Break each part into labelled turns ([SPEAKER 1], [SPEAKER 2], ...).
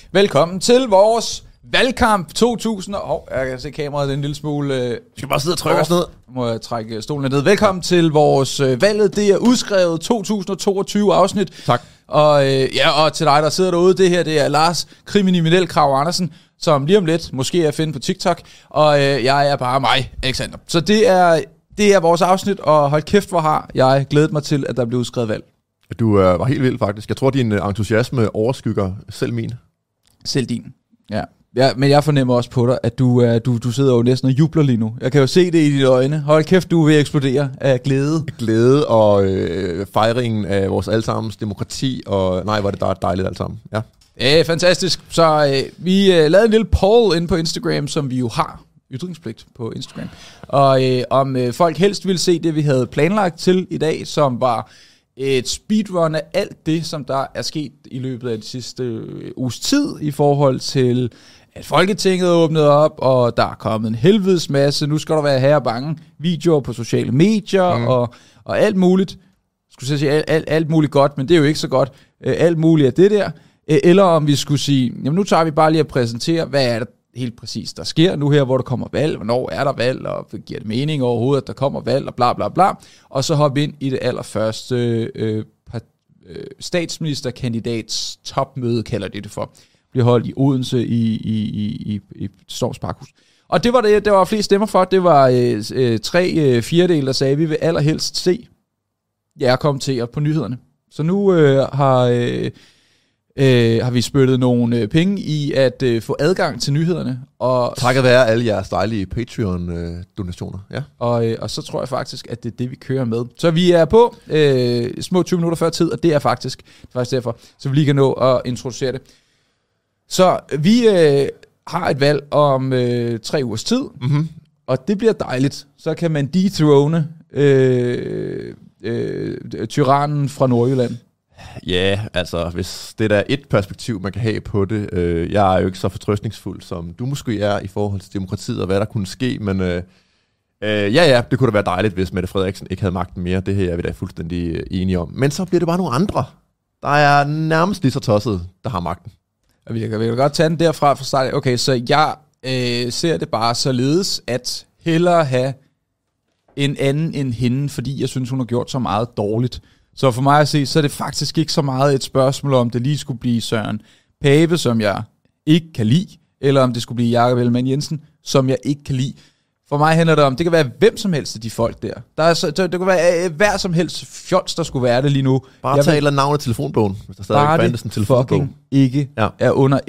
[SPEAKER 1] Velkommen til vores valgkamp 2000. Jeg kan se kameraet en lille smule.
[SPEAKER 2] Skal bare sidde og trykke os ned?
[SPEAKER 1] Må jeg trække stolen ned. Velkommen til vores valget. Det er udskrevet 2022 afsnit.
[SPEAKER 2] Tak.
[SPEAKER 1] Og til dig, der sidder derude, det her det er Lars Kriminel Krav Andersen, som lige om lidt måske er at finde på TikTok. Og jeg er bare mig, Alexander. Så det er vores afsnit, og hold kæft, hvor har jeg glædet mig til, at der bliver udskrevet valg.
[SPEAKER 2] Du var helt vild, faktisk. Jeg tror, din entusiasme overskygger selv min.
[SPEAKER 1] Selv din, ja, men jeg fornemmer også på dig, at du sidder jo næsten og jubler lige nu. Jeg kan jo se det i dine øjne. Hold kæft, du er ved at eksplodere af glæde.
[SPEAKER 2] Glæde og fejringen af vores allesammens demokrati, og nej, hvor er det dejligt alt sammen. Ja.
[SPEAKER 1] Ja, fantastisk. Så vi lavede en lille poll inde på Instagram, som vi jo har ytringspligt på Instagram. Og om folk helst ville se det, vi havde planlagt til i dag, som var et speedrun af alt det, som der er sket i løbet af de sidste uges tid, i forhold til, at Folketinget er åbnet op, og der er kommet en helvedes masse. Nu skal der være her bange videoer på sociale medier, og alt muligt. Skulle jeg sige alt muligt godt, men det er jo ikke så godt. Alt muligt af det der. Eller om vi skulle sige, jamen nu tager vi bare lige at præsentere, hvad er det helt præcis, der sker nu her, hvor der kommer valg, hvornår er der valg, og giver det mening overhovedet, at der kommer valg, og bla bla bla, og så hoppe ind i det allerførste statsministerkandidats topmøde, kalder det for, bliver holdt i Odense i Storms Parkhus. Og det var det, der var flest stemmer for, det var 3/4, der sagde, at vi vil allerhelst se jer kommentere på nyhederne. Så nu har vi spyttet nogle penge i at få adgang til nyhederne. Og
[SPEAKER 2] takket være alle jeres dejlige Patreon-donationer. Ja.
[SPEAKER 1] Og så tror jeg faktisk, at det er det, vi kører med. Så vi er på små 20 minutter før tid, og det er faktisk derfor, så vi lige kan nå at introducere det. Så vi har et valg om 3 ugers tid, og det bliver dejligt. Så kan man dethrone tyrannen fra Nordjylland.
[SPEAKER 2] Ja, altså hvis det er der et perspektiv, man kan have på det. Jeg er jo ikke så fortrøstningsfuld, som du måske er i forhold til demokratiet og hvad der kunne ske, men det kunne da være dejligt, hvis Mette Frederiksen ikke havde magten mere. Det her er vi da fuldstændig enige om. Men så bliver det bare nogle andre, der er nærmest lige så tosset, der har magten.
[SPEAKER 1] Vi kan godt tage den derfra fra start. Okay, så jeg ser det bare således, at hellere have en anden end hende, fordi jeg synes, hun har gjort så meget dårligt. Så for mig at se, så er det faktisk ikke så meget et spørgsmål, om det lige skulle blive Søren Pape, som jeg ikke kan lide, eller om det skulle blive Jakob Ellemann-Jensen, som jeg ikke kan lide. For mig handler det om, det kan være hvem som helst af de folk der. Det kan være hver som helst fjols, der skulle være det lige nu.
[SPEAKER 2] Bare tag et eller andet navn i telefonbogen, hvis der stadig ikke fandtes en telefonbog.
[SPEAKER 1] Fucking ikke er under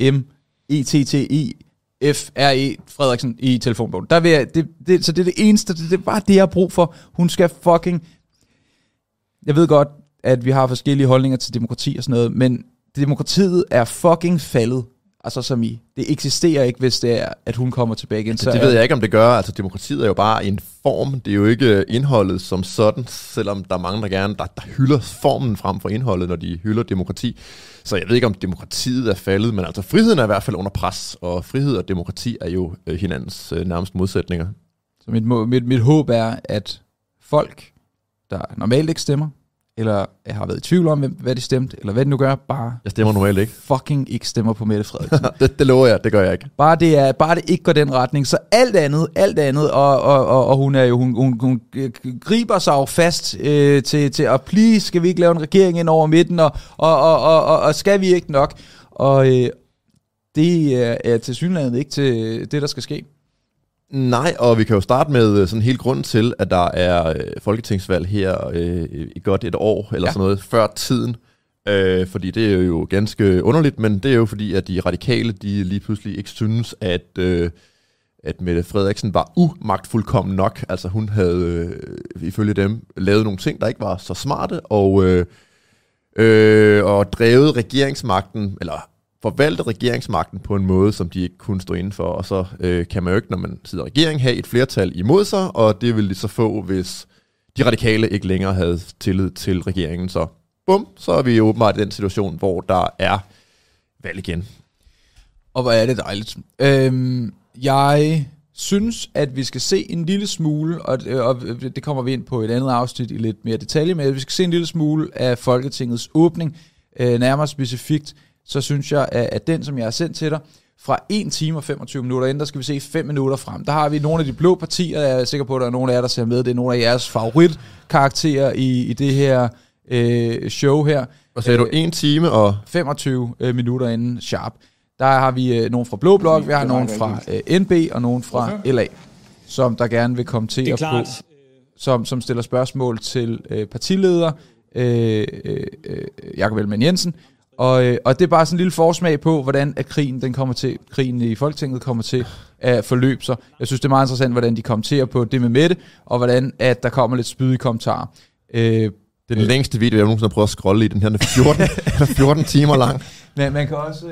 [SPEAKER 1] M-E-T-T-I-F-R-E Frederiksen i telefonbogen. Så det er det eneste, det er bare det, jeg har brug for. Hun skal fucking... Jeg ved godt, at vi har forskellige holdninger til demokrati og sådan noget, men demokratiet er fucking faldet. Altså som i, det eksisterer ikke, hvis det er, at hun kommer tilbage igen.
[SPEAKER 2] Det ved jeg ikke, om det gør. Altså demokratiet er jo bare en form. Det er jo ikke indholdet som sådan, selvom der er mange, der hylder formen frem for indholdet, når de hylder demokrati. Så jeg ved ikke, om demokratiet er faldet, men altså friheden er i hvert fald under pres, og frihed og demokrati er jo hinandens nærmest modsætninger.
[SPEAKER 1] Så mit håb er, at folk, der normalt ikke stemmer, eller jeg har været i tvivl om, hvad de stemte, eller hvad de nu gør, bare...
[SPEAKER 2] Jeg stemmer normalt ikke.
[SPEAKER 1] Fucking ikke stemmer på Mette Frederiksen.
[SPEAKER 2] det lover jeg, det gør jeg ikke.
[SPEAKER 1] Bare det ikke går den retning, så alt andet, og hun er jo, hun griber sig jo fast til at please, skal vi ikke lave en regering ind over midten, og skal vi ikke nok, og det er tilsyneladende ikke til det, der skal ske.
[SPEAKER 2] Nej, og vi kan jo starte med sådan helt grunden til, at der er folketingsvalg her i godt et år, eller sådan noget, før tiden. Fordi det er jo ganske underligt, men det er jo fordi, at de radikale, de lige pludselig ikke synes, at Mette Frederiksen var umagtfuldkommen nok. Altså hun havde ifølge dem lavet nogle ting, der ikke var så smarte, og drevet regeringsmagten, eller forvalte regeringsmagten på en måde, som de ikke kunne stå inden for, og så kan man jo ikke, når man sidder i regering, have et flertal imod sig, og det ville de så få, hvis de radikale ikke længere havde tillid til regeringen. Så bum, så er vi jo åbenbart i den situation, hvor der er valg igen.
[SPEAKER 1] Og hvor er det dejligt. Jeg synes, at vi skal se en lille smule, og det kommer vi ind på et andet afsnit i lidt mere detalje, men vi skal se en lille smule af Folketingets åbning, nærmere specifikt så synes jeg, at den, som jeg har sendt til dig, fra 1 time og 25 minutter inden, der skal vi se 5 minutter frem. Der har vi nogle af de blå partier, jeg er sikker på, at der er nogle af jer, der ser med. Det er nogle af jeres favoritkarakterer i det her show her.
[SPEAKER 2] Og sagde du 1 time og
[SPEAKER 1] 25 minutter inden sharp. Der har vi nogen fra Blå Blok, vi har nogen fra NB og nogen fra LA, som der gerne vil kommentere på, som stiller spørgsmål til partileder Jakob Ellemann-Jensen. Og det er bare sådan en lille forsmag på, hvordan at krigen i Folketinget kommer til at forløbe sig. Jeg synes, det er meget interessant, hvordan de kommenterer på det med Mette, og hvordan at der kommer lidt spydige kommentarer. Det er den længste video, jeg nogensinde har prøvet at scrolle i. Den her 14 timer lang. Men man kan også...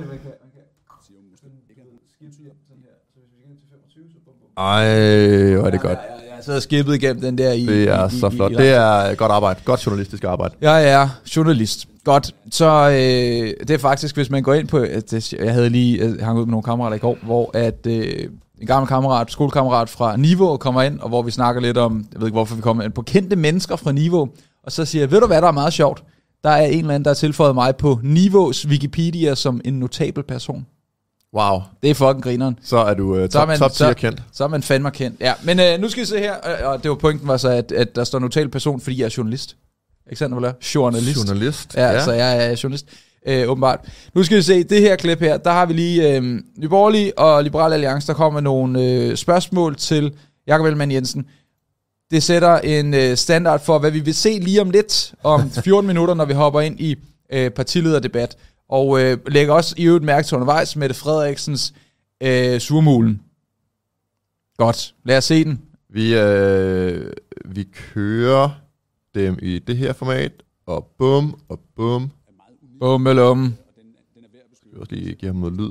[SPEAKER 2] Ej, hvor er det godt.
[SPEAKER 1] Jeg sidder og skippet igennem den der i...
[SPEAKER 2] Det er så flot. Det er godt arbejde. Godt journalistisk arbejde.
[SPEAKER 1] Jeg er journalist. Godt. Så det er faktisk, hvis man går ind på... Jeg havde lige hanget ud med nogle kammerater i går, hvor at en gammel skolekammerat fra Niveau kommer ind, og hvor vi snakker lidt om... Jeg ved ikke, hvorfor vi kommer ind på kendte mennesker fra Niveau. Og så siger jeg, ved du hvad, der er meget sjovt? Der er en eller anden, der har tilføjet mig på Niveaus Wikipedia som en notabel person.
[SPEAKER 2] Wow.
[SPEAKER 1] Det er fucking grineren.
[SPEAKER 2] Så er du top 10 kendt.
[SPEAKER 1] Så er man fandme kendt. Ja, men nu skal I se her, og det var pointen var så, at der står notabel person, fordi jeg er journalist. Ikke sandt, hvad Journalist.
[SPEAKER 2] Journalist.
[SPEAKER 1] Ja, altså jeg er journalist. Åbenbart. Nu skal I se, det her klip her, der har vi lige Nye Borgerlige og Liberal Alliance, der kommer med nogle spørgsmål til Jakob Ellemann-Jensen. Det sætter en standard for, hvad vi vil se lige om lidt, om 14 minutter, når vi hopper ind i partilederdebat. Og lægger også i øvrigt mærke til undervejs Mette Frederiksens surmulen. Godt, lad os se den.
[SPEAKER 2] Vi kører dem i det her format, og bum, og bum.
[SPEAKER 1] Bum eller om.
[SPEAKER 2] Jeg vil også lige give ham noget lyd.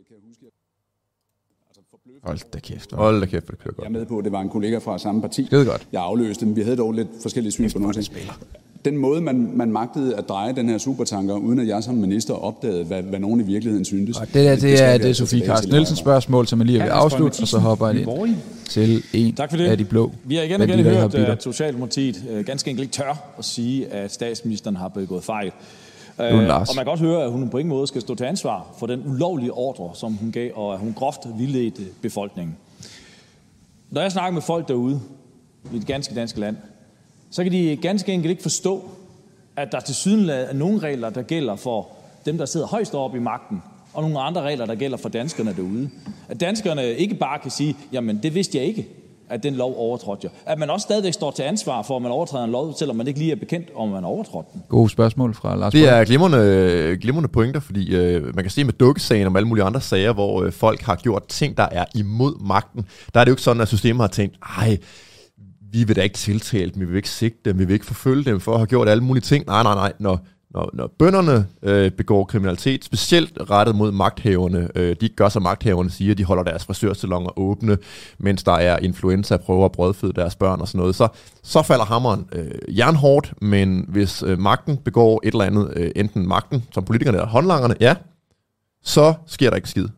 [SPEAKER 1] Hold da kæft.
[SPEAKER 2] Hold da kæft, det kører godt.
[SPEAKER 3] Jeg er med på, at det var en kollega fra samme parti.
[SPEAKER 1] Skide godt.
[SPEAKER 3] Jeg afløste dem. Vi havde dog lidt forskellige syn på nogle ting. Den måde, man magtede at dreje den her supertanker, uden at jeg som minister opdagede, hvad nogen i virkeligheden syntes.
[SPEAKER 1] Og det er Sofie Carsten Nielsens spørgsmål, som jeg lige vil afslutte, og så hopper jeg ind til en af de blå.
[SPEAKER 4] Vi har igen hørt, at Socialdemokratiet ganske enkelt ikke tør at sige, at statsministeren har begået fejl. Og man kan godt høre, at hun på ingen måde skal stå til ansvar for den ulovlige ordre, som hun gav, og at hun groft vildledte befolkningen. Når jeg snakker med folk derude i det ganske danske land, så kan de ganske enkelt ikke forstå, at der tilsyneladende er nogle regler, der gælder for dem, der sidder højst oppe i magten, og nogle andre regler, der gælder for danskerne derude. At danskerne ikke bare kan sige, jamen det vidste jeg ikke, at den lov overtrådte jeg. At man også stadigvæk står til ansvar for, at man overtræder en lov, selvom man ikke lige er bekendt, om man overtrådte den.
[SPEAKER 1] Gode spørgsmål fra Lars.
[SPEAKER 2] Det er glimrende pointer, fordi man kan se med dukkesagen og alle mulige andre sager, hvor folk har gjort ting, der er imod magten. Der er det jo ikke sådan, at systemet har tænkt, vi vil da ikke tiltale dem, vi vil ikke sigte dem, vi vil ikke forfølge dem for at have gjort alle mulige ting. Nej. Når bønderne begår kriminalitet, specielt rettet mod magthaverne, de gør som magthaverne siger, de holder deres frisørsalonger åbne, mens der er influenza og prøver at brødføde deres børn og sådan noget, så falder hammeren jernhårdt, men hvis magten begår et eller andet, enten magten som politikerne eller håndlangerne, så sker der ikke skid.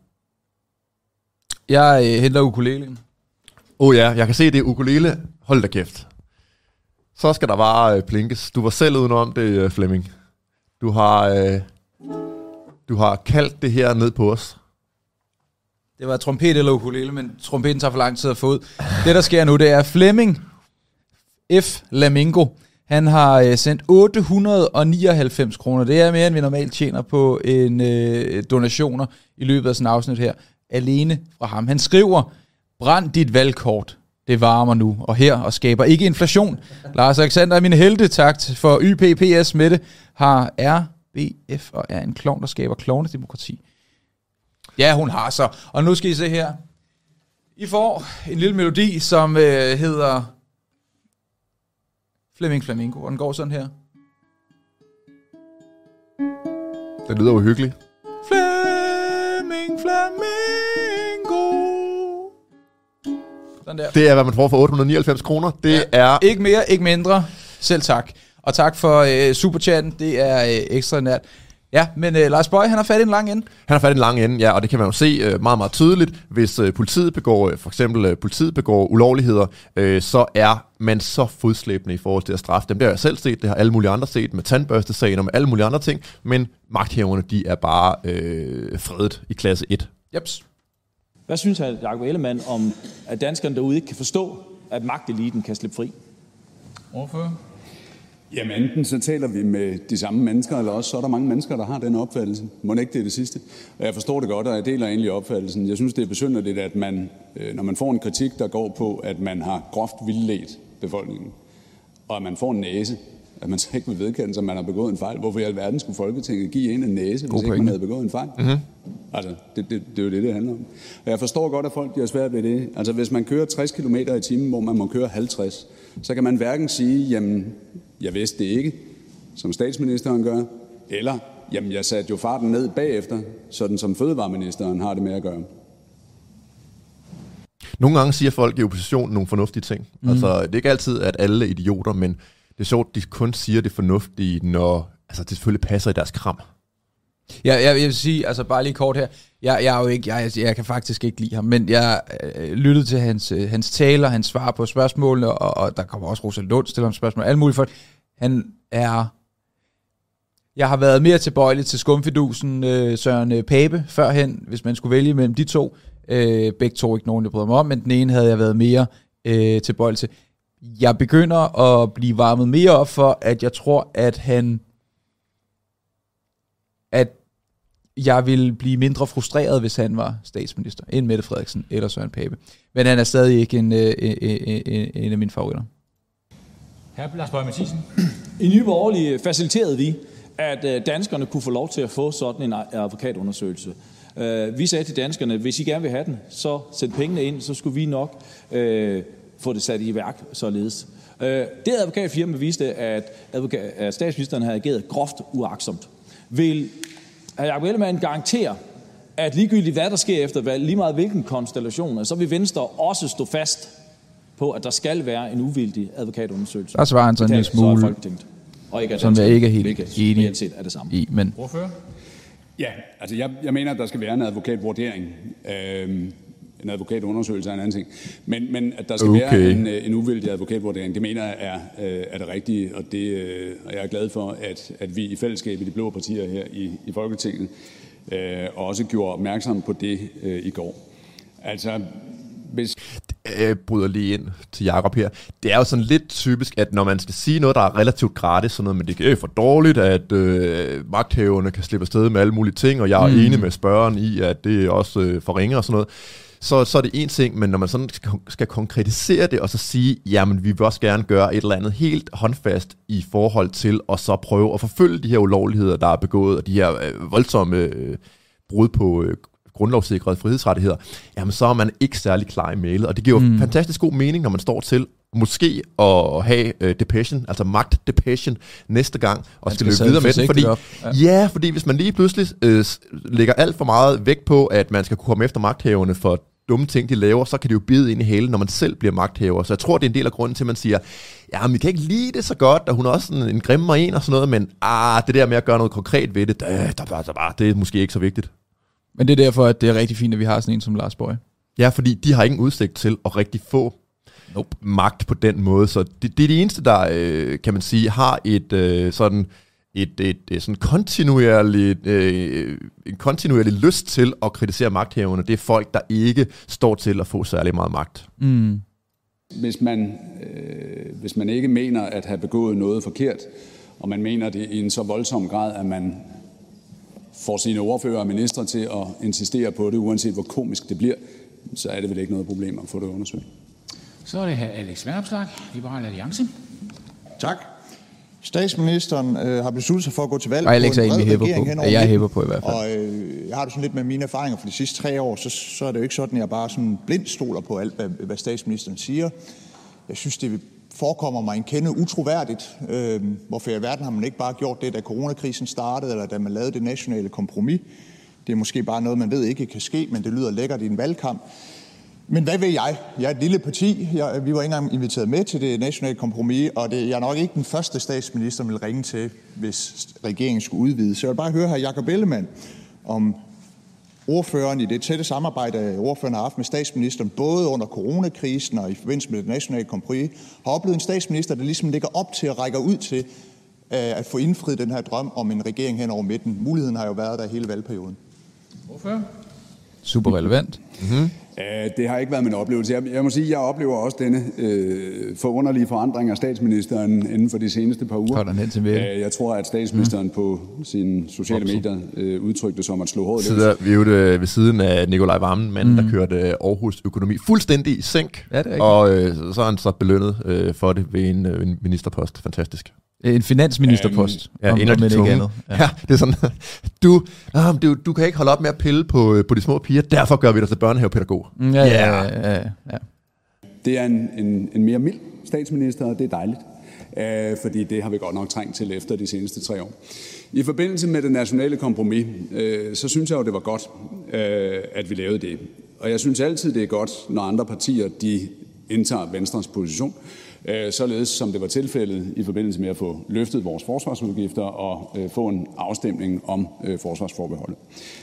[SPEAKER 1] Jeg henter ukulelen.
[SPEAKER 2] Jeg kan se, det er ukulele. Hold da kæft. Så skal der bare plinkes. Du var selv udenom det, Flemming. Du har kaldt det her ned på os.
[SPEAKER 1] Det var trompet eller ukulele, men trompeten tager for lang tid at få ud. Det, der sker nu, det er Flemming F. Lamingo. Han har sendt 899 kroner. Det er mere, end vi normalt tjener på en donationer i løbet af sådan en afsnit her. Alene fra ham. Han skriver, brænd dit valgkort. Det varmer nu og her og skaber ikke inflation. Lars Alexander er min helte. Tak for YPPS Mette har RBF og er en klovn, der skaber klovnedemokrati. Ja, hun har så. Og nu skal I se her. I får en lille melodi, som hedder Flemming Flamingo. Og den går sådan her.
[SPEAKER 2] Det lyder uhyggeligt.
[SPEAKER 1] Flemming Flamingo.
[SPEAKER 2] Det er, hvad man får for 899 kroner. Det er...
[SPEAKER 1] Ikke mere, ikke mindre. Selv tak. Og tak for superchatten. Det er ekstraordinært. Ja, men Lars Bøje, han har fat i en lang ende.
[SPEAKER 2] Han har fat i en lang ende, ja, og det kan man jo se meget, meget tydeligt. Hvis politiet begår ulovligheder, så er men så fodslæbende i forhold til at straffe dem. Det har jeg selv set, det har alle mulige andre set, med tandbørstesagen og med alle mulige andre ting, men magthaverne, de er bare fredet i klasse 1.
[SPEAKER 1] Jeps.
[SPEAKER 4] Hvad synes hr. Jakob Ellemann om, at danskerne derude ikke kan forstå, at magteliten kan slippe fri?
[SPEAKER 1] Ordfører?
[SPEAKER 3] Jamen enten så taler vi med de samme mennesker, eller også så er der mange mennesker, der har den opfattelse. Må ikke det er det sidste? Og jeg forstår det godt, og jeg deler egentlig opfattelsen. Jeg synes, det er besynderligt, at man, når man får en kritik, der går på, at man har groft vildledt befolkningen, og at man får en næse, at man så ikke vil vedkende sig, at man har begået en fejl. Hvorfor i alverden skulle Folketinget give en næse, hvis ikke man havde begået en fejl? Mm-hmm. Altså, det er jo det handler om. Og jeg forstår godt, at folk bliver svært ved det. Altså, hvis man kører 60 km i timen, hvor man må køre 50, så kan man hverken sige, jamen, jeg vidste det ikke, som statsministeren gør, eller, jamen, jeg satte jo farten ned bagefter, sådan som fødevareministeren har det med at gøre.
[SPEAKER 2] Nogle gange siger folk i oppositionen nogle fornuftige ting. Altså, det er ikke altid, at alle er idioter, men det er sjovt, de kun siger det fornuftige, når det selvfølgelig passer i deres kram.
[SPEAKER 1] Ja, jeg vil sige, altså bare lige kort her, jeg kan faktisk ikke lide ham, men jeg lyttede til hans taler, hans svar på spørgsmålene, og der kommer også Rosa Lund stiller om spørgsmål, alle mulige folk. Jeg har været mere tilbøjelig til skumfidusen Søren Pape førhen, hvis man skulle vælge mellem de to. Begge to ikke nogen, jeg bryder mig om, men den ene havde jeg været mere tilbøjelig til. Jeg begynder at blive varmet mere op for, at jeg tror, at jeg ville blive mindre frustreret, hvis han var statsminister, end Mette Frederiksen eller Søren Pape. Men han er stadig ikke en af mine favoritter.
[SPEAKER 5] Hr. Lars Boje Mathiesen.
[SPEAKER 4] I Nye Borgerlige faciliterede vi, at danskerne kunne få lov til at få sådan en advokatundersøgelse. Vi sagde til danskerne, hvis I gerne vil have den, så sæt pengene ind, så skulle vi nok få det sat i værk således. Det advokatfirma viste, at statsministeren havde ageret groft uagtsomt. Vil hr. Jakob Ellemann garantere, at ligegyldigt hvad der sker efter valg, lige meget hvilken konstellation, så vil Venstre også stå fast på, at der skal være en uvildig advokatundersøgelse?
[SPEAKER 1] Der svarer han sådan en smule, som jeg ikke er helt enig i. Men
[SPEAKER 3] ja, altså jeg mener, at der skal være en advokatvurdering. En advokatundersøgelse er en anden ting. Men at der skal være en uvildig advokatvurdering, det mener jeg er det rigtige, og jeg er glad for, at vi i fællesskab i de blå partier her i Folketinget også gjorde opmærksom på det i går. Altså, hvis
[SPEAKER 2] jeg bryder lige ind til Jakob her. Det er jo sådan lidt typisk, at når man skal sige noget, der er relativt gratis, sådan noget, men det er for dårligt, at magthaverne kan slippe afsted med alle mulige ting, og jeg er enig med spørgeren i, at det også forringer og sådan noget, så er det en ting, men når man sådan skal konkretisere det, og så sige, jamen vi vil også gerne gøre et eller andet helt håndfast i forhold til, og så prøve at forfølge de her ulovligheder, der er begået, og de her voldsomme brud på grundlovssikrede frihedsrettigheder, jamen så er man ikke særlig klar i mailet, og det giver jo fantastisk god mening, når man står til måske at have depression, altså magtdepression næste gang, og skal løbe videre med den, fordi hvis man lige pludselig lægger alt for meget vægt på, at man skal kunne komme efter magthaverne for dumme ting, de laver, så kan det jo bide ind i hælen, når man selv bliver magthaver. Så jeg tror, det er en del af grunden til, at man siger, ja, men vi kan ikke lide det så godt, og hun er også en grimmere en og sådan noget, men det der med at gøre noget konkret ved det, det er måske ikke så vigtigt.
[SPEAKER 1] Men det er derfor, at det er rigtig fint, at vi har sådan en som Lars Boje.
[SPEAKER 2] Ja, fordi de har ingen udsigt til at rigtig få magt på den måde, så det er de eneste, der, kan man sige, har et sådan kontinuerlig lyst til at kritisere magthaverne. Det er folk, der ikke står til at få særlig meget magt.
[SPEAKER 3] Mm. Hvis man ikke mener at have begået noget forkert, og man mener det i en så voldsom grad, at man får sine ordfører og ministre til at insistere på det, uanset hvor komisk det bliver, så er det vel ikke noget problem at få det undersøgt.
[SPEAKER 5] Så er det hr. Alex Vanopslagh, Liberal Alliance.
[SPEAKER 6] Tak. Statsministeren har besluttet sig for at gå til valg
[SPEAKER 1] på en bred regering henover. Jeg hæpper på i hvert fald.
[SPEAKER 6] Og jeg har det sådan lidt med mine erfaringer for de sidste 3 år, så er det jo ikke sådan, at jeg bare sådan blindt stoler på alt, hvad statsministeren siger. Jeg synes, det forekommer mig en kende utroværdigt. Hvorfor i alverden har man ikke bare gjort det, da coronakrisen startede, eller da man lavede det nationale kompromis? Det er måske bare noget, man ved ikke kan ske, men det lyder lækkert i en valgkamp. Men hvad ved jeg? Jeg er et lille parti. Vi var ikke engang inviteret med til det nationale kompromis, og jeg er nok ikke den første statsminister, man vil ringe til, hvis regeringen skulle udvide. Så jeg vil bare høre hr. Jakob Ellemann, om ordføreren i det tætte samarbejde, ordføreren har haft med statsministeren, både under coronakrisen og i forbindelse med det nationale kompromis, har oplevet en statsminister, der ligesom ligger op til at række ud til at få indfriet den her drøm om en regering hen over midten. Muligheden har jo været der hele valgperioden.
[SPEAKER 1] Ordfører? Super relevant.
[SPEAKER 3] Mm-hmm. Det har ikke været min oplevelse. Jeg må sige, at jeg oplever også denne forunderlige forandring af statsministeren inden for de seneste par uger. Jeg tror, at statsministeren på sine sociale medier udtrykte som at slå hårdt løs.
[SPEAKER 2] Vi er jo ved siden af Nikolaj Wammen, manden, der kørte Aarhus økonomi fuldstændig i sænk. Ja, og så er han så belønnet for det ved en ministerpost. Fantastisk.
[SPEAKER 1] En finansministerpost.
[SPEAKER 2] Ja, en af de tunge. Ja, det er sådan, du kan ikke holde op med at pille på de små piger, derfor gør vi dig til børnehavepædagog.
[SPEAKER 1] Ja.
[SPEAKER 3] Det er en mere mild statsminister, og det er dejligt, fordi det har vi godt nok trængt til efter de seneste 3 år. I forbindelse med det nationale kompromis, så synes jeg jo, det var godt, at vi lavede det. Og jeg synes altid, det er godt, når andre partier de indtager Venstres position, således som det var tilfældet i forbindelse med at få løftet vores forsvarsudgifter og få en afstemning om forsvarsforbeholdet.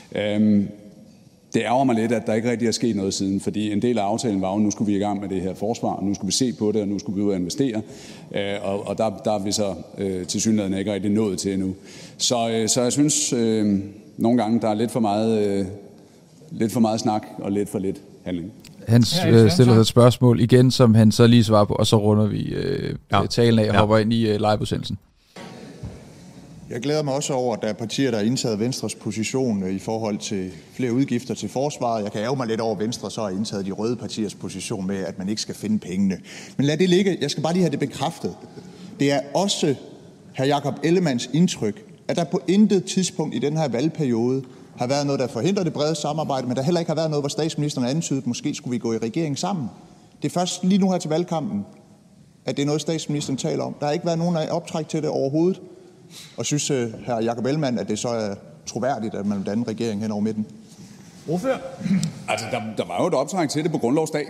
[SPEAKER 3] Det ærger mig lidt, at der ikke rigtig er sket noget siden, fordi en del af aftalen var jo, nu skulle vi i gang med det her forsvar, og nu skulle vi se på det, og nu skulle vi ud og investere, og der er vi så tilsyneladende ikke rigtig nået til endnu. Så jeg synes nogle gange, der er lidt for meget snak og lidt for lidt handling.
[SPEAKER 1] Han stiller et spørgsmål igen, som han så lige svarer på, og så runder vi talen af og hopper ind i liveudsendelsen.
[SPEAKER 6] Jeg glæder mig også over, at der er partier, der har indtaget Venstres position i forhold til flere udgifter til forsvaret. Jeg kan ærge mig lidt over, at Venstre så har indtaget de røde partiers position med, at man ikke skal finde pengene. Men lad det ligge. Jeg skal bare lige have det bekræftet. Det er også hr. Jakob Ellemanns indtryk, at der på intet tidspunkt i den her valgperiode har været noget, der forhindrer det brede samarbejde, men der heller ikke har været noget, hvor statsministeren antydet, måske skulle vi gå i regering sammen. Det er først lige nu her til valgkampen, at det er noget, statsministeren taler om. Der har ikke været nogen optræk til det overhovedet. Og synes hr. Jakob Ellemann, at det så er troværdigt, at man vil danne regering hen over midten?
[SPEAKER 3] Ordfører? Altså, der var jo et optræk til det på grundlovsdag.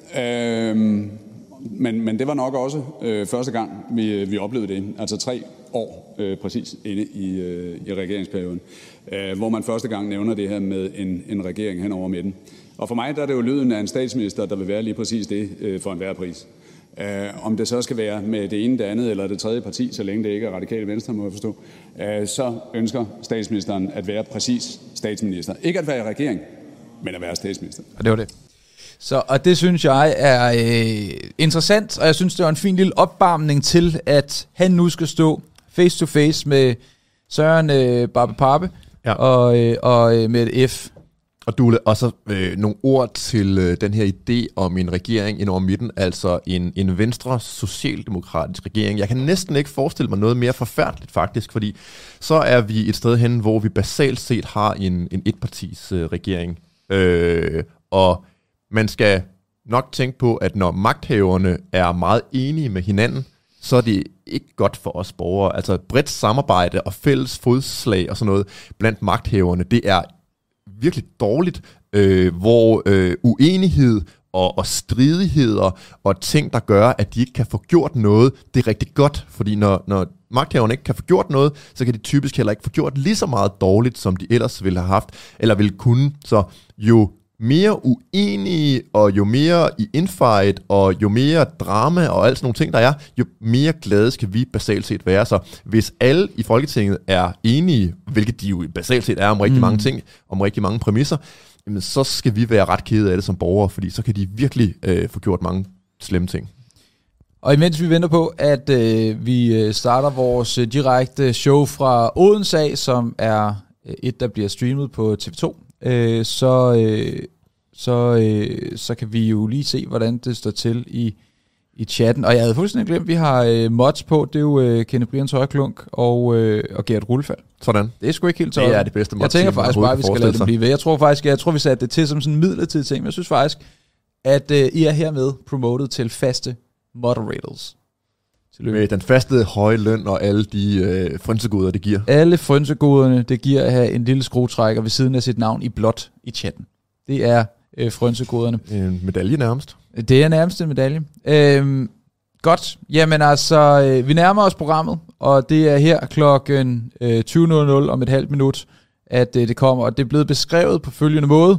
[SPEAKER 3] Men det var nok også første gang, vi oplevede det. Altså 3 år præcis inde i regeringsperioden, hvor man første gang nævner det her med en regering hen over midten. Og for mig der er det jo lyden af en statsminister, der vil være lige præcis det for enhver pris. Om det så skal være med det ene, det andet eller det tredje parti, så længe det ikke er Radikale Venstre, må jeg forstå, så ønsker statsministeren at være præcis statsminister. Ikke at være i regering, men at være statsminister.
[SPEAKER 1] Og det var det. Og det synes jeg er interessant, og jeg synes, det var en fin lille opvarmning til, at han nu skal stå face to face med Søren Babbe Pape og med et F.
[SPEAKER 2] Og Dule, også nogle ord til den her idé om en regering ind over midten, altså en venstre socialdemokratisk regering. Jeg kan næsten ikke forestille mig noget mere forfærdeligt faktisk, fordi så er vi et sted hen, hvor vi basalt set har en etpartis regering. Og man skal nok tænke på, at når magthaverne er meget enige med hinanden, så er det ikke godt for os borgere. Altså bredt samarbejde og fælles fodslag og sådan noget blandt magthaverne, det er virkelig dårligt, hvor uenighed og stridigheder og ting, der gør, at de ikke kan få gjort noget, det er rigtig godt, fordi når magthaverne ikke kan få gjort noget, så kan de typisk heller ikke få gjort lige så meget dårligt, som de ellers ville have haft, eller ville kunne. Så jo mere uenige, og jo mere i infight, og jo mere drama og alt sådan nogle ting, der er, jo mere glade skal vi basalt set være. Så hvis alle i Folketinget er enige, hvilket de jo basalt set er om rigtig mange ting, om rigtig mange præmisser, jamen, så skal vi være ret kede af det som borgere, fordi så kan de virkelig få gjort mange slemme ting.
[SPEAKER 1] Og imens vi venter på, at vi starter vores direkte show fra Odense, som er et, der bliver streamet på TV2, så kan vi jo lige se, hvordan det står til i chatten. Og jeg havde fuldstændig glemt, vi har mods på. Det er jo Kenneth Brians Højklunk og Gert Rullefald.
[SPEAKER 2] Sådan.
[SPEAKER 1] Det er sgu ikke helt tøjet.
[SPEAKER 2] Det er det bedste mods.
[SPEAKER 1] Jeg tænker faktisk bare, at vi skal lade det blive ved. Jeg tror vi satte det til som sådan en midlertidig ting. Men jeg synes faktisk, at I er hermed promoted til faste moderators.
[SPEAKER 2] Med den faste høje løn og alle de frynsegoder, det giver.
[SPEAKER 1] Alle frynsegoderne, det giver at have en lille skruetrækker ved siden af sit navn i blåt i chatten. Det er frynsegoderne. En
[SPEAKER 2] medalje nærmest.
[SPEAKER 1] Det er nærmest en medalje. Godt. Jamen altså, vi nærmer os programmet, og det er her klokken 20.00 om et halvt minut, at det kommer, og det er blevet beskrevet på følgende måde.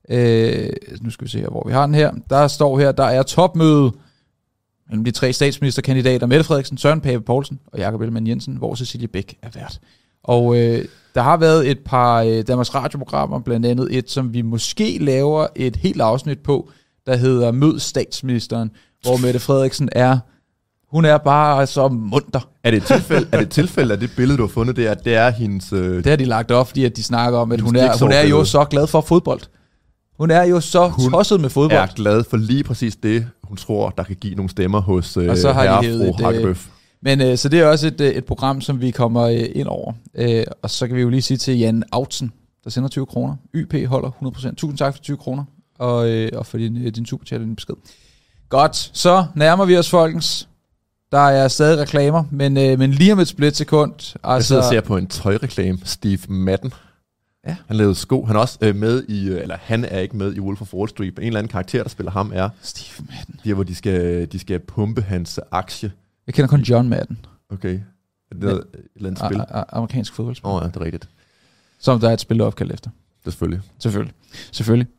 [SPEAKER 1] Nu skal vi se her, hvor vi har den her. Der står her, der er topmøde mellem de 3 statsministerkandidater, Mette Frederiksen, Søren Pape Poulsen og Jakob Ellemann-Jensen, hvor Cecilie Bæk er vært. Og der har været et par Danmarks Radio-programmer, blandt andet et, som vi måske laver et helt afsnit på, der hedder Mød statsministeren, hvor Mette Frederiksen hun er bare så munter.
[SPEAKER 2] Er det et tilfælde af det billede, du har fundet, det er hendes... Det
[SPEAKER 1] har de lagt op, fordi at de snakker om, at hun er jo så glad for fodbold. Hun er jo så tosset med fodbold.
[SPEAKER 2] Hun er glad for lige præcis det, hun tror, der kan give nogle stemmer hos
[SPEAKER 1] og så har de
[SPEAKER 2] fru Hakkebøf.
[SPEAKER 1] Men så det er også et program, som vi kommer ind over. Og så kan vi jo lige sige til Jan Autsen, der sender 20 kroner. YP holder 100%. Tusind tak for 20 kroner. Og for din superchat og din besked. Godt, så nærmer vi os, folkens. Der er stadig reklamer, men lige om et splitsekund. Altså,
[SPEAKER 2] jeg sidder og ser på en tøjreklame. Steve Madden. Ja. Han lavede sko. Han er også med i, eller han er ikke med i Wolf of Wall Street, men en eller anden karakter, der spiller ham, er
[SPEAKER 1] Steve Madden.
[SPEAKER 2] Der, hvor de skal pumpe hans aktie.
[SPEAKER 1] Jeg kender kun John Madden.
[SPEAKER 2] Okay. Er det et eller andet spil?
[SPEAKER 1] Amerikansk fodboldspil.
[SPEAKER 2] Ja, det er rigtigt.
[SPEAKER 1] Som der er et spil, opkaldt efter.
[SPEAKER 2] Selvfølgelig.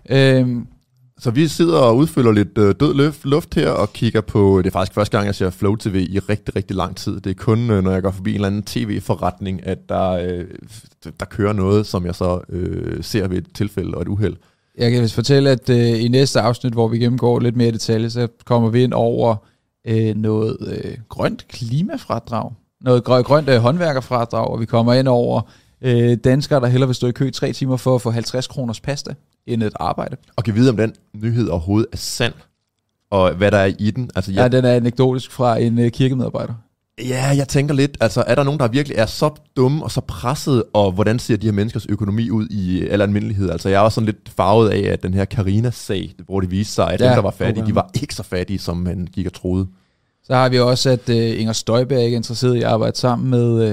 [SPEAKER 2] Så vi sidder og udfylder lidt død luft her og kigger på, det er faktisk første gang, jeg ser Flow TV i rigtig, rigtig lang tid. Det er kun, når jeg går forbi en eller anden tv-forretning, at der kører noget, som jeg så ser ved et tilfælde og et uheld.
[SPEAKER 1] Jeg kan fortælle, at i næste afsnit, hvor vi gennemgår lidt mere i detalje, så kommer vi ind over noget grønt klimafradrag, noget grønt håndværkerfradrag, og vi kommer ind over danskere, der hellere vil stå i kø 3 timer for at få 50 kroners pasta end et arbejde.
[SPEAKER 2] Og kan vide, om den nyhed overhovedet er sand, og hvad der er i den. Altså,
[SPEAKER 1] ja, den er anekdotisk fra en kirkemedarbejder.
[SPEAKER 2] Ja, jeg tænker lidt, altså er der nogen, der virkelig er så dumme og så presset, og hvordan ser de her menneskers økonomi ud i al almindelighed? Altså jeg er også sådan lidt farvet af, at den her Carina-sag, hvor det viste sig, at dem, der var fattige, de var ikke så fattige, som man gik og troede.
[SPEAKER 1] Så har vi også, at Inger Støjberg ikke er interesseret i at arbejde sammen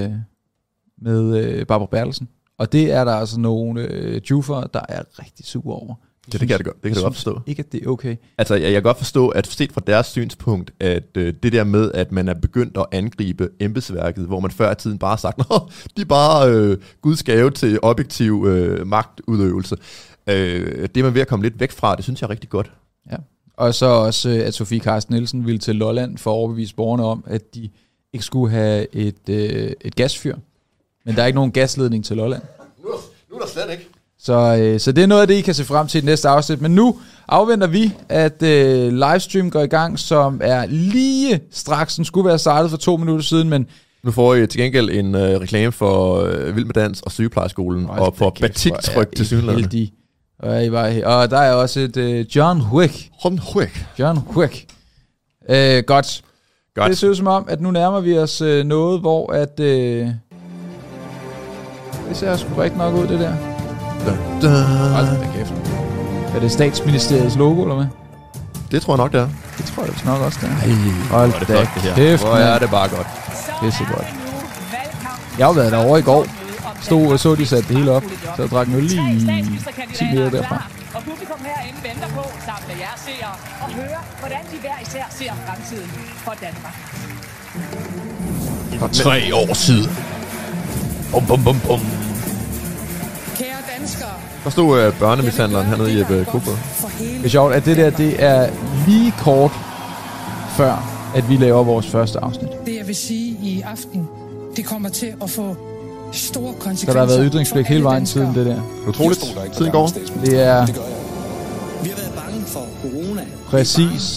[SPEAKER 1] med Barbara Bertelsen. Og det er der altså nogle djufere, der er rigtig sure over.
[SPEAKER 2] Det kan jeg godt forstå.
[SPEAKER 1] Ikke, at det er okay.
[SPEAKER 2] Altså, jeg kan godt forstå, at set fra deres synspunkt, at det der med, at man er begyndt at angribe embedsværket, hvor man før i tiden bare har sagt, de er bare Guds gave til objektiv magtudøvelse. Det er man ved at komme lidt væk fra, det synes jeg er rigtig godt.
[SPEAKER 1] Ja. Og så også, at Sofie Carsten Nielsen ville til Lolland for at overbevise borgerne om, at de ikke skulle have et gasfyr. Men der er ikke nogen gasledning til Lolland.
[SPEAKER 2] Nu er der slet ikke.
[SPEAKER 1] Så det er noget af det, I kan se frem til i næste afsnit. Men nu afventer vi, at livestream går i gang, som er lige straks. Den skulle være startet for 2 minutter siden, men...
[SPEAKER 2] Nu får I til gengæld en reklame for Vild med Dans og Sygeplejeskolen, og for batiktryk til synligheden.
[SPEAKER 1] Og der er også et John Wick. John Wick. Godt. Det ser ud som om, at nu nærmer vi os noget, hvor at... det ser sgu rigtig nok ud, det der. Hold da kæft. Er det Statsministeriets logo, eller hvad?
[SPEAKER 2] Det tror jeg nok, det er.
[SPEAKER 1] Det tror jeg nok også, det er. Hold da kæft.
[SPEAKER 2] Hvor er det bare godt.
[SPEAKER 1] Det er så godt. Jeg har været derovre i går. Stod og så, de satte det hele op. Så jeg drak en øl i 10 meter derfra.
[SPEAKER 7] Og publikum herinde venter på, sammen med jer seere, og høre, hvordan de hver især ser fremtiden for Danmark.
[SPEAKER 2] For 3 år siden. Bum.
[SPEAKER 7] Kære danskere.
[SPEAKER 2] Der stod børnemishandleren hernede i Jeppe Kofod.
[SPEAKER 1] Det er sjovt, at det der, det er lige kort før, at vi laver vores første afsnit.
[SPEAKER 7] Det jeg vil sige i aften, det kommer til at få store konsekvenser.
[SPEAKER 1] Så der har været ytringspligt hele vejen siden det der.
[SPEAKER 2] Utroligt. Tiden går.
[SPEAKER 1] Det er...
[SPEAKER 7] Vi har været bange for corona.
[SPEAKER 1] Præcis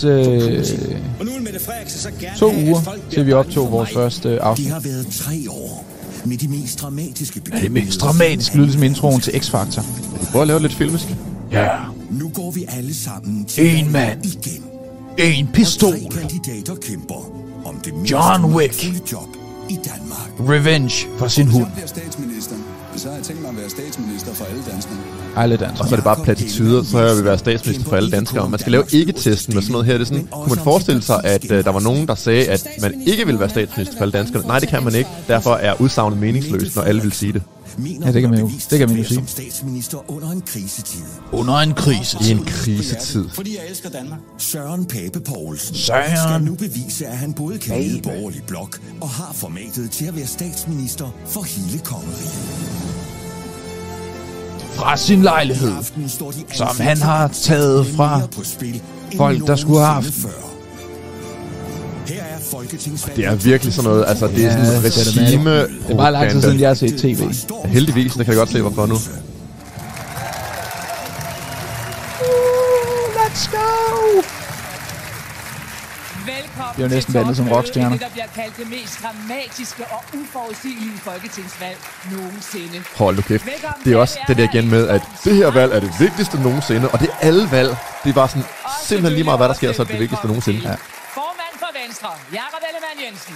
[SPEAKER 1] 2 uger, til vi optog vores første afsnit.
[SPEAKER 8] Det har været 3 år med de mest dramatiske
[SPEAKER 1] begivenheder. Det mest dramatiske lyder som introen til X-Factor.
[SPEAKER 2] Vi prøver at lave lidt filmisk.
[SPEAKER 1] Ja.
[SPEAKER 8] Nu går vi alle sammen til
[SPEAKER 1] en mand
[SPEAKER 8] igen.
[SPEAKER 1] En pistol.
[SPEAKER 8] 3 kandidater kæmper om det mest
[SPEAKER 1] John Wick.
[SPEAKER 8] job i Danmark.
[SPEAKER 1] Revenge for sin hund.
[SPEAKER 3] Hvis jeg bliver statsminister, så har jeg tænkt mig at være statsminister for alle danskere.
[SPEAKER 1] Alle danskere.
[SPEAKER 2] Og så er det bare plattityder, så jeg vil være statsminister for alle danskere. Man skal lave ikke-testen med sådan noget her. Det er sådan, kunne man forestille sig, at der var nogen, der sagde, at man ikke ville være statsminister for alle danskere? Nej, det kan man ikke. Derfor er udsagnet meningsløst, når alle vil sige det.
[SPEAKER 1] Ja, det kan man jo sige.
[SPEAKER 8] Som statsminister under en krisetid.
[SPEAKER 1] Under en krisetid.
[SPEAKER 2] I en krisetid.
[SPEAKER 8] Fordi jeg elsker Danmark. Søren Pape Poulsen
[SPEAKER 1] skal
[SPEAKER 8] nu bevise, at han både kan lede borgerlig blok og har formatet til at være statsminister for hele kongeriget.
[SPEAKER 1] fra sin lejlighed, som han har taget fra folk, der skulle have haft.
[SPEAKER 2] Det er virkelig sådan noget, altså det er sådan en regime.
[SPEAKER 1] Det er bare lang tid siden, jeg har set tv.
[SPEAKER 2] Heldigvis, der kan jeg godt se, hvorfor nu.
[SPEAKER 1] Let's go!
[SPEAKER 7] Velkommen
[SPEAKER 1] det er jo næsten bandet som rockstjerner.
[SPEAKER 7] Det, der bliver kaldt det mest dramatiske og uforudsigelige folketingsvalg nogensinde.
[SPEAKER 2] Hold nu kæft. Det er også det der igen med, at det her valg er det vigtigste nogensinde, og det er alle valg. Det er bare sådan, simpelthen lige meget, hvad der sker, så er det vigtigste nogensinde. Ja.
[SPEAKER 7] Formand for Venstre, Jakob Ellemann-Jensen.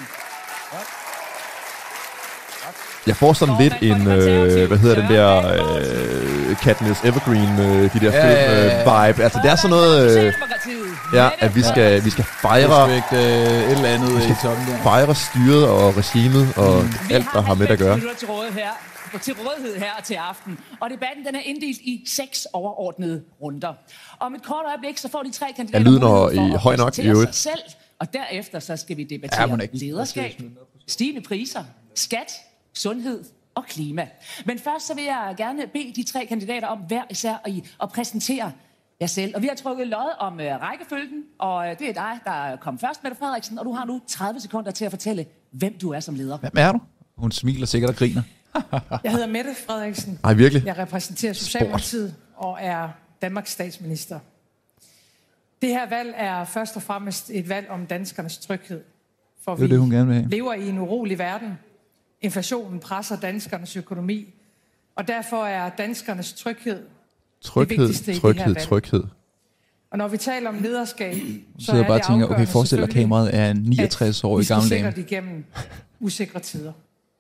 [SPEAKER 2] Jeg får sådan lidt en, hvad hedder den der, Katniss Evergreen, de der film-vibe. Altså, det er sådan noget, at vi skal fejre
[SPEAKER 1] et eller andet i toppen der.
[SPEAKER 2] Fejre styret og regimet og alt, der har med at gøre.
[SPEAKER 7] Til rådighed her til aften. Og debatten den er inddelt i 6 overordnede runder. Om et kort øjeblik, så får de 3 kandidater
[SPEAKER 2] mulighed for at
[SPEAKER 7] høj
[SPEAKER 2] nok,
[SPEAKER 7] sig selv. Og derefter så skal vi debattere lederskab, stigende priser, skat, sundhed og klima. Men først så vil jeg gerne bede de 3 kandidater om hver især at præsentere jer selv. Og vi har trukket lod om rækkefølgen, og det er dig, der kom først, Mette Frederiksen, og du har nu 30 sekunder til at fortælle, hvem du er som leder.
[SPEAKER 1] Hvem er du? Hun smiler sikkert og griner.
[SPEAKER 9] Jeg hedder Mette Frederiksen.
[SPEAKER 2] Ej, virkelig?
[SPEAKER 9] Jeg repræsenterer Socialdemokratiet og er Danmarks statsminister. Det her valg er først og fremmest et valg om danskernes tryghed. For
[SPEAKER 1] det er det, hun gerne vil have.
[SPEAKER 9] Lever i en urolig verden. Inflationen presser danskernes økonomi. Og derfor er danskernes tryghed det vigtigste i det her valg.
[SPEAKER 2] Tryghed.
[SPEAKER 9] Og når vi taler om lederskab, så
[SPEAKER 1] er det bare tænker, okay, forestil dig, kameraet er en 69-årig gammel dame.
[SPEAKER 9] Vi skal sikkert igennem usikre tider.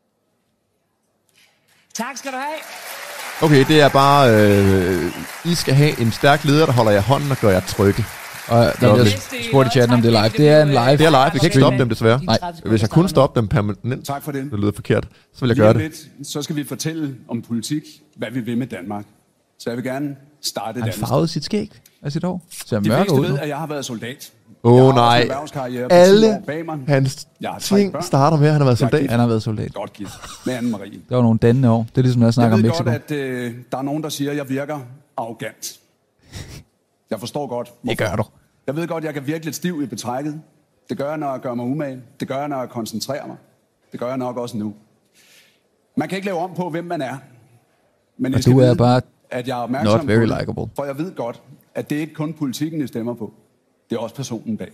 [SPEAKER 7] Tak skal du have.
[SPEAKER 2] Okay, det er bare, I skal have en stærk leder, der holder jer hånden og gør jer trygge.
[SPEAKER 1] Og jeg spurgte i chatten, om det er live. Det er en live.
[SPEAKER 2] Det er live, vi kan ikke stoppe dem desværre. Nej, hvis jeg kunne stoppe dem permanent,
[SPEAKER 3] tak for det.
[SPEAKER 2] Det lyder forkert, så vil jeg gøre det.
[SPEAKER 3] Lidt, så skal vi fortælle om politik, hvad vi vil med Danmark. Så jeg vil gerne starte
[SPEAKER 1] Han farvede sit skæg af sit år.
[SPEAKER 3] De fleste ved, at jeg har været soldat.
[SPEAKER 2] Nej, alle hans ting starter med, at han har været soldat.
[SPEAKER 1] Han har været soldat.
[SPEAKER 3] Godt givet. Med Anne-Marie.
[SPEAKER 1] Det var nogle dannende år. Det er ligesom, når jeg snakker om Mexico.
[SPEAKER 3] Jeg ved godt, at der er nogen, der siger, at jeg virker arrogant. Jeg forstår godt, hvorfor.
[SPEAKER 1] Det gør du.
[SPEAKER 3] Jeg ved godt, at jeg kan virke lidt stiv i betrækket. Det gør jeg, når jeg gør mig umage. Det gør jeg, når jeg koncentrerer mig. Det gør jeg nok også nu. Man kan ikke lave om på, hvem man er. Men
[SPEAKER 1] og du er bare
[SPEAKER 3] at jeg er opmærksom
[SPEAKER 1] not very likable.
[SPEAKER 3] For jeg ved godt, at det ikke kun politikken, I stemmer på. Det er også personen bag.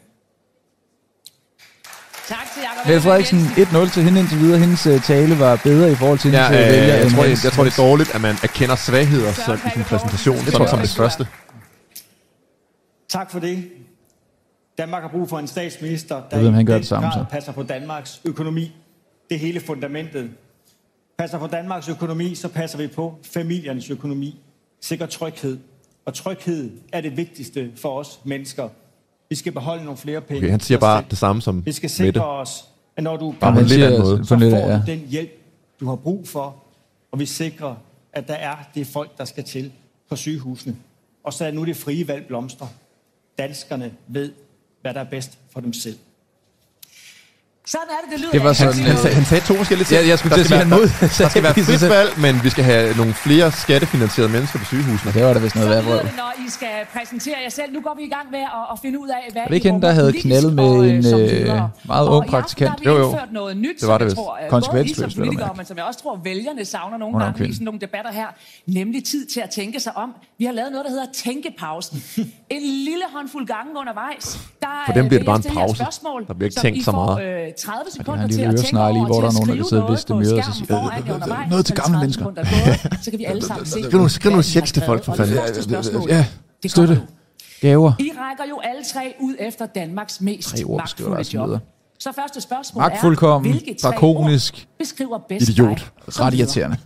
[SPEAKER 7] Tak til Jakob.
[SPEAKER 1] Mette Frederiksen, 1-0 til hende indtil videre. Hendes tale var bedre i forhold til hendes vælger.
[SPEAKER 2] Jeg tror, det er dårligt, at man erkender svagheder i sin præsentation. Det tror jeg som det første.
[SPEAKER 10] Tak for det. Danmark har brug for en statsminister, der i den grad passer på Danmarks økonomi. Det er hele fundamentet. Passer på Danmarks økonomi, så passer vi på familiernes økonomi. Sikrer tryghed. Og tryghed er det vigtigste for os mennesker. Vi skal beholde nogle flere penge.
[SPEAKER 2] Okay, han siger bare det samme som
[SPEAKER 10] vi skal sikre os, at når du
[SPEAKER 2] kan
[SPEAKER 10] så får du den hjælp, du har brug for. Og vi sikrer, at der er det folk, der skal til på sygehusene. Og så er nu det frie valg blomster. Danskerne ved, hvad der er bedst for dem selv.
[SPEAKER 7] Sådan er det lyder.
[SPEAKER 2] Det var sådan, han sagde 2 forskellige ting.
[SPEAKER 1] Jeg skulle til at sige,
[SPEAKER 2] der skal være frit valg, men vi skal have nogle flere skattefinansierede mennesker på sygehusene.
[SPEAKER 1] Det var da vist noget værd.
[SPEAKER 7] Når I skal præsentere jer selv, nu går vi i gang med at finde ud af, hvad
[SPEAKER 1] det er ikke hende, der havde knaldet med en meget ung praktikant.
[SPEAKER 7] Jo, indført noget nyt,
[SPEAKER 2] det var det vist.
[SPEAKER 1] Konsekvensløst,
[SPEAKER 7] men som jeg også tror, vælgerne savner nogle gange i sådan nogle debatter her. Nemlig tid til at tænke sig om. Vi har lavet noget, der hedder tænkepausen. En lille håndfuld gange undervejs.
[SPEAKER 2] For dem bliver det bare en pause. Der bliver ikke tænkt så meget.
[SPEAKER 7] 30 sekunder til at tænke over,
[SPEAKER 1] hvor der er nogen, der sidder
[SPEAKER 7] vist
[SPEAKER 1] det møder og siger, noget til gamle mennesker. Så kan vi alle sammen se.
[SPEAKER 2] Skriv nogle checks til folk, for fanden.
[SPEAKER 1] Ja, støtte. Gaver.
[SPEAKER 7] I rækker jo alle 3 ud efter Danmarks mest magtfulde job. Så første spørgsmål er,
[SPEAKER 1] magtfuldkommen, drakonisk,
[SPEAKER 7] beskriver bedst
[SPEAKER 1] idiot, ret irriterende.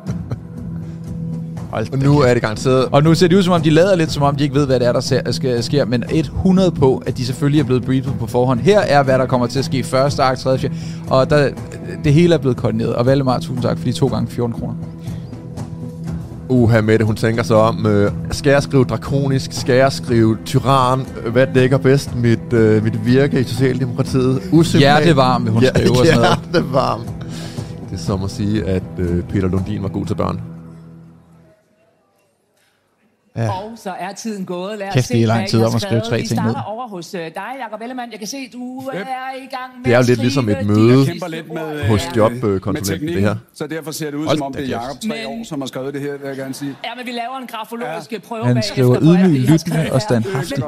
[SPEAKER 2] Og nu er det garanteret.
[SPEAKER 1] Og nu ser det ud som om, de lader lidt, som om de ikke ved, hvad det er, der sker. Men 100 på, at de selvfølgelig er blevet briefet på forhånd. Her er, hvad der kommer til at ske første akt, tredje, fjerde. Og det hele er blevet koordineret. Og Valdemar, tusind tak for de 2 gange 14 kroner.
[SPEAKER 2] Mette, hun tænker så om, skal jeg skrive drakonisk, skal jeg skrive tyran, hvad dækker bedst mit virke i Socialdemokratiet?
[SPEAKER 1] Hjertevarm, vil hun skrive og sådan noget.
[SPEAKER 2] Hjertevarm. Det er som at sige, at Peter Lundin var god til børn.
[SPEAKER 7] Og så er tiden gået. Lad
[SPEAKER 1] os se, hvad lang tid om at skrive 3 ting ned.
[SPEAKER 7] Vi starter over hos dig, Jakob Ellemann. Jeg kan se, du er i gang med
[SPEAKER 2] det er jo lidt ligesom et møde
[SPEAKER 3] med,
[SPEAKER 2] hos jobkonsulenten, det her.
[SPEAKER 3] Så derfor ser det ud, som om det er Jakob 3 år, som har skrevet det her, vil jeg gerne sige.
[SPEAKER 7] Ja, men vi laver en grafologisk prøve
[SPEAKER 1] bagefter. Han skriver ydmyg, lyttende og standhaftig.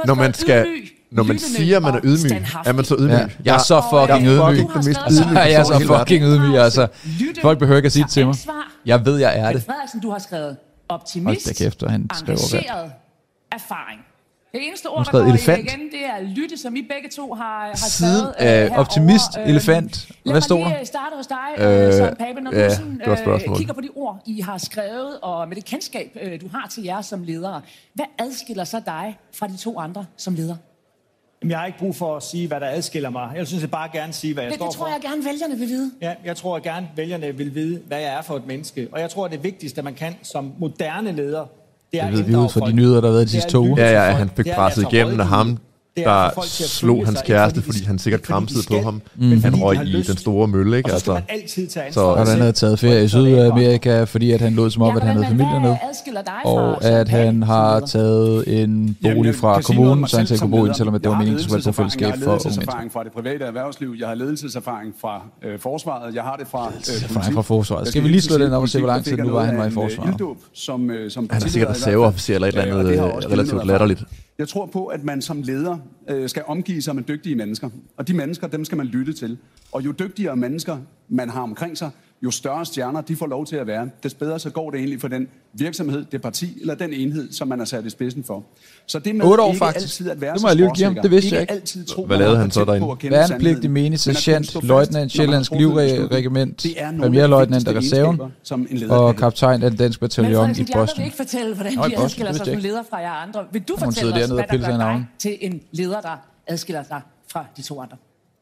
[SPEAKER 2] Når man siger, at man er ydmyg, er man så ydmyg?
[SPEAKER 1] Ja. Jeg er så fucking ydmyg. Jeg er så fucking ydmyg, altså. Folk behøver ikke at sige det til mig. Jeg ved, jeg er det.
[SPEAKER 7] Frederiksen, du har skrevet optimist, engageret, erfaring. Det eneste ord, der går igen, det er lytte, som I begge to har
[SPEAKER 1] skrevet herovre. Optimist, elefant. Hvad står der?
[SPEAKER 7] Lad mig lige starte hos dig, Søren Pape. Når du sådan, kigger på de ord, I har skrevet, og med det kendskab, du har til jer som ledere, hvad adskiller så dig fra de 2 andre som ledere?
[SPEAKER 10] Jeg har ikke brug for at sige, hvad der adskiller mig. Jeg synes, jeg bare gerne sige, hvad jeg står for.
[SPEAKER 7] Det tror jeg gerne, vælgerne vil vide.
[SPEAKER 10] Ja, jeg tror gerne, vælgerne vil vide, hvad jeg er for et menneske. Og jeg tror, det vigtigste, man kan som moderne leder, det er at
[SPEAKER 1] inddrage folk. For de nyheder, der har været de sidste 2 uger.
[SPEAKER 2] Ja, han fik presset igennem af ham, der slog hans kæreste, fordi han sikkert kramsede på ham. Han røg i den store mølle, ikke?
[SPEAKER 10] Altså,
[SPEAKER 2] så
[SPEAKER 1] han havde taget ferie i Sydamerika, fordi at han lod som om, at han havde familie med. Og at han har taget en bolig fra kommunen, så han selv kunne bo i, selvom det var meningen, så var det fællesskab for unge mennesker.
[SPEAKER 3] Jeg har ledelseserfaring fra det private erhvervsliv, jeg har ledelseserfaring fra forsvaret, jeg har det fra
[SPEAKER 1] fra forsvaret. Skal vi lige slå den op og se, hvor lang tid nu var han var i forsvaret?
[SPEAKER 2] Han er sikkert reserveofficer eller et eller andet relativt latterligt.
[SPEAKER 3] Jeg tror på, at man som leder skal omgive sig med dygtige mennesker. Og de mennesker, dem skal man lytte til. Og jo dygtigere mennesker man har omkring sig, jo større stjerner de får lov til at være, des bedre så går det egentlig for den virksomhed, det parti eller den enhed, som man er sat i spidsen for. Så det med
[SPEAKER 1] 8 år
[SPEAKER 3] ikke
[SPEAKER 1] faktisk.
[SPEAKER 3] Altid at være
[SPEAKER 1] det må jeg lige give ham, det vidste jeg ikke.
[SPEAKER 2] Hvad lavede han så derinde?
[SPEAKER 1] Værnepligtig menig, sergeant, løjtnant, sjællandsk livregiment, premierløjtnant af reserven og kaptajn af den danske bataljon i Boston.
[SPEAKER 7] Men vil ikke fortælle, hvordan de adskiller sig som leder fra jer andre. Vil du fortælle os, hvad der gør dig til en leder, der adskiller sig fra de 2 andre?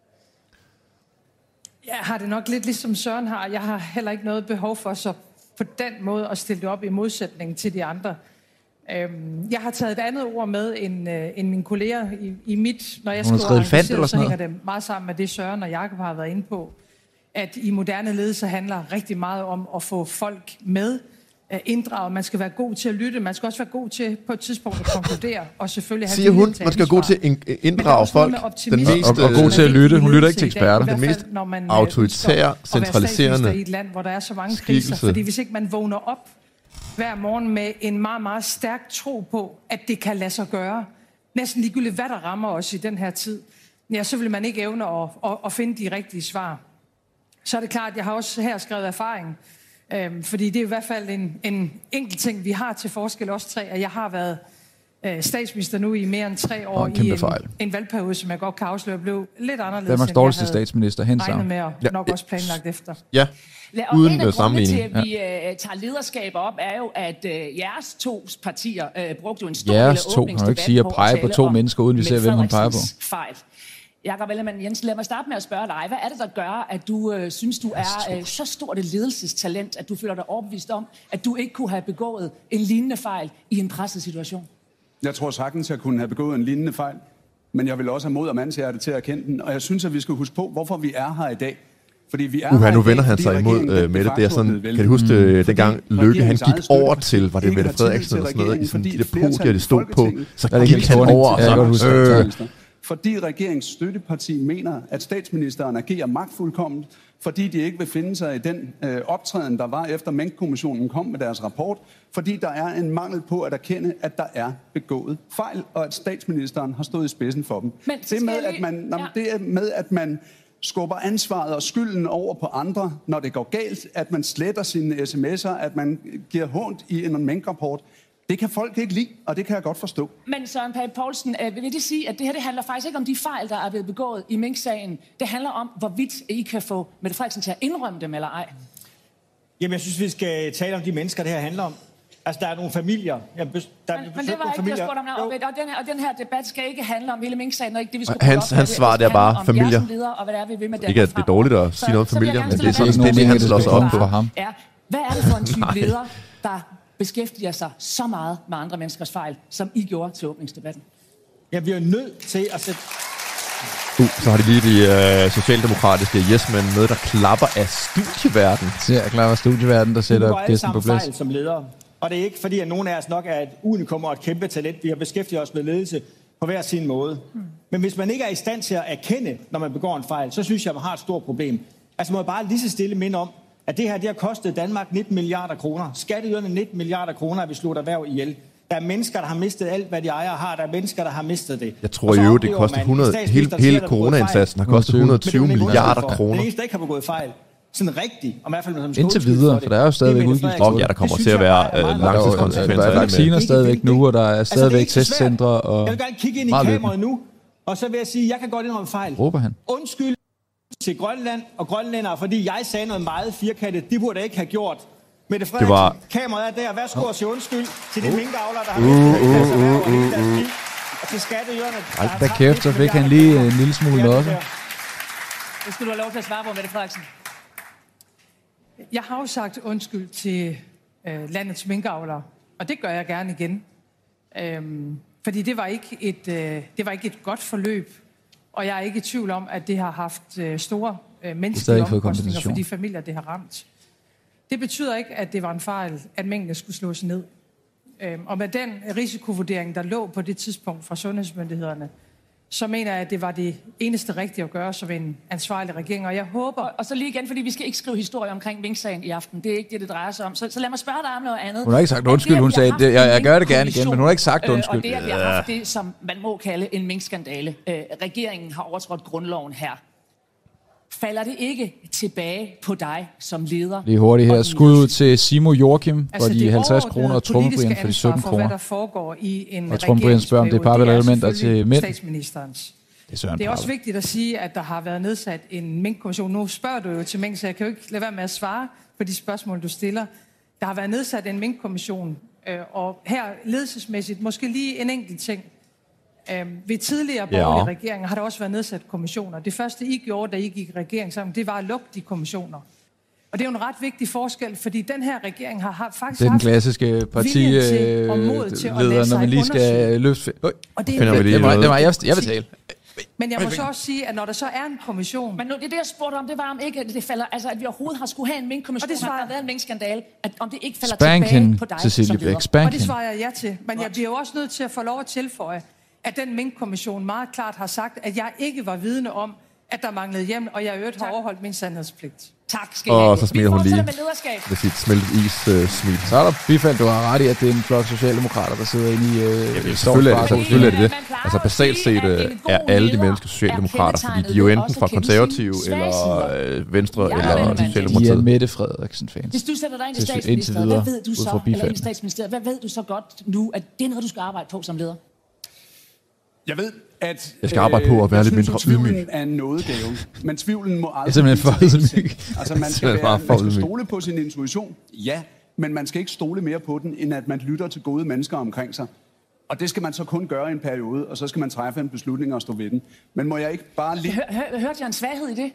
[SPEAKER 9] Jeg har det nok lidt ligesom Søren har. Jeg har heller ikke noget behov for så på den måde at stille det op i modsætning til de andre. Jeg har taget et andet ord med end mine kolleger i mit, når jeg skriver engageret, så hænger det meget sammen med det Søren og Jakob har været inde på, at i moderne ledelse handler rigtig meget om at få folk med, inddraget. Man skal være god til at lytte. Man skal også være god til på et tidspunkt at konkludere, og selvfølgelig have
[SPEAKER 2] man skal være god til at inddrage folk.
[SPEAKER 1] Den mest, og god til at lytte. Hun lytter ikke til eksperter.
[SPEAKER 2] Den mest autoritære, centraliserende
[SPEAKER 9] i et land, hvor der er så mange kriser. Fordi hvis ikke man vågner op hver morgen med en meget, meget stærk tro på, at det kan lade sig gøre, næsten ligegyldigt hvad der rammer os i den her tid, ja, så vil man ikke evne at finde de rigtige svar. Så er det klart, at jeg har også her skrevet erfaring. Fordi det er i hvert fald en enkelt ting, vi har til forskel os 3, at jeg har været statsminister nu i mere end 3 år i en valgperiode, som jeg godt kan afsløre, blev lidt anderledes,
[SPEAKER 1] Danmarks dårligste statsminister,
[SPEAKER 9] regnet med og nok også planlagt efter.
[SPEAKER 2] Ja,
[SPEAKER 7] uden sammenligning. En af grundene til, at vi tager lederskab op, er jo, at jeres 2 partier brugte jo en stor del af åbningsdebat
[SPEAKER 1] kan jo ikke sige at pege på 2 mennesker, uden vi ser, hvem man peger på.
[SPEAKER 7] Fejl. Jakob Ellemann Jensen, lad mig starte med at spørge dig. Hvad er det, der gør, at du synes, du er så stort et ledelsestalent, at du føler dig overbevist om, at du ikke kunne have begået en lignende fejl i en presset situation?
[SPEAKER 3] Jeg tror sagtens, jeg kunne have begået en lignende fejl, men jeg vil også have mod og mandshjerte til at erkende den. Og jeg synes, at vi skal huske på, hvorfor vi er her i dag. Fordi vi er her
[SPEAKER 2] nu vender han sig imod Mette. Det er sådan, kan du huske, dengang Løkke han gik over til, var det Mette Frederiksen eller sådan noget, i sådan de der podier, det stod på, så gik han over og så...
[SPEAKER 3] Fordi regeringens støtteparti mener, at statsministeren agerer magtfuldkomment, fordi de ikke vil finde sig i den optræden, der var efter Mink-kommissionen kom med deres rapport, fordi der er en mangel på at erkende, at der er begået fejl, og at statsministeren har stået i spidsen for dem. Det med, at man skubber ansvaret og skylden over på andre, når det går galt, at man sletter sine sms'er, at man giver hånd i en Mink-rapport, det kan folk ikke lide, og det kan jeg godt forstå.
[SPEAKER 7] Men Søren Pape Poulsen, vil det sige, at det her det handler faktisk ikke om de fejl, der er blevet begået i Mink-sagen. Det handler om, hvorvidt I kan få Mette Frederiksen til at indrømme dem eller ej?
[SPEAKER 10] Jamen, jeg synes, vi skal tale om de mennesker, det her handler om. Altså, der er nogle familier.
[SPEAKER 7] Men det var ikke det, jeg spurgte om. Og den her debat skal ikke handle om hele Mink-sagen, og ikke det, vi skulle
[SPEAKER 2] hans svar, det er bare familier.
[SPEAKER 7] Ledere, og hvad er, vi vil med
[SPEAKER 2] ikke, at det er dårligt at sige noget om familier, men det er sådan, det han slår sig op på ham.
[SPEAKER 7] Hvad er det for en type leder, der beskæftiger sig så meget med andre menneskers fejl, som I gjorde til åbningsdebatten?
[SPEAKER 10] Ja, vi er nødt til at sætte...
[SPEAKER 2] Så har de lige de socialdemokratiske yes-mænd med, der klapper af studieverden.
[SPEAKER 1] Ja, klapper af studieverden, der sætter gæsten på plads.
[SPEAKER 10] Som leder. Og det er ikke fordi, at nogen af os nok er et unikum og et kæmpe talent. Vi har beskæftiget os med ledelse på hver sin måde. Men hvis man ikke er i stand til at erkende, når man begår en fejl, så synes jeg, man har et stort problem. Altså må jeg bare lige så stille minde om, at det her det har kostet Danmark 19 milliarder kroner. Skatteyderne 19 milliarder kroner, at vi slog erhverv ihjel. Der er mennesker, der har mistet alt, hvad de ejer har. Der er mennesker, der har mistet det.
[SPEAKER 2] Jeg tror jo, det koster 100... Hele coronaindsatsen har kostet 120 milliarder kroner.
[SPEAKER 10] Den eneste, der ikke har begået fejl. Sådan rigtigt. Og i hvert fald, som
[SPEAKER 1] indtil videre, for der er jo stadigvæk udgifter.
[SPEAKER 2] Ja, der kommer til at være langtidskonsekvenser.
[SPEAKER 1] Der er vacciner stadigvæk nu, og der er stadigvæk testcentre.
[SPEAKER 10] Jeg vil gerne kigge ind i kameraet nu, og så vil jeg sige, at jeg kan godt indrømme fejl.
[SPEAKER 1] Råber han.
[SPEAKER 10] Undskyld til Grønland og grønlændere, fordi jeg sagde noget meget firkantet. De burde ikke have gjort. Mette Frederiksen, kameraet er der. Værsgo og sige undskyld til de minkavlere, der har mistet og til skatteyderne.
[SPEAKER 1] Hold da kæft, så fik han lige en lille smule også.
[SPEAKER 7] Det skal du have lov til at svare på, Mette Frederiksen.
[SPEAKER 9] Jeg har jo sagt undskyld til landets minkavlere, og det gør jeg gerne igen. Fordi det var ikke et godt forløb, og jeg er ikke i tvivl om, at det har haft store menneskelige omkostninger for de familier, det har ramt. Det betyder ikke, at det var en fejl, at minkene skulle slås ned. Og med den risikovurdering, der lå på det tidspunkt fra sundhedsmyndighederne, så mener jeg, at det var det eneste rigtige at gøre som en ansvarlig regering, og jeg håber...
[SPEAKER 7] Og så lige igen, fordi vi skal ikke skrive historie omkring minksagen i aften. Det er ikke det drejer sig om. Så lad mig spørge dig om noget andet.
[SPEAKER 1] Hun har ikke sagt undskyld, hun sagde, jeg gør det gerne igen, men hun har ikke sagt undskyld.
[SPEAKER 7] Og det, at vi har haft det, som man må kalde en minkskandale. Regeringen har overtrådt grundloven her. Falder det ikke tilbage på dig som leder?
[SPEAKER 1] Lige hurtigt her. Skud ud til Simo Joachim for de 50 kroner og Trummebrian for de 17 kroner.
[SPEAKER 9] For hvad der foregår i en
[SPEAKER 1] og Trummebrian spørger, om det er parallellementer til mænd.
[SPEAKER 9] Statsministerens. Det er også vigtigt at sige, at der har været nedsat en minkkommission. Nu spørger du jo til mink, så jeg kan jo ikke lade være med at svare på de spørgsmål, du stiller. Der har været nedsat en minkkommission, og her ledelsesmæssigt måske lige en enkelt ting. Ved tidligere borgerlige regeringer har der også været nedsat kommissioner. Det første, I gjorde, da I gik i regering sammen, det var at lukke de kommissioner. Og det er jo en ret vigtig forskel, fordi den her regering har faktisk
[SPEAKER 1] den klassiske partileder, når man lige skal løfte...
[SPEAKER 9] Og det er
[SPEAKER 1] jeg vil tale.
[SPEAKER 9] Men jeg må så også sige, at når der så er en kommission...
[SPEAKER 7] Men nu, det jeg spurgte om, det var om ikke, at det falder... Altså, at vi overhovedet har skulle have en minkkommission, og det har været en minkskandale, at om det ikke falder tilbage på dig som leder.
[SPEAKER 9] Og det svarer jeg ja til. Men jeg bliver jo også nødt til at få lov at tilføje, at den minkkommission meget klart har sagt, at jeg ikke var vidne om, at der manglede hjem, og jeg øvrigt har overholdt min sandhedspligt.
[SPEAKER 7] Tak skal I have.
[SPEAKER 2] Og så smiler hun lige med sit smeltet is-smil.
[SPEAKER 1] Så er der bifald, du har ret i, at det er en flok socialdemokrater, der sidder inde i
[SPEAKER 2] selvfølgelig er det det. Altså basalt set er alle de mennesker socialdemokrater, fordi de er jo enten fra konservative, eller venstre, eller socialdemokratiet.
[SPEAKER 1] De er Mette Frederiksen-fans.
[SPEAKER 7] Hvis du sætter dig ind i statsministeriet, hvad ved du så, eller i statsministeriet, hvad ved du så godt nu, at det er noget, du skal arbejde på som leder?
[SPEAKER 3] Jeg ved, at
[SPEAKER 2] jeg skal arbejde på at være lidt mindre ydmyg.
[SPEAKER 3] Tvivlen er en nådegave, men tvivlen må aldrig...
[SPEAKER 1] simpelthen for ydmyg.
[SPEAKER 3] Altså, man skal stole på sin intuition, ja, men man skal ikke stole mere på den, end at man lytter til gode mennesker omkring sig. Og det skal man så kun gøre i en periode, og så skal man træffe en beslutning og stå ved den. Men må jeg ikke bare lige...
[SPEAKER 7] Hørte jeg en svaghed i det?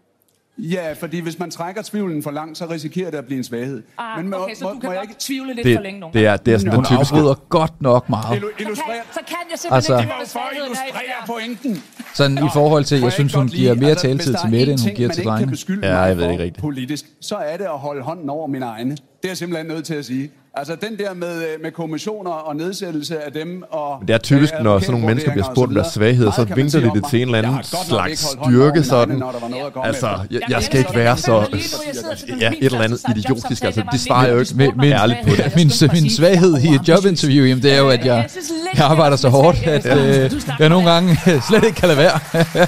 [SPEAKER 3] Ja, fordi hvis man trækker tvivlen for langt, så risikerer det at blive en svaghed.
[SPEAKER 7] Men okay, så du kan godt tvivle lidt for længe nu.
[SPEAKER 2] Det er sådan den typiske...
[SPEAKER 1] Hun godt nok meget.
[SPEAKER 7] Så kan jeg simpelthen ikke
[SPEAKER 3] for at illustrere pointen.
[SPEAKER 1] Sådan i forhold til, jeg synes, hun giver mere taletid til Mette, end hun giver til drengene.
[SPEAKER 2] Ja, jeg ved ikke rigtigt.
[SPEAKER 3] Politisk, så er det at holde hånden over mine egne. Det er jeg simpelthen nødt til at sige. Altså den der med kommissioner og nedsættelse af dem og...
[SPEAKER 2] Det er typisk, når sådan nogle mennesker bliver spurgt om deres svagheder, så vinkler de det til en eller anden slags styrke sådan. Altså, jeg skal ikke være så... Ja, et eller andet idiotisk. Altså, de svarer jo ikke ærligt på det.
[SPEAKER 1] Min svaghed i et jobinterview, det er jo, at jeg arbejder så hårdt, at jeg nogle gange slet ikke kan lade være.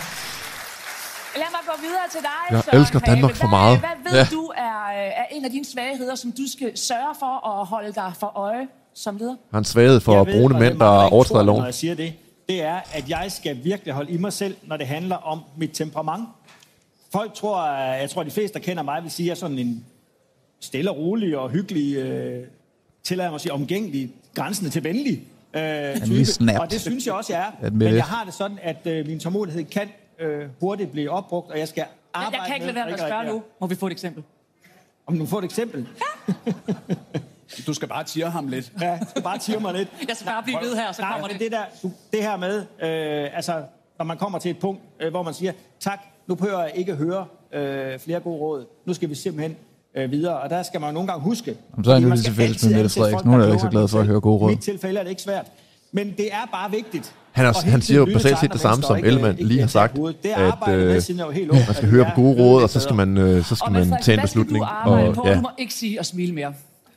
[SPEAKER 7] Lad mig gå videre til dig,
[SPEAKER 2] Jeg elsker Danmark for meget.
[SPEAKER 7] Hvad ved du er en af dine svagheder, som du skal sørge for at holde dig for øje som leder?
[SPEAKER 2] Har en svaghed for brune mænd, der overtræder loven?
[SPEAKER 10] Når jeg siger det er, at jeg skal virkelig holde i mig selv, når det handler om mit temperament. Folk tror, jeg tror de fleste, der kender mig, vil sige, at jeg er sådan en stille og rolig og hyggelig, tillader mig at sige, omgængelig, grænsende til venlig type. Og det synes jeg også, jeg er. Men jeg har det sådan, at min tålmodighed kan hurtigt blive opbrugt, og jeg skal arbejde med...
[SPEAKER 7] Jeg kan ikke lade være med at spørge nu. Må vi få et eksempel?
[SPEAKER 10] Om du får et eksempel?
[SPEAKER 7] Ja.
[SPEAKER 3] Du skal bare tire ham lidt.
[SPEAKER 10] Ja, du skal bare tire mig lidt.
[SPEAKER 7] Jeg skal bare blive ved her, så kommer det.
[SPEAKER 10] Det her med, altså, når man kommer til et punkt, hvor man siger, tak, nu behøver jeg ikke høre flere gode råd. Nu skal vi simpelthen videre. Og der skal man jo nogle gange huske...
[SPEAKER 1] Så er han jo lidt til fælles med Mette Frederiksen. Nu er jeg ikke så glad for at høre gode råd.
[SPEAKER 10] I mit tilfælde er det ikke svært. Men det er bare vigtigt.
[SPEAKER 2] Han siger jo basalt set det samme, som Ellemann lige har sagt, at man skal høre på gode råd, og så skal man tage en beslutning.
[SPEAKER 7] Du må ikke sige og smile mere.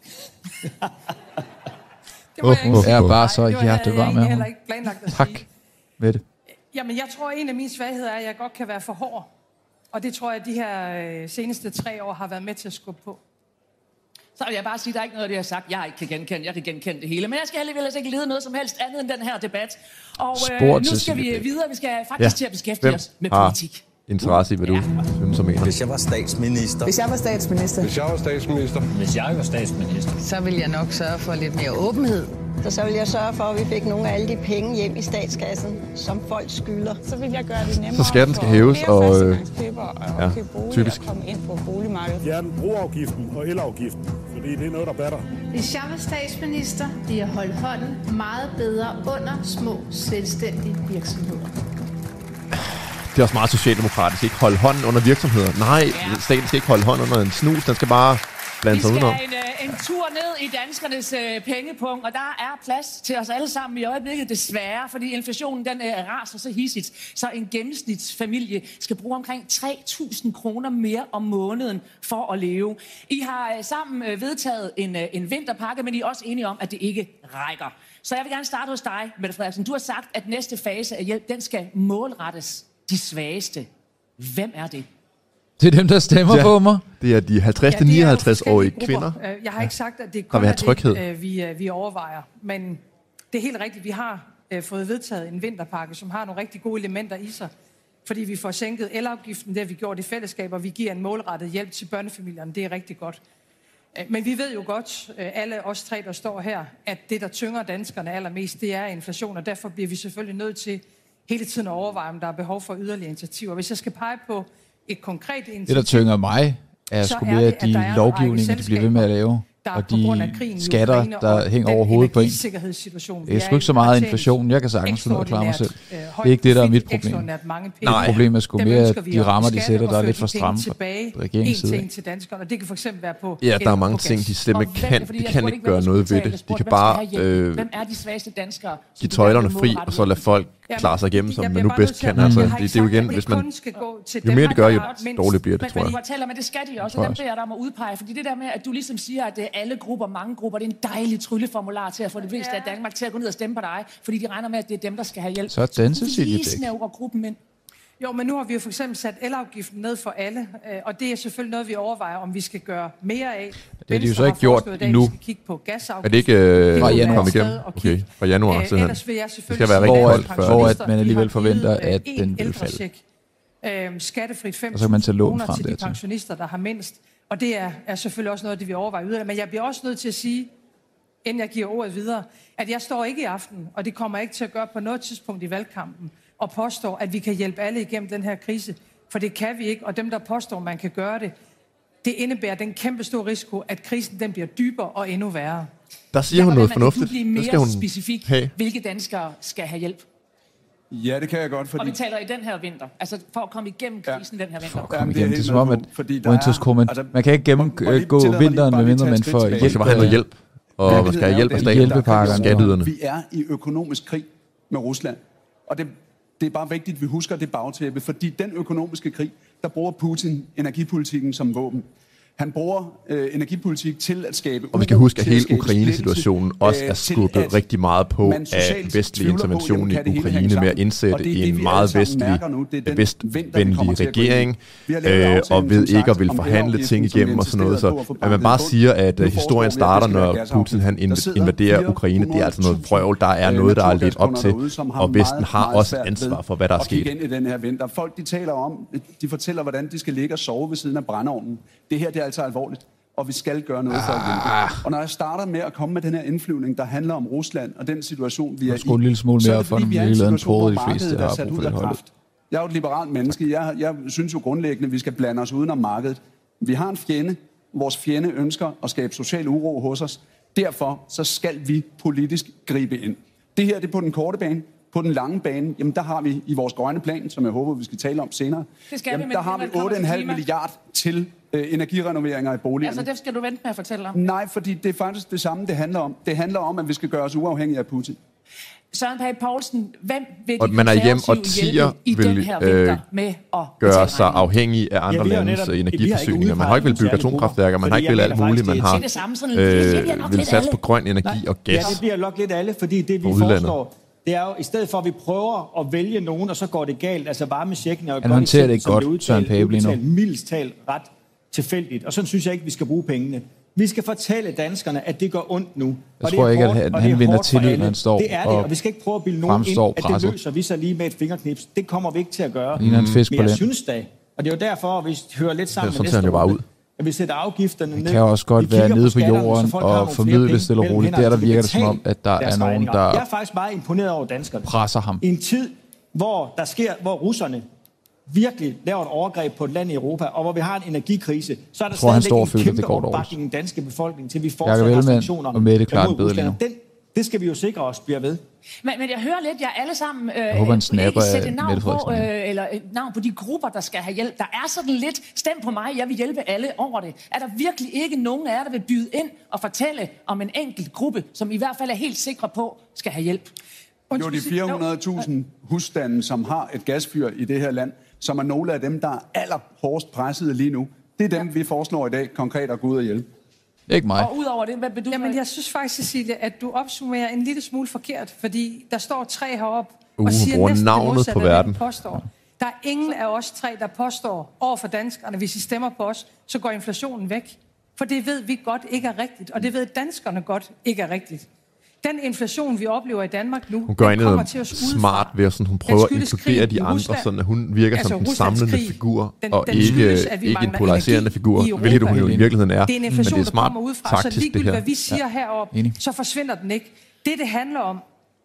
[SPEAKER 1] Jeg er bare så hjertevarm med ham. Tak, Mette.
[SPEAKER 9] Jamen, jeg tror, en af mine svagheder er, at jeg godt kan være for hård. Og det tror jeg, at de her seneste 3 år har været med til at skubbe på.
[SPEAKER 7] Så vil jeg bare sige, at der er ikke noget af det, jeg har sagt, jeg ikke kan genkende. Jeg kan genkende det hele. Men jeg skal alligevel ikke lede noget som helst andet end den her debat. Og nu skal vi videre. Vi skal faktisk til at beskæftige os med politik.
[SPEAKER 2] Interesse i, hvad du synes om mener.
[SPEAKER 11] Hvis jeg var statsminister.
[SPEAKER 12] Hvis jeg var statsminister.
[SPEAKER 11] Hvis jeg var statsminister.
[SPEAKER 12] Hvis jeg var statsminister. Så ville jeg nok sørge for lidt mere åbenhed.
[SPEAKER 13] Så vil jeg sørge for, at vi fik nogle af alle de penge hjem i statskassen, som folk skylder.
[SPEAKER 14] Så vil jeg gøre det nemmere
[SPEAKER 2] så skatten skal hæves, og
[SPEAKER 14] købe boliger og komme ind på boligmarkedet.
[SPEAKER 15] Fjerne broafgiften og elafgiften, fordi det er noget, der batter.
[SPEAKER 16] Hvis jeg var statsminister, ville jeg holde hånden meget bedre under små, selvstændige virksomheder.
[SPEAKER 2] Det er også meget socialdemokratisk. Ikke holde hånden under virksomheder. Nej, staten skal ikke holde hånden under en snus. Den skal bare blande sig udenom.
[SPEAKER 7] Vi skal en tur ned i danskernes pengepunkt, og der er plads til os alle sammen i øjeblikket desværre, fordi inflationen den raser så hissigt, så en gennemsnitsfamilie skal bruge omkring 3.000 kroner mere om måneden for at leve. I har sammen vedtaget en vinterpakke, men I er også enige om, at det ikke rækker. Så jeg vil gerne starte hos dig, Mette Frederiksen. Du har sagt, at næste fase af hjælp, den skal målrettes de svageste. Hvem er det?
[SPEAKER 1] Det er dem, der stemmer på mig.
[SPEAKER 2] Det er de 50-59-årige kvinder.
[SPEAKER 9] Jeg har ikke sagt, at det kun er det, vi overvejer. Men det er helt rigtigt. Vi har fået vedtaget en vinterpakke, som har nogle rigtig gode elementer i sig. Fordi vi får sænket elafgiften, det har vi gjort i fællesskab, og vi giver en målrettet hjælp til børnefamilierne. Det er rigtig godt. Men vi ved jo godt, alle os tre, der står her, at det, der tynger danskerne allermest, det er inflation, og derfor bliver vi selvfølgelig nødt til hele tiden at overveje, om der er behov for yderligere initiativer. Hvis jeg skal pege på et konkret initiativ...
[SPEAKER 1] Det, der tynger mig, er sgu mere de lovgivninger, de bliver ved med at lave, og de skatter, der hænger over hovedet på en. Det er sgu ikke så meget inflation. Jeg kan sagtens finde ud af at klare mig selv. Det er ikke det, der er mit problem. Nej, problemet er sgu mere, at de rammer, de sætter, der er lidt for stramme fra regeringens side.
[SPEAKER 9] Og det kan for eksempel være på...
[SPEAKER 2] Ja, der er mange ting, de slet ikke kan. De kan ikke gøre noget ved det. De kan bare give tøjlerne fri, og så lade folk klare sig igennem, som man nu bedst kan. Altså, det er jo igen, hvis man... Jo mere det gør, jo dårligt bliver det, tror jeg.
[SPEAKER 7] Men I taler med, det skal de også, og dem beder der om at udpege. Fordi det der med, at du ligesom siger, at det er alle grupper, mange grupper, det er en dejlig trylleformular til at få det fleste af Danmark til at gå ned og stemme på dig, fordi de regner med, at det er dem, der skal have hjælp.
[SPEAKER 1] Så danser Silje Bæk.
[SPEAKER 7] Snævre gruppen ind.
[SPEAKER 9] Jo, men nu har vi jo for eksempel sat elafgiften ned for alle, og det er selvfølgelig noget, vi overvejer, om vi skal gøre mere af.
[SPEAKER 1] Det har de jo så ikke gjort endnu.
[SPEAKER 2] Er det ikke fra januar igennem? Okay, fra januar simpelthen. Det skal være rigtig koldt før.
[SPEAKER 1] Hvor at man alligevel forventer, at den vil falde.
[SPEAKER 9] Skattefrit 5.000
[SPEAKER 1] kroner
[SPEAKER 9] til de pensionister, der har mindst. Og det er selvfølgelig også noget af det, vi overvejer yderligere. Men jeg bliver også nødt til at sige, inden jeg giver ordet videre, at jeg står ikke i aften, og det kommer jeg ikke til at gøre på noget tidspunkt i valgkampen, og påstår, at vi kan hjælpe alle igennem den her krise. For det kan vi ikke, og dem, der påstår, at man kan gøre det, det indebærer den kæmpe store risiko, at krisen den bliver dybere og endnu værre.
[SPEAKER 2] Der siger hun noget fornuftigt.
[SPEAKER 7] Kan du blive mere specifik, hvilke danskere skal have hjælp?
[SPEAKER 3] Ja, det kan jeg godt, fordi...
[SPEAKER 7] Og vi taler i den her vinter, altså for at komme igennem krisen den her vinter.
[SPEAKER 1] For at komme igennem, det er som om, at man kan ikke gennemgå vinteren, medmindre man får hjælp.
[SPEAKER 2] Man skal bare have noget hjælp, og man skal have hjælp af staten, skatteyderne.
[SPEAKER 3] Vi er i økonomisk krig med Rusland, og det er bare vigtigt, at vi husker det bagtæppe, fordi den økonomiske krig, der bruger Putin energipolitikken som våben. Han bruger energipolitik til at skabe...
[SPEAKER 2] Og vi skal huske, at hele Ukraine-situationen også er skubbet rigtig meget på af vestlig intervention i Ukraine med at indsætte en meget vestvenlig regering, og ved ikke at vil forhandle ting igennem og sådan noget. Så at man bare siger, at historien starter, når Putin han invaderer Ukraine, det er altså noget vrøvl. Der er noget, der er lidt op til, og Vesten har også ansvar for, hvad der er sket.
[SPEAKER 3] I den her vinter. Folk, de taler om, de fortæller, hvordan de skal ligge og sove ved siden af brændeovnen. Det her, det er altså alvorligt, og vi skal gøre noget for at hjælpe. Og når jeg starter med at komme med den her indflyvning, der handler om Rusland og den situation, vi er i,
[SPEAKER 1] så er det fordi, vi er i en situation, hvor markedet er sat ud af kraft.
[SPEAKER 3] Jeg er jo et liberalt menneske. Jeg synes jo grundlæggende, at vi skal blande os udenom markedet. Vi har en fjende. Vores fjende ønsker at skabe social uro hos os. Derfor så skal vi politisk gribe ind. Det her det er på den korte bane. på den lange bane, jamen der har vi i vores grønne plan, som jeg håber, vi skal tale om senere, der har vi 8,5 milliard til energirenoveringer i boliger.
[SPEAKER 7] Altså det skal du vente med at fortælle om.
[SPEAKER 3] Nej, fordi det er faktisk det samme, det handler om. Det handler om, at vi skal gøre os uafhængige af Putin.
[SPEAKER 7] Søren Pape Poulsen, hvem vil
[SPEAKER 2] og man er hjem og tier vil
[SPEAKER 7] med at
[SPEAKER 2] gøre sig afhængig af andre landes energiforsyninger. Man har ikke vil bygge atomkraftværker, man har ikke vil alt muligt, man har vil satse på grøn energi og gas.
[SPEAKER 10] Ja, det bliver nok lidt alle, fordi det vi foreslår, det er jo, i stedet for at vi prøver at vælge nogen, og så går det galt, altså varmechecken er jo
[SPEAKER 1] godt håndterer det ikke godt, Søren Pape lige nu.
[SPEAKER 10] Mildest talt ret tilfældigt, og sådan synes jeg ikke, vi skal bruge pengene. Vi skal fortælle danskerne, at det gør ondt nu.
[SPEAKER 1] Jeg tror ikke, at han vinder tillid, når han står
[SPEAKER 10] det er det, og vi skal ikke prøve at bilde nogen ind, at det løser vi så lige med et fingerknips. Det kommer vi ikke til at gøre.
[SPEAKER 1] Men jeg
[SPEAKER 10] synes da, og det er jo derfor, at vi hører lidt sammen med næste
[SPEAKER 2] runde,
[SPEAKER 10] at vi sætter afgifterne ned.
[SPEAKER 1] Det kan også godt være nede på jorden og formidle stille og roligt. Der virker det som om, at der er nogen, der
[SPEAKER 10] jeg er faktisk meget imponeret over danskerne.
[SPEAKER 1] Presser ham.
[SPEAKER 10] I en tid, hvor russerne virkelig laver et overgreb på et land i Europa, og hvor vi har en energikrise, så er der stadigvæk en kæmpe opbakning i den danske befolkning til, vi fortsætter restriktioner mod Rusland. Det skal vi jo sikre os bliver ved.
[SPEAKER 7] Men jeg hører lidt, jeg alle sammen
[SPEAKER 1] ikke
[SPEAKER 7] sætte navn på, eller navn på de grupper, der skal have hjælp. Der er sådan lidt, stem på mig, jeg vil hjælpe alle over det. Er der virkelig ikke nogen af jer, der vil byde ind og fortælle om en enkelt gruppe, som i hvert fald er helt sikre på, skal have hjælp?
[SPEAKER 3] Jo, de 400.000 husstande, som har et gasfyr i det her land, som er nogle af dem, der er allerhårdest presset lige nu. Det er dem, vi foreslår i dag konkret at gå ud og hjælpe.
[SPEAKER 1] Ikke mig.
[SPEAKER 7] Og udover det, hvad vil du?
[SPEAKER 9] Jamen, jeg synes faktisk, Cecilie, at du opsummerer en lille smule forkert, fordi der står 3 heroppe og siger næsten det modsatte, hvad de påstår. Der er ingen af os 3, der påstår over for danskerne, hvis I stemmer på os, så går inflationen væk. For det ved vi godt ikke er rigtigt, og det ved danskerne godt ikke er rigtigt. Den inflation, vi oplever i Danmark nu,
[SPEAKER 2] hun gør noget smart ved, at hun prøver at inkludere de andre, sådan at hun virker som en samlende figur, og ikke en polariserende figur, hvilket hun jo i virkeligheden er.
[SPEAKER 9] Det er en inflation, der kommer udefra, så ligegyldigt hvad vi siger heroppe, så forsvinder den ikke. Det handler om,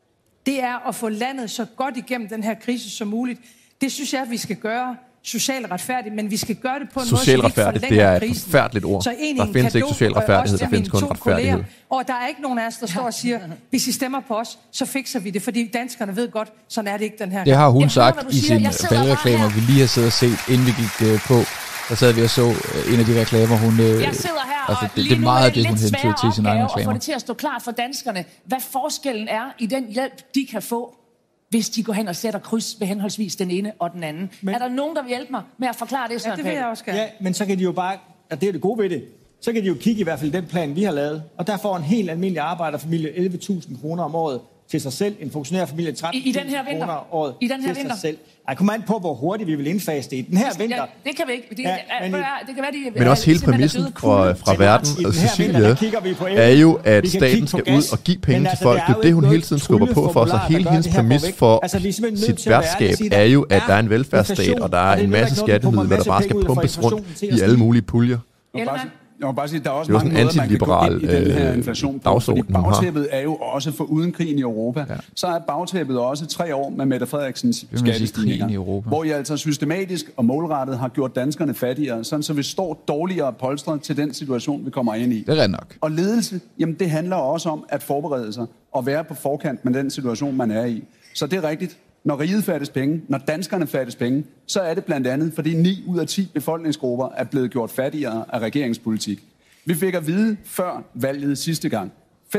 [SPEAKER 9] det er at få landet så godt igennem den her krise som muligt. Det synes jeg, vi skal gøre socialt retfærdigt, men vi skal gøre det på en måde, så vi ikke forlænger krisen.
[SPEAKER 2] Det er et forfærdeligt ord. Der findes ikke social retfærdighed, der findes kun retfærdighed.
[SPEAKER 9] Og der er ikke nogen af os, der står og siger, hvis I stemmer på os, så fikser vi det, fordi danskerne ved godt, sådan er det ikke den her.
[SPEAKER 1] Det har hun sagt i sine valgreklamer, vi lige har siddet og set, inden vi gik på. Der sad vi og så en af de reklamer, hun...
[SPEAKER 7] Jeg sidder her,
[SPEAKER 1] altså, det er meget af det, hun hentyder til sin egen reklamer.
[SPEAKER 7] Og få det til at stå klart for danskerne, hvad forskellen er i den hjælp, de kan få, hvis de går hen og sætter kryds ved henholdsvis den ene og den anden. Men er der nogen, der vil hjælpe mig med at forklare det, Søren Pape?
[SPEAKER 9] Det vil jeg også gerne.
[SPEAKER 10] Ja, men så kan de jo bare, og det er det gode ved det, så kan de jo kigge i hvert fald den plan, vi har lavet, og der får en helt almindelig arbejderfamilie 11.000 kroner om året til sig selv, en funktionærfamilie 13.000 kroner om året til sig selv. Ej, kom an på, hvor hurtigt vi vil indfase det i den her vinter.
[SPEAKER 7] Ja, det kan vi ikke. Det kan være,
[SPEAKER 2] men også hele præmissen fra verden og Cecilie er jo, at staten skal ud og give penge til folk. Det er det, hun hele tiden skubber på for. Så hele hendes præmis for sit værtskab er jo, at der er en velfærdsstat, og der er en masse skattemidler, der bare skal pumpes rundt i alle mulige puljer.
[SPEAKER 3] Jeg må bare sige, der er også mange måder, man kan gå ind i den her inflation på, fordi bagtæppet er jo også, for uden krigen i Europa, så er bagtæppet også 3 år med Mette Frederiksens skattestigninger, hvor I altså systematisk og målrettet har gjort danskerne fattigere, sådan så vi står dårligere polstret til den situation, vi kommer ind i.
[SPEAKER 1] Det er ret nok.
[SPEAKER 3] Og ledelse, jamen det handler også om at forberede sig og være på forkant med den situation, man er i. Så det er rigtigt. Når riget fattes penge, når danskerne fattes penge, så er det blandt andet, fordi 9 ud af 10 befolkningsgrupper er blevet gjort fattigere af regeringspolitik. Vi fik at vide før valget sidste gang.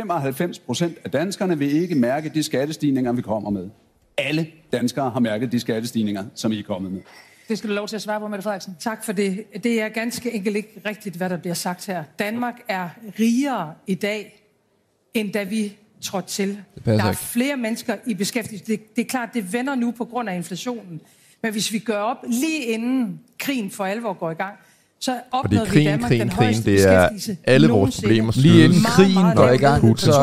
[SPEAKER 3] 95% af danskerne vil ikke mærke de skattestigninger, vi kommer med. Alle danskere har mærket de skattestigninger, som I er kommet med.
[SPEAKER 7] Det skal du lov til at svare på, Mette Frederiksen.
[SPEAKER 9] Tak for det. Det er ganske enkelt ikke rigtigt, hvad der bliver sagt her. Danmark er rigere i dag, end da vi trådt til. Der er flere mennesker i beskæftigelse. Det er klart, det vender nu på grund af inflationen. Men hvis vi gør op lige inden krigen for alvor går i gang, så opnåede vi i Danmark den højeste beskæftigelse.
[SPEAKER 2] Alle vores problemer
[SPEAKER 1] lige inden krigen går i gang, så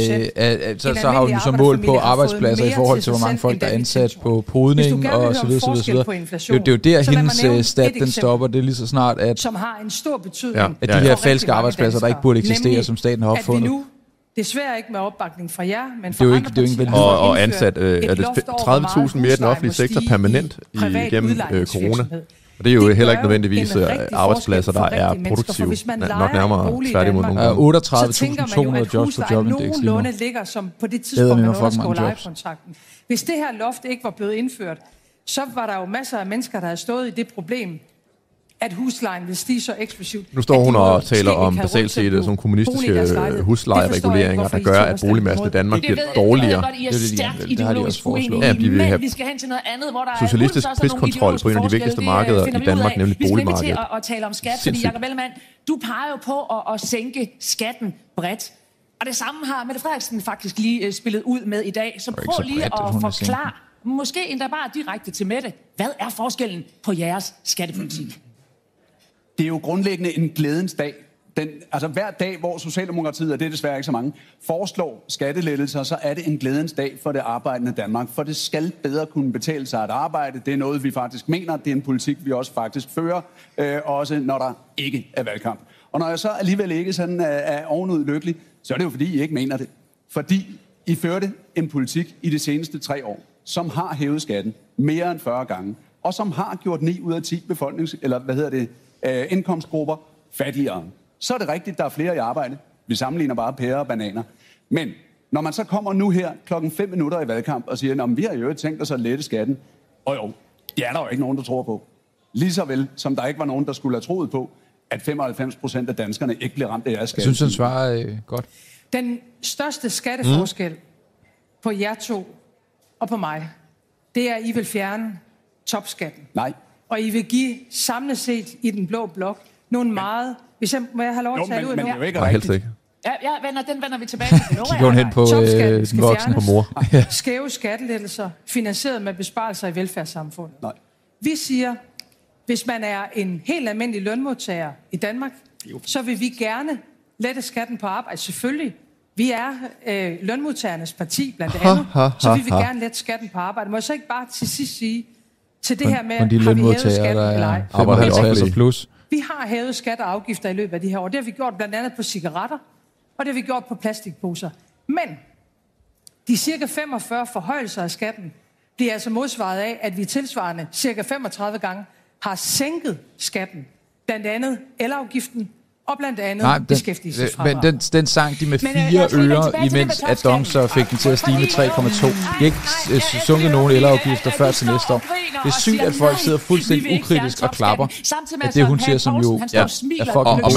[SPEAKER 1] har hun så mål på arbejdspladser i forhold til, hvor mange folk der er ansat på podning og så videre, så videre. Det er jo der, hendes stat den stopper. Det er lige så snart, at
[SPEAKER 9] som har en stor betydning,
[SPEAKER 1] at de her falske arbejdspladser, der ikke burde eksistere, som staten har opfundet.
[SPEAKER 9] Desværre ikke med opbakning fra jer, men
[SPEAKER 1] fra andre partier.
[SPEAKER 2] Og ansat 30.000 mere i den offentlige sektor permanent igennem corona. Og det er jo heller ikke nødvendigvis arbejdspladser, der er produktive. Nok nærmere tværtimod nogle gange.
[SPEAKER 1] 38.200 jobs på Jobindex lige nu.
[SPEAKER 9] Ligger som på det tidspunkt, man overskriver lejekontrakten. Hvis det her loft ikke var blevet indført, så var der jo masser af mennesker, der havde stået i det problem, at huslejen vil stige så eksplosivt.
[SPEAKER 2] Nu står hun og taler om basalt set sådan kommunistiske huslejereguleringer, der gør, at boligmassen i Danmark bliver dårligere.
[SPEAKER 7] Det har de også foreslået. Ja, de vil have vi skal hen til noget andet, hvor der
[SPEAKER 2] socialistisk priskontrol på en af de vigtigste markeder i Danmark, nemlig boligmarkedet.
[SPEAKER 7] Vi skal til at tale om skat, fordi Jacob Ellemann, du peger jo på at sænke skatten bredt. Og det samme har Mette Frederiksen faktisk lige spillet ud med i dag. Så prøv lige at forklare, måske endda bare direkte til Mette, hvad er forskellen på jeres skattepolitik?
[SPEAKER 3] Det er jo grundlæggende en glædens dag. Altså hver dag, hvor Socialdemokratiet, og det er desværre ikke så mange, foreslår skattelettelser, så er det en glædens dag for det arbejdende Danmark. For det skal bedre kunne betale sig at arbejde. Det er noget, vi faktisk mener. Det er en politik, vi også faktisk fører, også når der ikke er valgkamp. Og når jeg så alligevel ikke sådan er ovenud lykkelig, så er det jo fordi, I ikke mener det. Fordi I førte en politik i de seneste 3 år, som har hævet skatten mere end 40 gange, og som har gjort 9 ud af 10 indkomstgrupper fattigere. Så er det rigtigt, der er flere i arbejde. Vi sammenligner bare pærer og bananer. Men når man så kommer nu her klokken 5 minutter i valgkamp og siger, at vi har jo tænkt os at lette skatten, og jo, det er der jo ikke nogen, der tror på. Lige så vel, som der ikke var nogen, der skulle have troet på, at 95% af danskerne ikke bliver ramt af jeres skat.
[SPEAKER 1] Jeg synes, han svarer godt.
[SPEAKER 9] Den største skatteforskel på jer to og på mig, det er, at I vil fjerne topskatten.
[SPEAKER 3] Nej.
[SPEAKER 9] Og I vil give samlet set i den blå blok nogle meget... Hvis jeg, må jeg have lov at tale ud nu?
[SPEAKER 3] Men det er jo ikke rigtigt.
[SPEAKER 7] Ja, den vender vi tilbage til.
[SPEAKER 1] Kigger hun hen på den voksne på mor.
[SPEAKER 9] Skæve skattelettelser, finansieret med besparelser i velfærdssamfundet.
[SPEAKER 3] Nej.
[SPEAKER 9] Vi siger, hvis man er en helt almindelig lønmodtager i Danmark, så vil vi gerne lette skatten på arbejde. Selvfølgelig. Vi er lønmodtagernes parti blandt andet, så vi vil gerne lette skatten på arbejde. Må jeg så ikke bare til sidst sige, til det her med, har vi hævet skatten eller ej?
[SPEAKER 1] 55 plus.
[SPEAKER 9] Vi har hævet skatter og afgifter i løbet af de her år. Det har vi gjort blandt andet på cigaretter, og det har vi gjort på plastikposer. Men de cirka 45 forhøjelser af skatten bliver altså modsvaret af, at vi tilsvarende cirka 35 gange har sænket skatten. Blandt andet elafgiften og blandt andet beskæftigelsesfradrag.
[SPEAKER 1] Men den sang de med 4 øre, imens at Dong så fik den til at stige med 3,2. De har ikke sunket nogen elafgifter før til næste år. Det er sygt, at folk sidder fuldstændig ukritisk og klapper, at det hun siger, som jo er fucking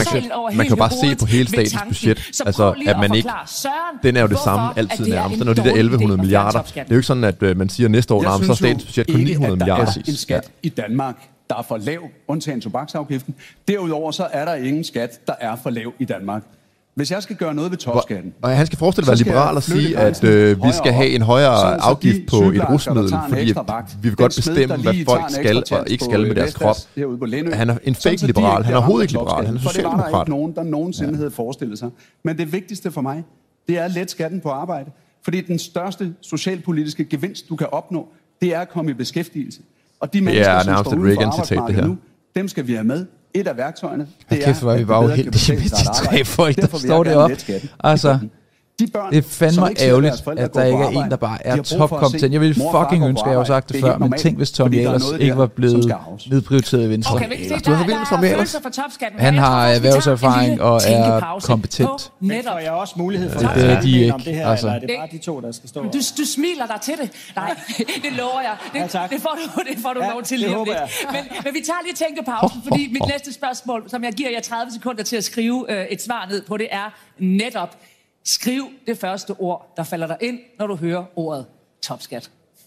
[SPEAKER 2] og man kan bare se på hele statens budget, altså at man ikke, den er jo det samme altid nærmest. Der er de der 1100 milliarder. Det er jo ikke sådan, at man siger næste år, så er statens budget kun 900 milliarder.
[SPEAKER 3] En skat i Danmark, der er for lav, undtagen tobaksafgiften. Derudover så er der ingen skat, der er for lav i Danmark. Hvis jeg skal gøre noget ved topskatten...
[SPEAKER 2] Og han skal forestille være liberal og sige, at vi skal have en højere afgift på et rusmiddel, fordi vi vil godt bestemme, hvad folk skal og ikke skal med deres krop. Han er en fake liberal. Han er overhovedet ikke liberal. Han er socialdemokrat.
[SPEAKER 3] Det er der ikke nogen, der nogensinde havde forestillet sig. Men det vigtigste for mig, det er at lette skatten på arbejde. Fordi den største socialpolitiske gevinst, du kan opnå, det er at komme i beskæftigelse. Og de mennesker, som står uden for arbejdsmarkedet nu, dem skal vi have med. Et af værktøjerne, det er,
[SPEAKER 1] vi var jo helt de 3 folk, der står deroppe. Altså, det er fandme ærgerligt, at der ikke er en, der bare er topkompetent. Jeg ville fucking ønske, at jeg har sagt det før, men tænk, hvis Tommy Ahlers ikke var blevet nedprioriteret i Venstre.
[SPEAKER 7] Du har vildt Tommy Ahlers.
[SPEAKER 1] Han har erhvervserfaring og er kompetent.
[SPEAKER 10] Netop. Jeg har også mulighed for
[SPEAKER 1] det er de ikke.
[SPEAKER 10] Om det her, altså. Eller er det bare de to, der skal stå?
[SPEAKER 7] Du smiler dig til det. Nej, det lover jeg. Det får du lov til lige om lidt. Men vi tager lige tænkepausen, fordi mit næste spørgsmål, som jeg giver jer 30 sekunder til at skrive et svar ned på, det er netop: skriv det første ord, der falder dig ind, når du hører ordet topskat.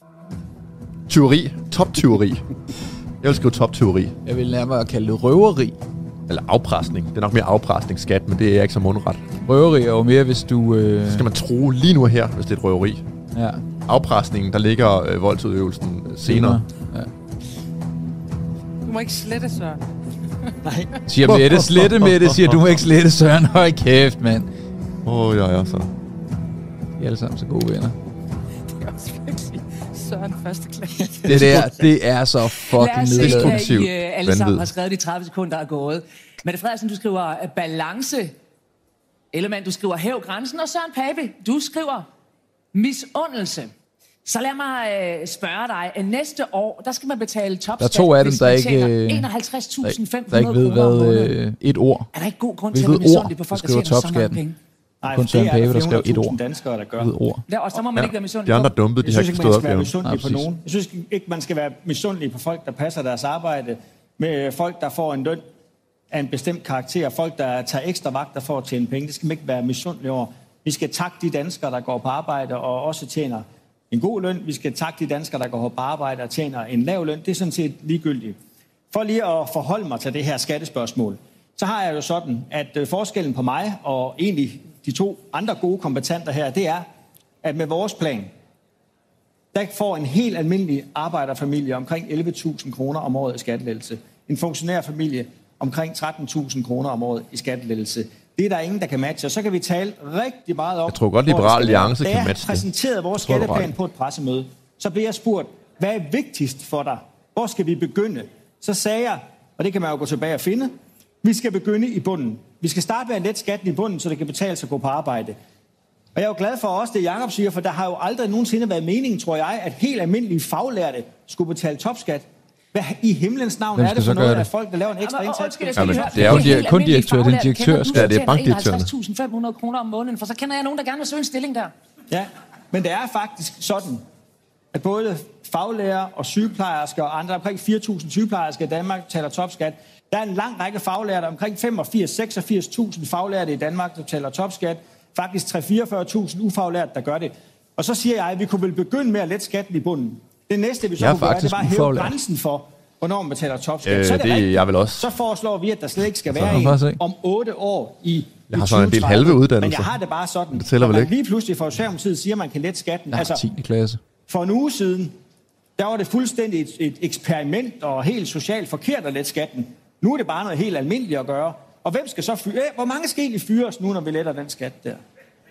[SPEAKER 2] Tyveri. Toptyveri. Jeg vil skrive toptyveri.
[SPEAKER 1] Jeg vil nærmere kalde det røveri.
[SPEAKER 2] Eller afpresning. Det er nok mere afpresningsskat, men det er ikke så mundret.
[SPEAKER 1] Røveri er jo mere, hvis du...
[SPEAKER 2] Så skal man tro lige nu her, hvis det er et røveri.
[SPEAKER 1] Ja.
[SPEAKER 2] Afpresningen, der ligger voldsudøvelsen senere. Ja.
[SPEAKER 9] Du må ikke slette, Søren.
[SPEAKER 1] Nej. Siger Mette, slette med det, siger du må ikke slette, Søren. Høj kæft, mand.
[SPEAKER 2] Ja, så.
[SPEAKER 1] De er alle sammen så gode venner.
[SPEAKER 9] Det er også virkelig Søren første klasse.
[SPEAKER 1] Det er så fucking
[SPEAKER 7] nedladende. I alle sammen har skrevet de 30 sekunder er gået. Mette Frederiksen, du skriver balance. Ellemann, du skriver hæv grænsen. Og Søren Pape, du skriver misundelse. Så lad mig spørge dig. Næste år, der skal man betale topskat.
[SPEAKER 1] Der er 2 af dem, der ikke,
[SPEAKER 7] 51.500
[SPEAKER 1] der ikke ved, hvad et ord.
[SPEAKER 7] Er der ikke god grund til at være misundelig på folk, der tjener så mange penge?
[SPEAKER 1] Nej, kun Søren Pape, der skrev et ord.
[SPEAKER 10] Danskere, der gør.
[SPEAKER 7] Og så må man ikke være misundelig.
[SPEAKER 2] De andre dumpede, de har ikke stået op.
[SPEAKER 10] Jeg synes ikke, man skal være misundelig på nogen. Jeg synes ikke, man skal være misundelig på folk, der passer deres arbejde, med folk, der får en løn af en bestemt karakter, folk, der tager ekstra vagter for at tjene penge. Det skal man ikke være misundelig over. Vi skal takke de danskere, der går på arbejde og også tjener en god løn. Vi skal takke de danskere, der går på arbejde og tjener en lav løn. Det er sådan set ligegyldigt. For lige at forholde mig til det her skattespørgsmål, så har jeg jo sådan, at forskellen på mig og egentlig de 2 andre gode kompetenter her, det er, at med vores plan, der får en helt almindelig arbejderfamilie omkring 11.000 kroner om året i skattelettelse. En funktionærfamilie omkring 13.000 kroner om året i skattelettelse. Det er der ingen, der kan matche. Og så kan vi tale rigtig meget om...
[SPEAKER 2] Jeg tror godt, Liberal Alliance kan matche det.
[SPEAKER 10] Da jeg præsenterede vores skatteplan på et pressemøde, så blev jeg spurgt, hvad er vigtigst for dig? Hvor skal vi begynde? Så sagde jeg, og det kan man jo gå tilbage og finde, vi skal begynde i bunden. Vi skal starte med at lette skatten i bunden, så det kan betale sig at gå på arbejde. Og jeg er jo glad for også det, Jacob siger, for der har jo aldrig nogensinde været meningen, tror jeg, at helt almindelige faglærte skulle betale topskat. Hvad i himlens navn er det for noget af folk, der laver en ekstra indsats?
[SPEAKER 1] Det er jo kun direktør, det er en direktør.
[SPEAKER 2] Ja, det er bankdirektøren.
[SPEAKER 7] 51.500 kroner om måneden, for så kender jeg nogen, der gerne vil søge en stilling der.
[SPEAKER 10] Ja, men det er faktisk sådan, at både faglærer og sygeplejersker og andre, omkring 4.000 sygeplejersker i Danmark, taler topskat. Der er en lang række faglærte, omkring 85-86.000 faglærte i Danmark, der taler topskat. Faktisk 3-44.000 ufaglærte, der gør det. Og så siger jeg, at vi kunne vel begynde med at lette skatten i bunden. Det næste, vi så kunne gøre, det var at hæve grænsen for, hvornår man betaler topskat. Så er det rigtigt.
[SPEAKER 2] Jeg vil også.
[SPEAKER 10] Så foreslår vi, at der slet ikke skal være en om 8 år i
[SPEAKER 2] jeg har sådan en del halve uddannelse.
[SPEAKER 10] Men jeg har det bare sådan,
[SPEAKER 2] at man
[SPEAKER 10] lige pludselig fra Socialdemokratiet siger, at man kan lette skatten.
[SPEAKER 1] Jeg har 10. klasse.
[SPEAKER 10] For en uge siden, der var det fuldstændig et eksperiment og helt socialt forkert at lette skatten. Nu er det bare noget helt almindeligt at gøre. Og hvem skal så fyre? Hvor mange skal egentlig fyres nu, når vi letter den skat der?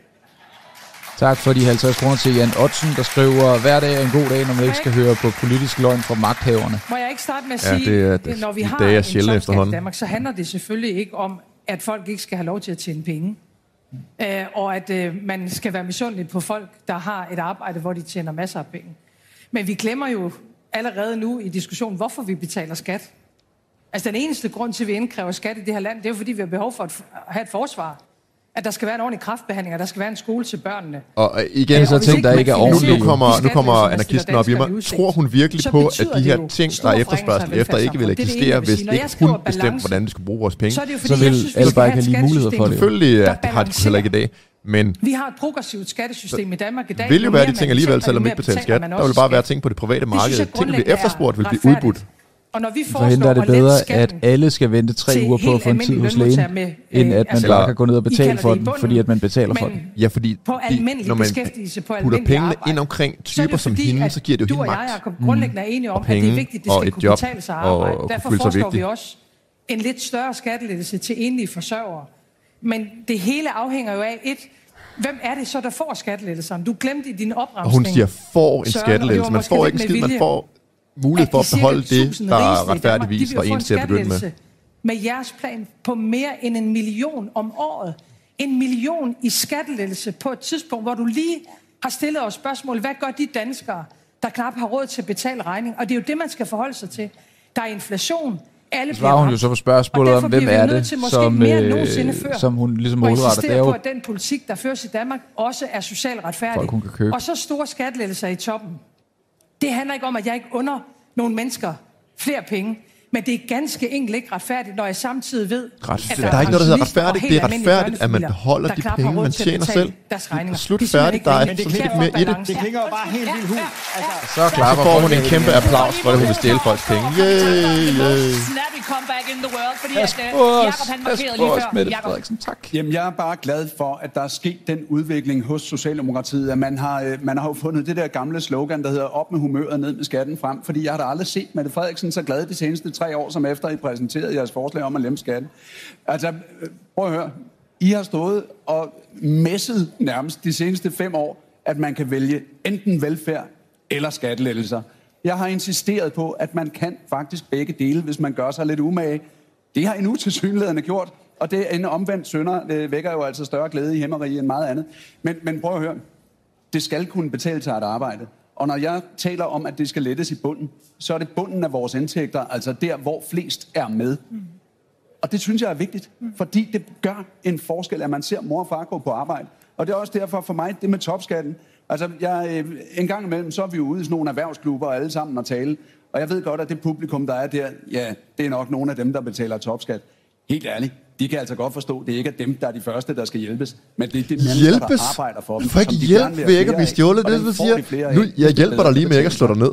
[SPEAKER 1] Tak for de 50 kroner til Jan Ottsen, der skriver, hver dag er en god dag, når man ikke skal høre på politisk løgn fra magthaverne.
[SPEAKER 9] Må jeg ikke starte med at sige, når vi har en topskat i Danmark, så handler det selvfølgelig ikke om, at folk ikke skal have lov til at tjene penge. Og at man skal være misundelig på folk, der har et arbejde, hvor de tjener masser af penge. Men vi glemmer jo allerede nu i diskussionen, hvorfor vi betaler skat. Altså den eneste grund til, at vi indkræver skat i det her land, det er jo fordi, vi har behov for at have et forsvar. At der skal være en ordentlig kræftbehandling, og der skal være en skole til børnene.
[SPEAKER 2] Og igen så ting, der ikke er ordentlige. Nu kommer anarkisten op i mig. Tror hun virkelig på, at de her ting, der er efterspørgsel efter, ikke vil eksistere, hvis ikke hun bestemte, hvordan vi skal bruge vores penge?
[SPEAKER 1] Så vil alle bare ikke have lige muligheder for det.
[SPEAKER 2] Selvfølgelig har de heller ikke i dag. Men
[SPEAKER 9] vi har et progressivt skattesystem i Danmark i dag.
[SPEAKER 2] Vil jo være de ting alligevel, selvom vi ikke betaler skat. Der vil bare være ting på det private marked. Ting, der bliver efterspurgt, vil blive udbudt.
[SPEAKER 9] Og når vi
[SPEAKER 1] så henter det bedre, at alle skal vente 3 uger på at få en tid hos lægen, end at man bare kan gå ned og betale for den, fordi at man betaler for den.
[SPEAKER 2] Ja, fordi når man putter pengene ind omkring typer som hende, så giver det jo hende magt.
[SPEAKER 9] Du og jeg er grundlæggende enige om, at det er vigtigt, at det skal kunne betale sig at arbejde. Derfor foreslår vi også en lidt større skattelettelse til enlige forsørgere. Men det hele afhænger jo af, hvem er det så, der får skattelettelserne? Du glemte i din opremsning.
[SPEAKER 2] Og hun siger, får en skattelettelse. Man får ikke en skid, man får mulighed for at beholde det, der retfærdigvis var ens til at begynde med.
[SPEAKER 9] Med jeres plan på mere end 1 million om året. 1 million i skattelettelse på et tidspunkt, hvor du lige har stillet os spørgsmål. Hvad gør de danskere, der knap har råd til at betale regning? Og det er jo det, man skal forholde sig til. Der er inflation. Alle
[SPEAKER 1] bliver ramt. Hun jo så på spørgsmålet om, hvem er det, som hun ligesom målretter.
[SPEAKER 9] Det er jo på, at den politik, der føres i Danmark, også er socialt retfærdig. Og så store skattelettelser i toppen. Det handler ikke om, at jeg ikke under nogle mennesker flere penge, men det er ganske enkelt ikke retfærdigt, når jeg samtidig ved,
[SPEAKER 2] at der er ikke noget, der hedder retfærdigt. Det er retfærdigt, at man beholder de penge, man tjener selv. Slut færdigt, der er ikke lidt mere i det.
[SPEAKER 10] Det klinger jo bare helt vildt hul.
[SPEAKER 2] Så får hun en kæmpe applaus, for at hun vil stjæle folks penge.
[SPEAKER 1] Tak.
[SPEAKER 3] Jamen, jeg er bare glad for, at der er sket den udvikling hos Socialdemokratiet, at man har jo fundet det der gamle slogan, der hedder op med humøret, ned med skatten frem, fordi jeg har da aldrig set Mette Frederiksen så glad de seneste 3 år, som efter I præsenterede jeres forslag om at lempe skatten. Altså, prøv at høre. I har stået og messet nærmest de seneste 5 år, at man kan vælge enten velfærd eller skattelettelser. Jeg har insisteret på, at man kan faktisk begge dele, hvis man gør sig lidt umage. Det har I nu tilsyneladende gjort, og det er en omvendt synder. Det vækker jo altså større glæde i himmeriget end meget andet. Men prøv at høre. Det skal kunne betale sig at arbejde. Og når jeg taler om, at det skal lettes i bunden, så er det bunden af vores indtægter, altså der, hvor flest er med. Og det synes jeg er vigtigt, fordi det gør en forskel, at man ser mor og far gå på arbejde. Og det er også derfor for mig, det med topskatten. Altså, en gang imellem, så er vi ude i sådan nogle erhvervsklubber alle sammen og tale. Og jeg ved godt, at det publikum, der er der, ja, det er nok nogle af dem, der betaler topskat. Helt ærligt. De kan altså godt forstå, det ikke er dem, der er de første, der skal hjælpes. Men det er de mennesker, der arbejder for dem.
[SPEAKER 2] Hvorfor ikke hjælp ved ikke at blive stjålet? Det vil sige, nu, jeg hjælper dig lige med ikke at slå dig ned.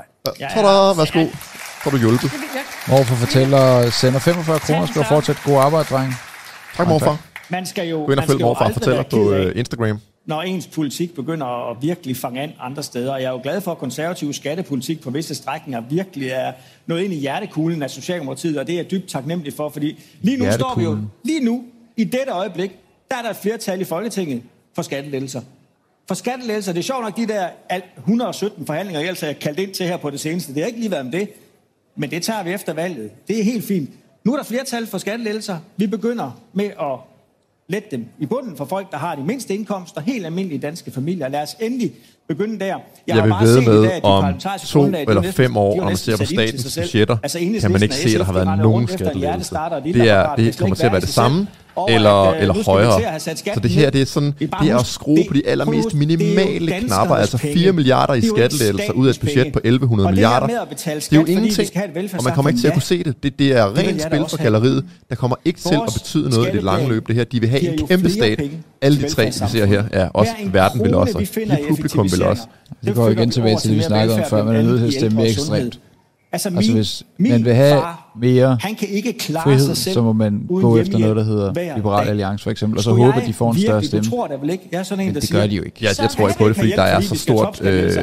[SPEAKER 2] Tada, værsgo. Så har du hjulpet.
[SPEAKER 1] Morfar fortæller, sender 45 kroner, skal du fortsætte god arbejde, dreng.
[SPEAKER 2] Tak, morfar.
[SPEAKER 10] Man skal jo,
[SPEAKER 2] gå ind og følge morfar fortæller på Instagram.
[SPEAKER 10] Når ens politik begynder at virkelig fange an andre steder. Og jeg er jo glad for, at konservativ skattepolitik på visse strækninger virkelig er noget ind i hjertekuglen af Socialdemokratiet, og det er jeg dybt taknemmelig for, fordi lige nu står vi jo, lige nu, i dette øjeblik, der er der et flertal i Folketinget for skattelettelser. For skattelettelser, det er sjovt nok de der 117 forhandlinger, jeg altså er kaldt ind til her på det seneste. Det har ikke lige været om det, men det tager vi efter valget. Det er helt fint. Nu er der flertal for skattelettelser. Vi begynder med at lette dem i bunden for folk, der har de mindste indkomster, helt almindelige danske familier. Lad os endelig begynde der.
[SPEAKER 2] Jeg vil ved med, om 2 eller 5 år, når man ser på statens budgetter, kan man ikke se, at der har været nogen skattelettelser. Det kommer til at være det samme, eller højere. Så det her, det er sådan, det er at skrue på de allermest minimale knapper, altså 4 milliarder i skattelettelser ud af et budget på 1100 milliarder. Det er jo ingenting, og man kommer ikke til at kunne se det. Det er rent spil for galleriet. Der kommer ikke til at betyde noget i det lange løb, det her. De vil have en kæmpe stat. Alle de tre, vi ser her, ja, også verden vil også, og publikum vil også.
[SPEAKER 1] Det går igen tilbage til det, vi snakkede om før, man er nødt til at stemme mere ekstremt. Altså hvis man vil have mere frihed, så må man gå efter noget, der hedder Liberal Alliance for eksempel, og så håbe, at de får en større stemme. Men det gør de jo ikke.
[SPEAKER 2] Jeg tror ikke på det, fordi der er så stort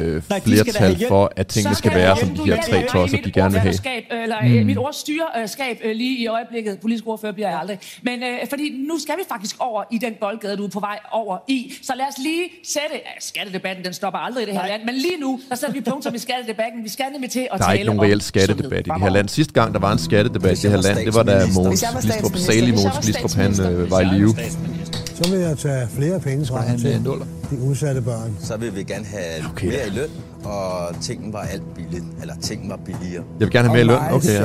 [SPEAKER 2] flertal for, at tingene skal være, som de her tre tosser, de gerne vil have.
[SPEAKER 7] Mit ordstyreskab lige i øjeblikket, politisk ordfører bliver jeg aldrig, men fordi nu skal vi faktisk over i den boldgade, du er på vej over i, så lad os lige sætte, skattedebatten, den stopper aldrig i det her land, men lige nu, der sætter vi punktum i skattedebatten, vi skal nemlig til at tale om
[SPEAKER 2] skattedebat i det her land. Sidste gang, der var en skattedebat i det her land, det var da Mogens Glistrup, salig Mogens Glistrup, han var i live.
[SPEAKER 17] Så vil jeg tage flere penge fra til de udsatte børn.
[SPEAKER 11] Så vil vi gerne have mere i løn, og tingene var alt billigt, eller tingene var billigere.
[SPEAKER 2] Jeg vil gerne have mere i løn? Okay,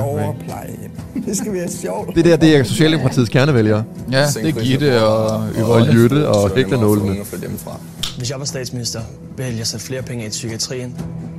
[SPEAKER 17] ja. Det skal være sjovt.
[SPEAKER 2] Det er Socialdemokratiets kernevælgere.
[SPEAKER 1] Ja, det er Gitte
[SPEAKER 2] og Jytte og Hækler-nålene.
[SPEAKER 18] Hvis jeg var statsminister, ville jeg sætte flere penge i psykiatrien.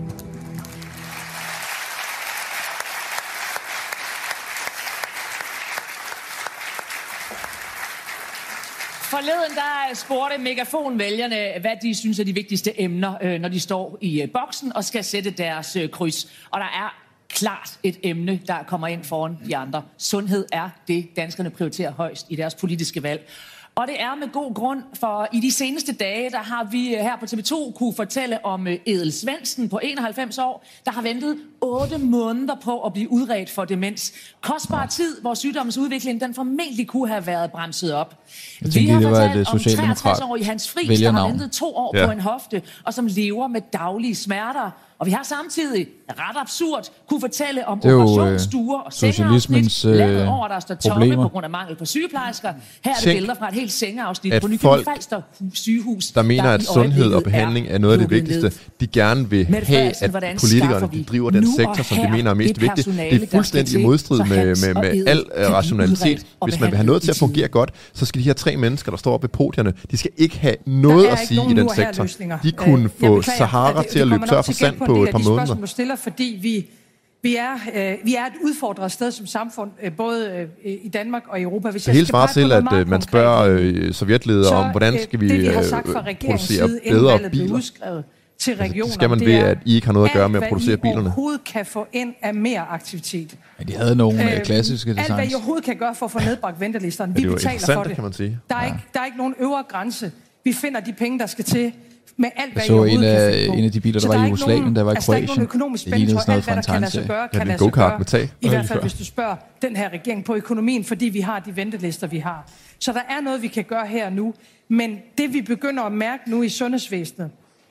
[SPEAKER 7] Forleden der spurgte Megafon-vælgerne, hvad de synes er de vigtigste emner, når de står i boksen og skal sætte deres kryds. Og der er klart et emne, der kommer ind foran de andre. Sundhed er det, danskerne prioriterer højst i deres politiske valg. Og det er med god grund, for i de seneste dage, der har vi her på TV2 kunne fortælle om Edel Svendsen på 91 år, der har ventet 8 måneder på at blive udredt for demens. Kostbar tid, hvor sygdommens udvikling den formentlig kunne have været bremset op. Vi har fortalt om 63-årige Hans Friis, der har ventet 2 år på en hofte, og som lever med daglige smerter. Og vi har samtidig, ret absurd, kunne fortælle om operationsstuer og sengeafsnit landet over, der står tomme på grund af mangel på sygeplejersker. Her er det billeder fra et helt sengeafsnit på Nykøbing Falster sygehus,
[SPEAKER 2] der mener, at sundhed og behandling er noget af det vigtigste. De gerne vil have, at politikerne de driver den sektor, som de mener er mest vigtig. Det er fuldstændig i modstrid med al rationalitet. Hvis man vil have noget til at fungere godt, så skal de her 3 mennesker, der står oppe ved podierne, de skal ikke have noget at sige i den sektor. De kunne få Sahara til at løbe tør for sand på et par måneder.
[SPEAKER 9] Du stiller, fordi vi er et udfordret sted som samfund, både i Danmark og i Europa. Hvis
[SPEAKER 2] det hele svarer til, at man spørger sovjetledere om, hvordan skal vi producere bedre biler.
[SPEAKER 9] Til regioner,
[SPEAKER 2] det skal man ved, at I ikke har noget at gøre med at producere bilerne. Alt,
[SPEAKER 9] hvad I overhovedet kan få ind af mere aktivitet.
[SPEAKER 1] Ja, de havde nogle klassiske designs.
[SPEAKER 9] Alt, hvad I overhovedet kan gøre for at få nedbragt ventelisterne. Vi betaler for det.
[SPEAKER 2] Kan man sige.
[SPEAKER 9] Der er ikke nogen øvre grænse. Vi finder de penge, der skal til med alt, hvad I overhovedet kan få.
[SPEAKER 1] En af de biler, der var i Jugoslavien, der var i Kroatien.
[SPEAKER 9] Der er ikke nogen økonomisk spænding for alt, hvad der kan lade sig gøre, kan lade sig gøre. I hvert fald, hvis du spørger den her regering på økonomien, fordi vi har de ventelister, vi har. Så der er noget, vi kan gøre her nu. Men det, vi begynder at mærke nu i sundhedsvæsenet,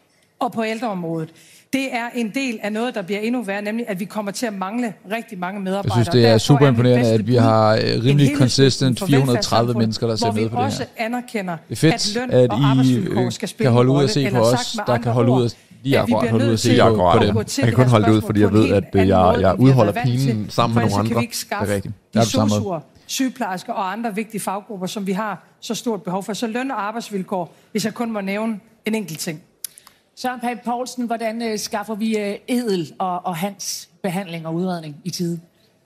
[SPEAKER 9] og på ældreområdet, det er en del af noget, der bliver endnu værre, nemlig at vi kommer til at mangle rigtig mange medarbejdere.
[SPEAKER 1] Jeg synes, det er super imponerende, at vi har rimelig consistent 430 mennesker, der ser med på det her.
[SPEAKER 9] Hvor vi også anerkender,
[SPEAKER 1] at løn og arbejdsvilkår skal spille kan holde ud at se på os, der kan holde ud at lige akkurat holde ud at se
[SPEAKER 2] på det. Jeg kan kun holde det ud, fordi jeg ved, at jeg udholder pinen sammen med nogle andre.
[SPEAKER 9] Kan vi ikke skaffe de sosuer, sygeplejersker og andre vigtige faggrupper, som vi har så stort behov for. Så løn- og arbejdsvilkår, hvis jeg kun må nævne en enkelt ting.
[SPEAKER 7] Søren Pape Poulsen, hvordan skaffer vi Edel og hans behandling og udredning i tide?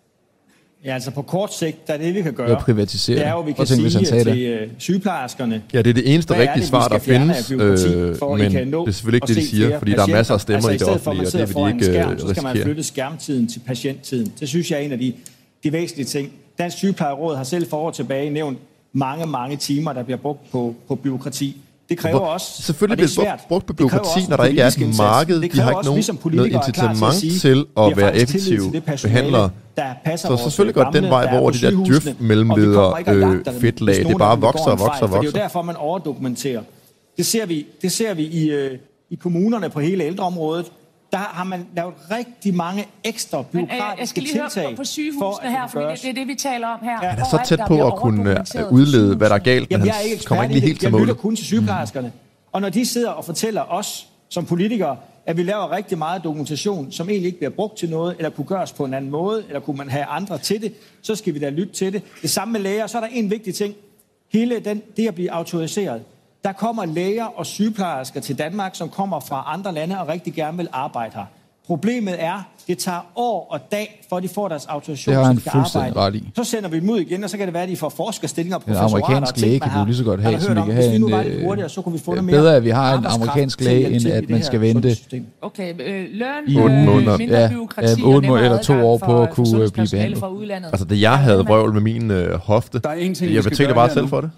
[SPEAKER 10] Ja, altså på kort sigt, der er det, vi kan gøre.
[SPEAKER 1] Det er privatisere.
[SPEAKER 10] Det er jo, vi kan sige til sygeplejerskerne.
[SPEAKER 2] Ja, det er det eneste rigtige svar, der findes, men det er selvfølgelig ikke det, de siger, fordi der er masser af stemmer i det offentlige, og det vil de ikke risikere.
[SPEAKER 10] Så skal man flytte skærmtiden til patienttiden. Det synes jeg er en af de væsentlige ting. Dansk Sygeplejeråd har selv for år tilbage nævnt mange timer, der bliver brugt på bureaukrati. Det kræver også,
[SPEAKER 2] selvfølgelig bliver brugt på bureaukrati, når der ikke er et marked. De har ikke noget incitament til at være effektive behandlere. Så selvfølgelig går den vej, hvor de der djøf-mellemledere fedtlag, det bare vokser.
[SPEAKER 10] Det er jo derfor, man overdokumenterer. Det ser vi i kommunerne på hele ældreområdet. Der har man lavet rigtig mange ekstra bureaukratiske tiltag.
[SPEAKER 7] Jeg skal lige høre på sygehusene her, for det er det, vi taler om her.
[SPEAKER 2] Han er så tæt på at kunne udlede, hvad der er galt, men han kommer ikke lige helt til mål.
[SPEAKER 10] Jeg lytter kun til sygeplejerskerne. Og når de sidder og fortæller os som politikere, at vi laver rigtig meget dokumentation, som egentlig ikke bliver brugt til noget, eller kunne gøres på en anden måde, eller kunne man have andre til det, så skal vi da lytte til det. Det samme med læger. Så er der en vigtig ting. Hele det at blive autoriseret. Der kommer læger og sygeplejersker til Danmark, som kommer fra andre lande og rigtig gerne vil arbejde her. Problemet er, det tager år og dag, for de får deres autorisation,
[SPEAKER 1] så de kan arbejde.
[SPEAKER 10] Så sender vi dem ud igen, og så kan det være, at de får forskerstillinger på
[SPEAKER 1] en amerikansk læge kan du lige så godt have, som vi kan have en... Bedre, at vi har en amerikansk læge, end at man skal vente...
[SPEAKER 7] Okay, løn, 8 måneder, mindre byråkrati,
[SPEAKER 1] 8 måneder eller 2 år på at kunne blive behandlet.
[SPEAKER 2] Altså, da jeg havde vrøvl med min hofte, jeg betalte bare selv for det.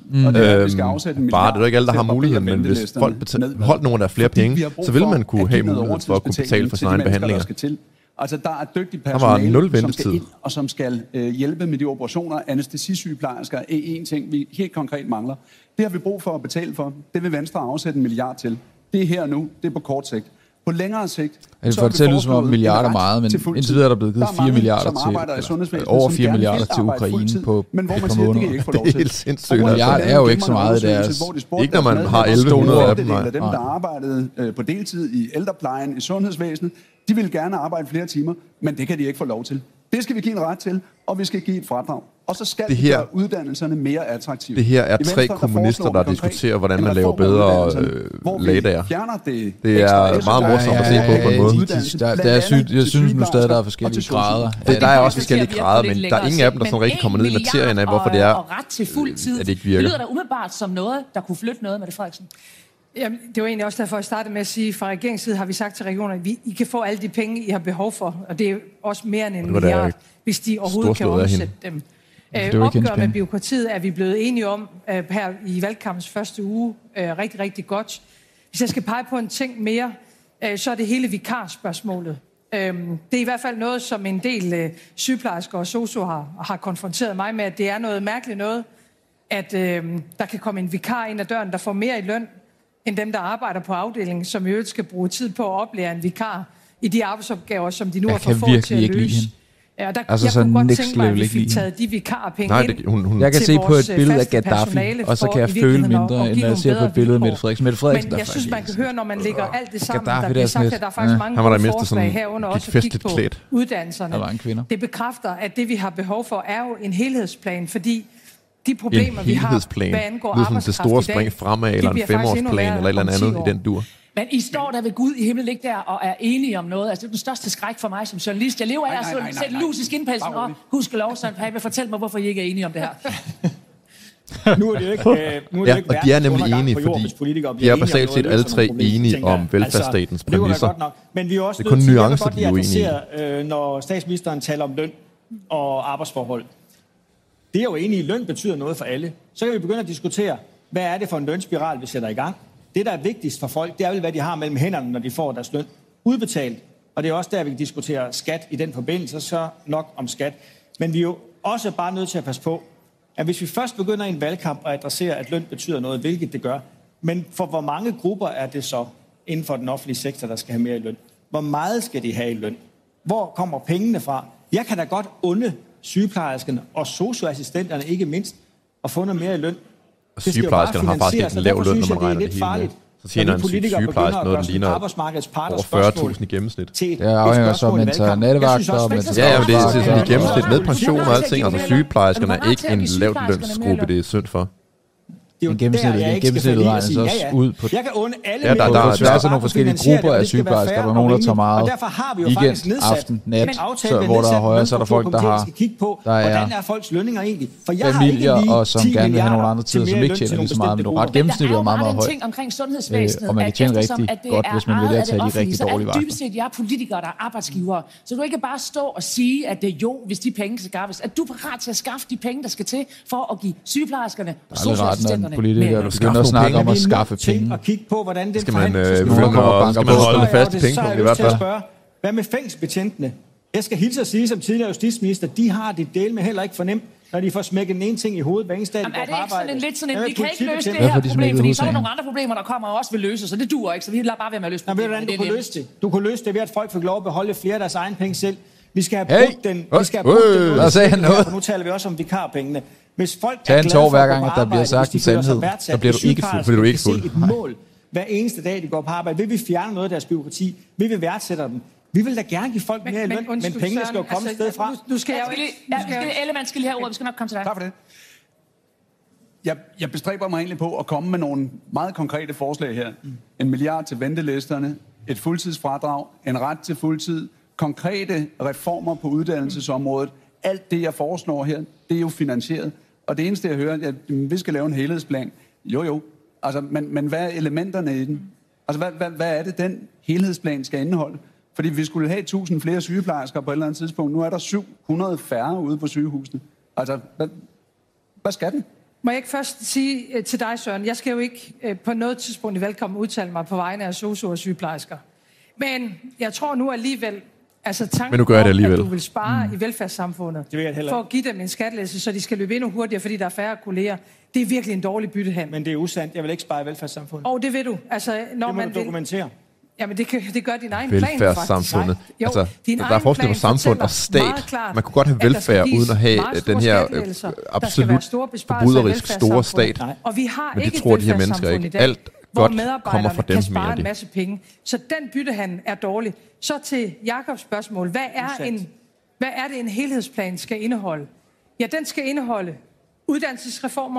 [SPEAKER 2] Bare, det er ikke alle, der har muligheden, men hvis folk holdt nogle af flere penge, så vil man kunne have muligheden for at kunne betale for sin egen behandlinger.
[SPEAKER 3] Altså, der er dygtig personale, som skal ind og som skal hjælpe med de operationer. Anæstesisygeplejersker er en ting, vi helt konkret mangler. Det har vi brug for at betale for. Det vil Venstre afsætte 1 milliard til. Det er her nu. Det er på kort sigt. På længere sigt...
[SPEAKER 1] Det får det til at lyde som om milliarder meget, men indtil videre er der blevet givet 4 milliarder til... over 4 milliarder til Ukraine på et par måneder.
[SPEAKER 2] Det er helt sindssygt.
[SPEAKER 1] Milliard er jo ikke så meget i deres...
[SPEAKER 2] Ikke når man har 1100 af dem.
[SPEAKER 3] Dem, der arbejdede på deltid i ældreplejen, i sundhedsvæsenet, de vil gerne arbejde flere timer, men det kan de ikke få lov til. Det skal vi give en ret til, og vi skal give et fradrag. Og så skal vi gøre uddannelserne mere attraktive.
[SPEAKER 2] Det her er 3 kommunister, der diskuterer, hvordan man laver bedre lægedager. Det er meget morsomt at se på en måde.
[SPEAKER 1] Jeg synes nu stadig, der er forskellige grader.
[SPEAKER 2] Der er også forskellige grader, men der er ingen af dem, der sådan rigtig kommer ned i materien af, hvorfor det er,
[SPEAKER 7] og ret til fuld tid.
[SPEAKER 2] At det ikke virker.
[SPEAKER 7] Det lyder da umiddelbart som noget, der kunne flytte noget med det, Frederiksen.
[SPEAKER 9] Jamen, det var egentlig også derfor, jeg startede med at sige, fra regeringens side har vi sagt til regionerne, at I kan få alle de penge, I har behov for, og det er også mere end 1 milliard, hvis de overhovedet kan omsætte dem. Opgør med bureaukratiet er vi blevet enige om her i valgkampens første uge. Rigtig godt. Hvis jeg skal pege på en ting mere, så er det hele vikarspørgsmålet. Det er i hvert fald noget, som en del sygeplejersker og sosu har konfronteret mig med, at det er noget mærkeligt noget, at der kan komme en vikar ind ad døren, der får mere i løn, end dem, der arbejder på afdelingen, som i øvrigt skal bruge tid på at oplære en vikar i de arbejdsopgaver, som de nu har fået få til at løse. Ja, der, altså, jeg kunne godt tænke mig, at vi fik taget de vikarpenge ind.
[SPEAKER 1] Jeg kan se på et billede af Gaddafi, og så kan jeg føle mindre, end når jeg ser på et billede af Mette Frederiksen. Mette Frederiksen,
[SPEAKER 9] men jeg synes, man kan høre, når man lægger alt det sammen, der bliver sagt, at der er faktisk mange gode forslag herunder også at kigge på uddannelserne. Det bekræfter, at det, vi har behov for, er jo en helhedsplan, fordi de problemer, vi har, hvad angår arbejdskraft
[SPEAKER 2] det store spring fremad, eller en 5-årsplan, eller et eller andet i den dur.
[SPEAKER 7] Men I står der ved Gud i himlen, ikke der, og er enige om noget. Altså, det er den største skræk for mig som journalist. Jeg lever af at sætte lus i skinpelsen, og husk lov, Søren Pape, fortæl mig, hvorfor I ikke er enige om det her.
[SPEAKER 10] Nu er det jo ikke
[SPEAKER 2] og de er nemlig enige, fordi de er basalt set alle 3 enige om velfærdsstatens præmisser.
[SPEAKER 10] Det men vi er også nødt til nuancer, de er uenige i. Når statsministeren taler om løn og arbejdsforhold. Det er jo enige i, løn betyder noget for alle. Så kan vi begynde at diskutere, hvad er det for en lønspiral, vi sætter i gang. Det, der er vigtigst for folk, det er vel, hvad de har mellem hænderne, når de får deres løn udbetalt. Og det er også der, vi kan diskutere skat i den forbindelse, så nok om skat. Men vi er jo også bare nødt til at passe på, at hvis vi først begynder i en valgkamp at adressere, at løn betyder noget, hvilket det gør, men for hvor mange grupper er det så inden for den offentlige sektor, der skal have mere i løn? Hvor meget skal de have i løn? Hvor kommer pengene fra? Jeg kan da godt unde sygeplejerskerne og socioassistenterne ikke mindst at få noget mere i løn.
[SPEAKER 2] Sygeplejerskerne har faktisk en lav løn, når man regner det hele. Så tjener en sygeplejerske noget, der ligner over 40.000 i gennemsnit.
[SPEAKER 1] Det afhænger så, om man tager nattevagter.
[SPEAKER 2] Ja, men det er sådan i gennemsnit med pension og alting. Altså sygeplejerskerne er ikke en lavt lønsgruppe, det er synd for.
[SPEAKER 1] En gennemsnittet regner så også ud på...
[SPEAKER 10] Jeg kan unde alle
[SPEAKER 1] der er så nogle forskellige grupper af sygeplejersker. Der er nogen, der tager meget weekend, aften, nat, hvor der er højere, så er der folk, der har...
[SPEAKER 10] Hvordan er folks lønninger egentlig?
[SPEAKER 1] Familier, og som gerne vil have nogle andre tider, som ikke tjener lige så meget, men du ret gennemsnittet er meget, meget højt. Og man kan tjene rigtig godt, hvis man vælger at tage de rigtig dårlige vagter.
[SPEAKER 7] Dybest set, jeg er politikere, der er arbejdsgivere. Så du ikke bare stå og sige, at det jo, hvis de penge skal skaffes, at du er parat til at skaffe de penge, der skal til, for at give sygeplejerskerne og socialassistenterne
[SPEAKER 1] politikere, du begynder at snakke om at skaffe penge.
[SPEAKER 10] Og kigge på, hvordan det
[SPEAKER 2] skal man holde fast i pengepunkten i hvert fald.
[SPEAKER 10] Hvad med fængselsbetjentene? Jeg skal hilse at sige som tidligere justitsminister, de har det del med heller ikke fornemt, når de får smækket den ene ting i hovedet hver eneste dag.
[SPEAKER 7] Er det ikke sådan lidt sådan en, vi kan ikke løse det her problem, fordi så er der nogle andre problemer, der kommer og også vil løse, så det duer ikke, så vi lader bare være med at løse
[SPEAKER 10] problemet. Hvordan du kunne løse det? Du kunne løse det ved, at folk fik lov at beholde flere af deres egen penge selv. Vi skal have brugt den. Vi skal have brugt den.
[SPEAKER 1] Sagde han noget?
[SPEAKER 10] Nu taler vi også om vikarpengene. Hvis folk
[SPEAKER 1] er glade for hver gang, at der bliver sagt en sandhed, så bliver du ikke fuld.
[SPEAKER 2] Fordi du ikke fuld.
[SPEAKER 10] Et mål hver eneste dag, de går på arbejde. Vil vi fjerne noget af deres bureaukrati? Vil vi værdsætte dem? Vi vil da gerne give folk mere løn, men pengene skal jo komme et sted fra.
[SPEAKER 7] Nu skal jeg jo ikke... Ellemann skal lige have ordet. Vi skal nok komme til dig.
[SPEAKER 3] Tak for det. Jeg bestræber mig egentlig på at komme med nogle meget konkrete forslag her. 1 milliard til ventelisterne, et fuldtidsfradrag, en ret til fuldtid, konkrete reformer på uddannelsesområdet. Alt det, jeg foreslår her, det er jo finansieret. Og det eneste, jeg hører, er, at vi skal lave en helhedsplan. Jo. Altså, men hvad er elementerne i den? Altså, hvad er det, den helhedsplan skal indeholde? Fordi vi skulle have 1000 flere sygeplejersker på et eller andet tidspunkt. Nu er der 700 færre ude på sygehusene. Altså, hvad skal den?
[SPEAKER 9] Må jeg ikke først sige til dig, Søren, jeg skal jo ikke på noget tidspunkt i valgkampen udtale mig på vegne af sosu og sygeplejersker. Men jeg tror nu alligevel, altså tanken om, at du vil spare i velfærdssamfundet for at give dem en skattelettelse, så de skal løbe endnu hurtigere, fordi der er færre kolleger, det er virkelig en dårlig byttehandel.
[SPEAKER 10] Men det er usandt. Jeg vil ikke spare i velfærdssamfundet.
[SPEAKER 9] Det vil du. Altså, når
[SPEAKER 10] det må du dokumentere.
[SPEAKER 9] Jamen, det gør din egen plan faktisk.
[SPEAKER 2] Velfærdssamfundet. Altså, der er forskel på samfund og stat. Man kunne godt have velfærd uden at have den her absolut forbryderisk store stat.
[SPEAKER 9] Og vi har
[SPEAKER 2] men det
[SPEAKER 9] ikke
[SPEAKER 2] tror de her mennesker ikke. Alt godt kommer fra dem,
[SPEAKER 9] som en masse penge. Så den byttehandel er dårlig. Så til Jakobs spørgsmål. Hvad er det, en helhedsplan skal indeholde? Ja, den skal indeholde uddannelsesreformer.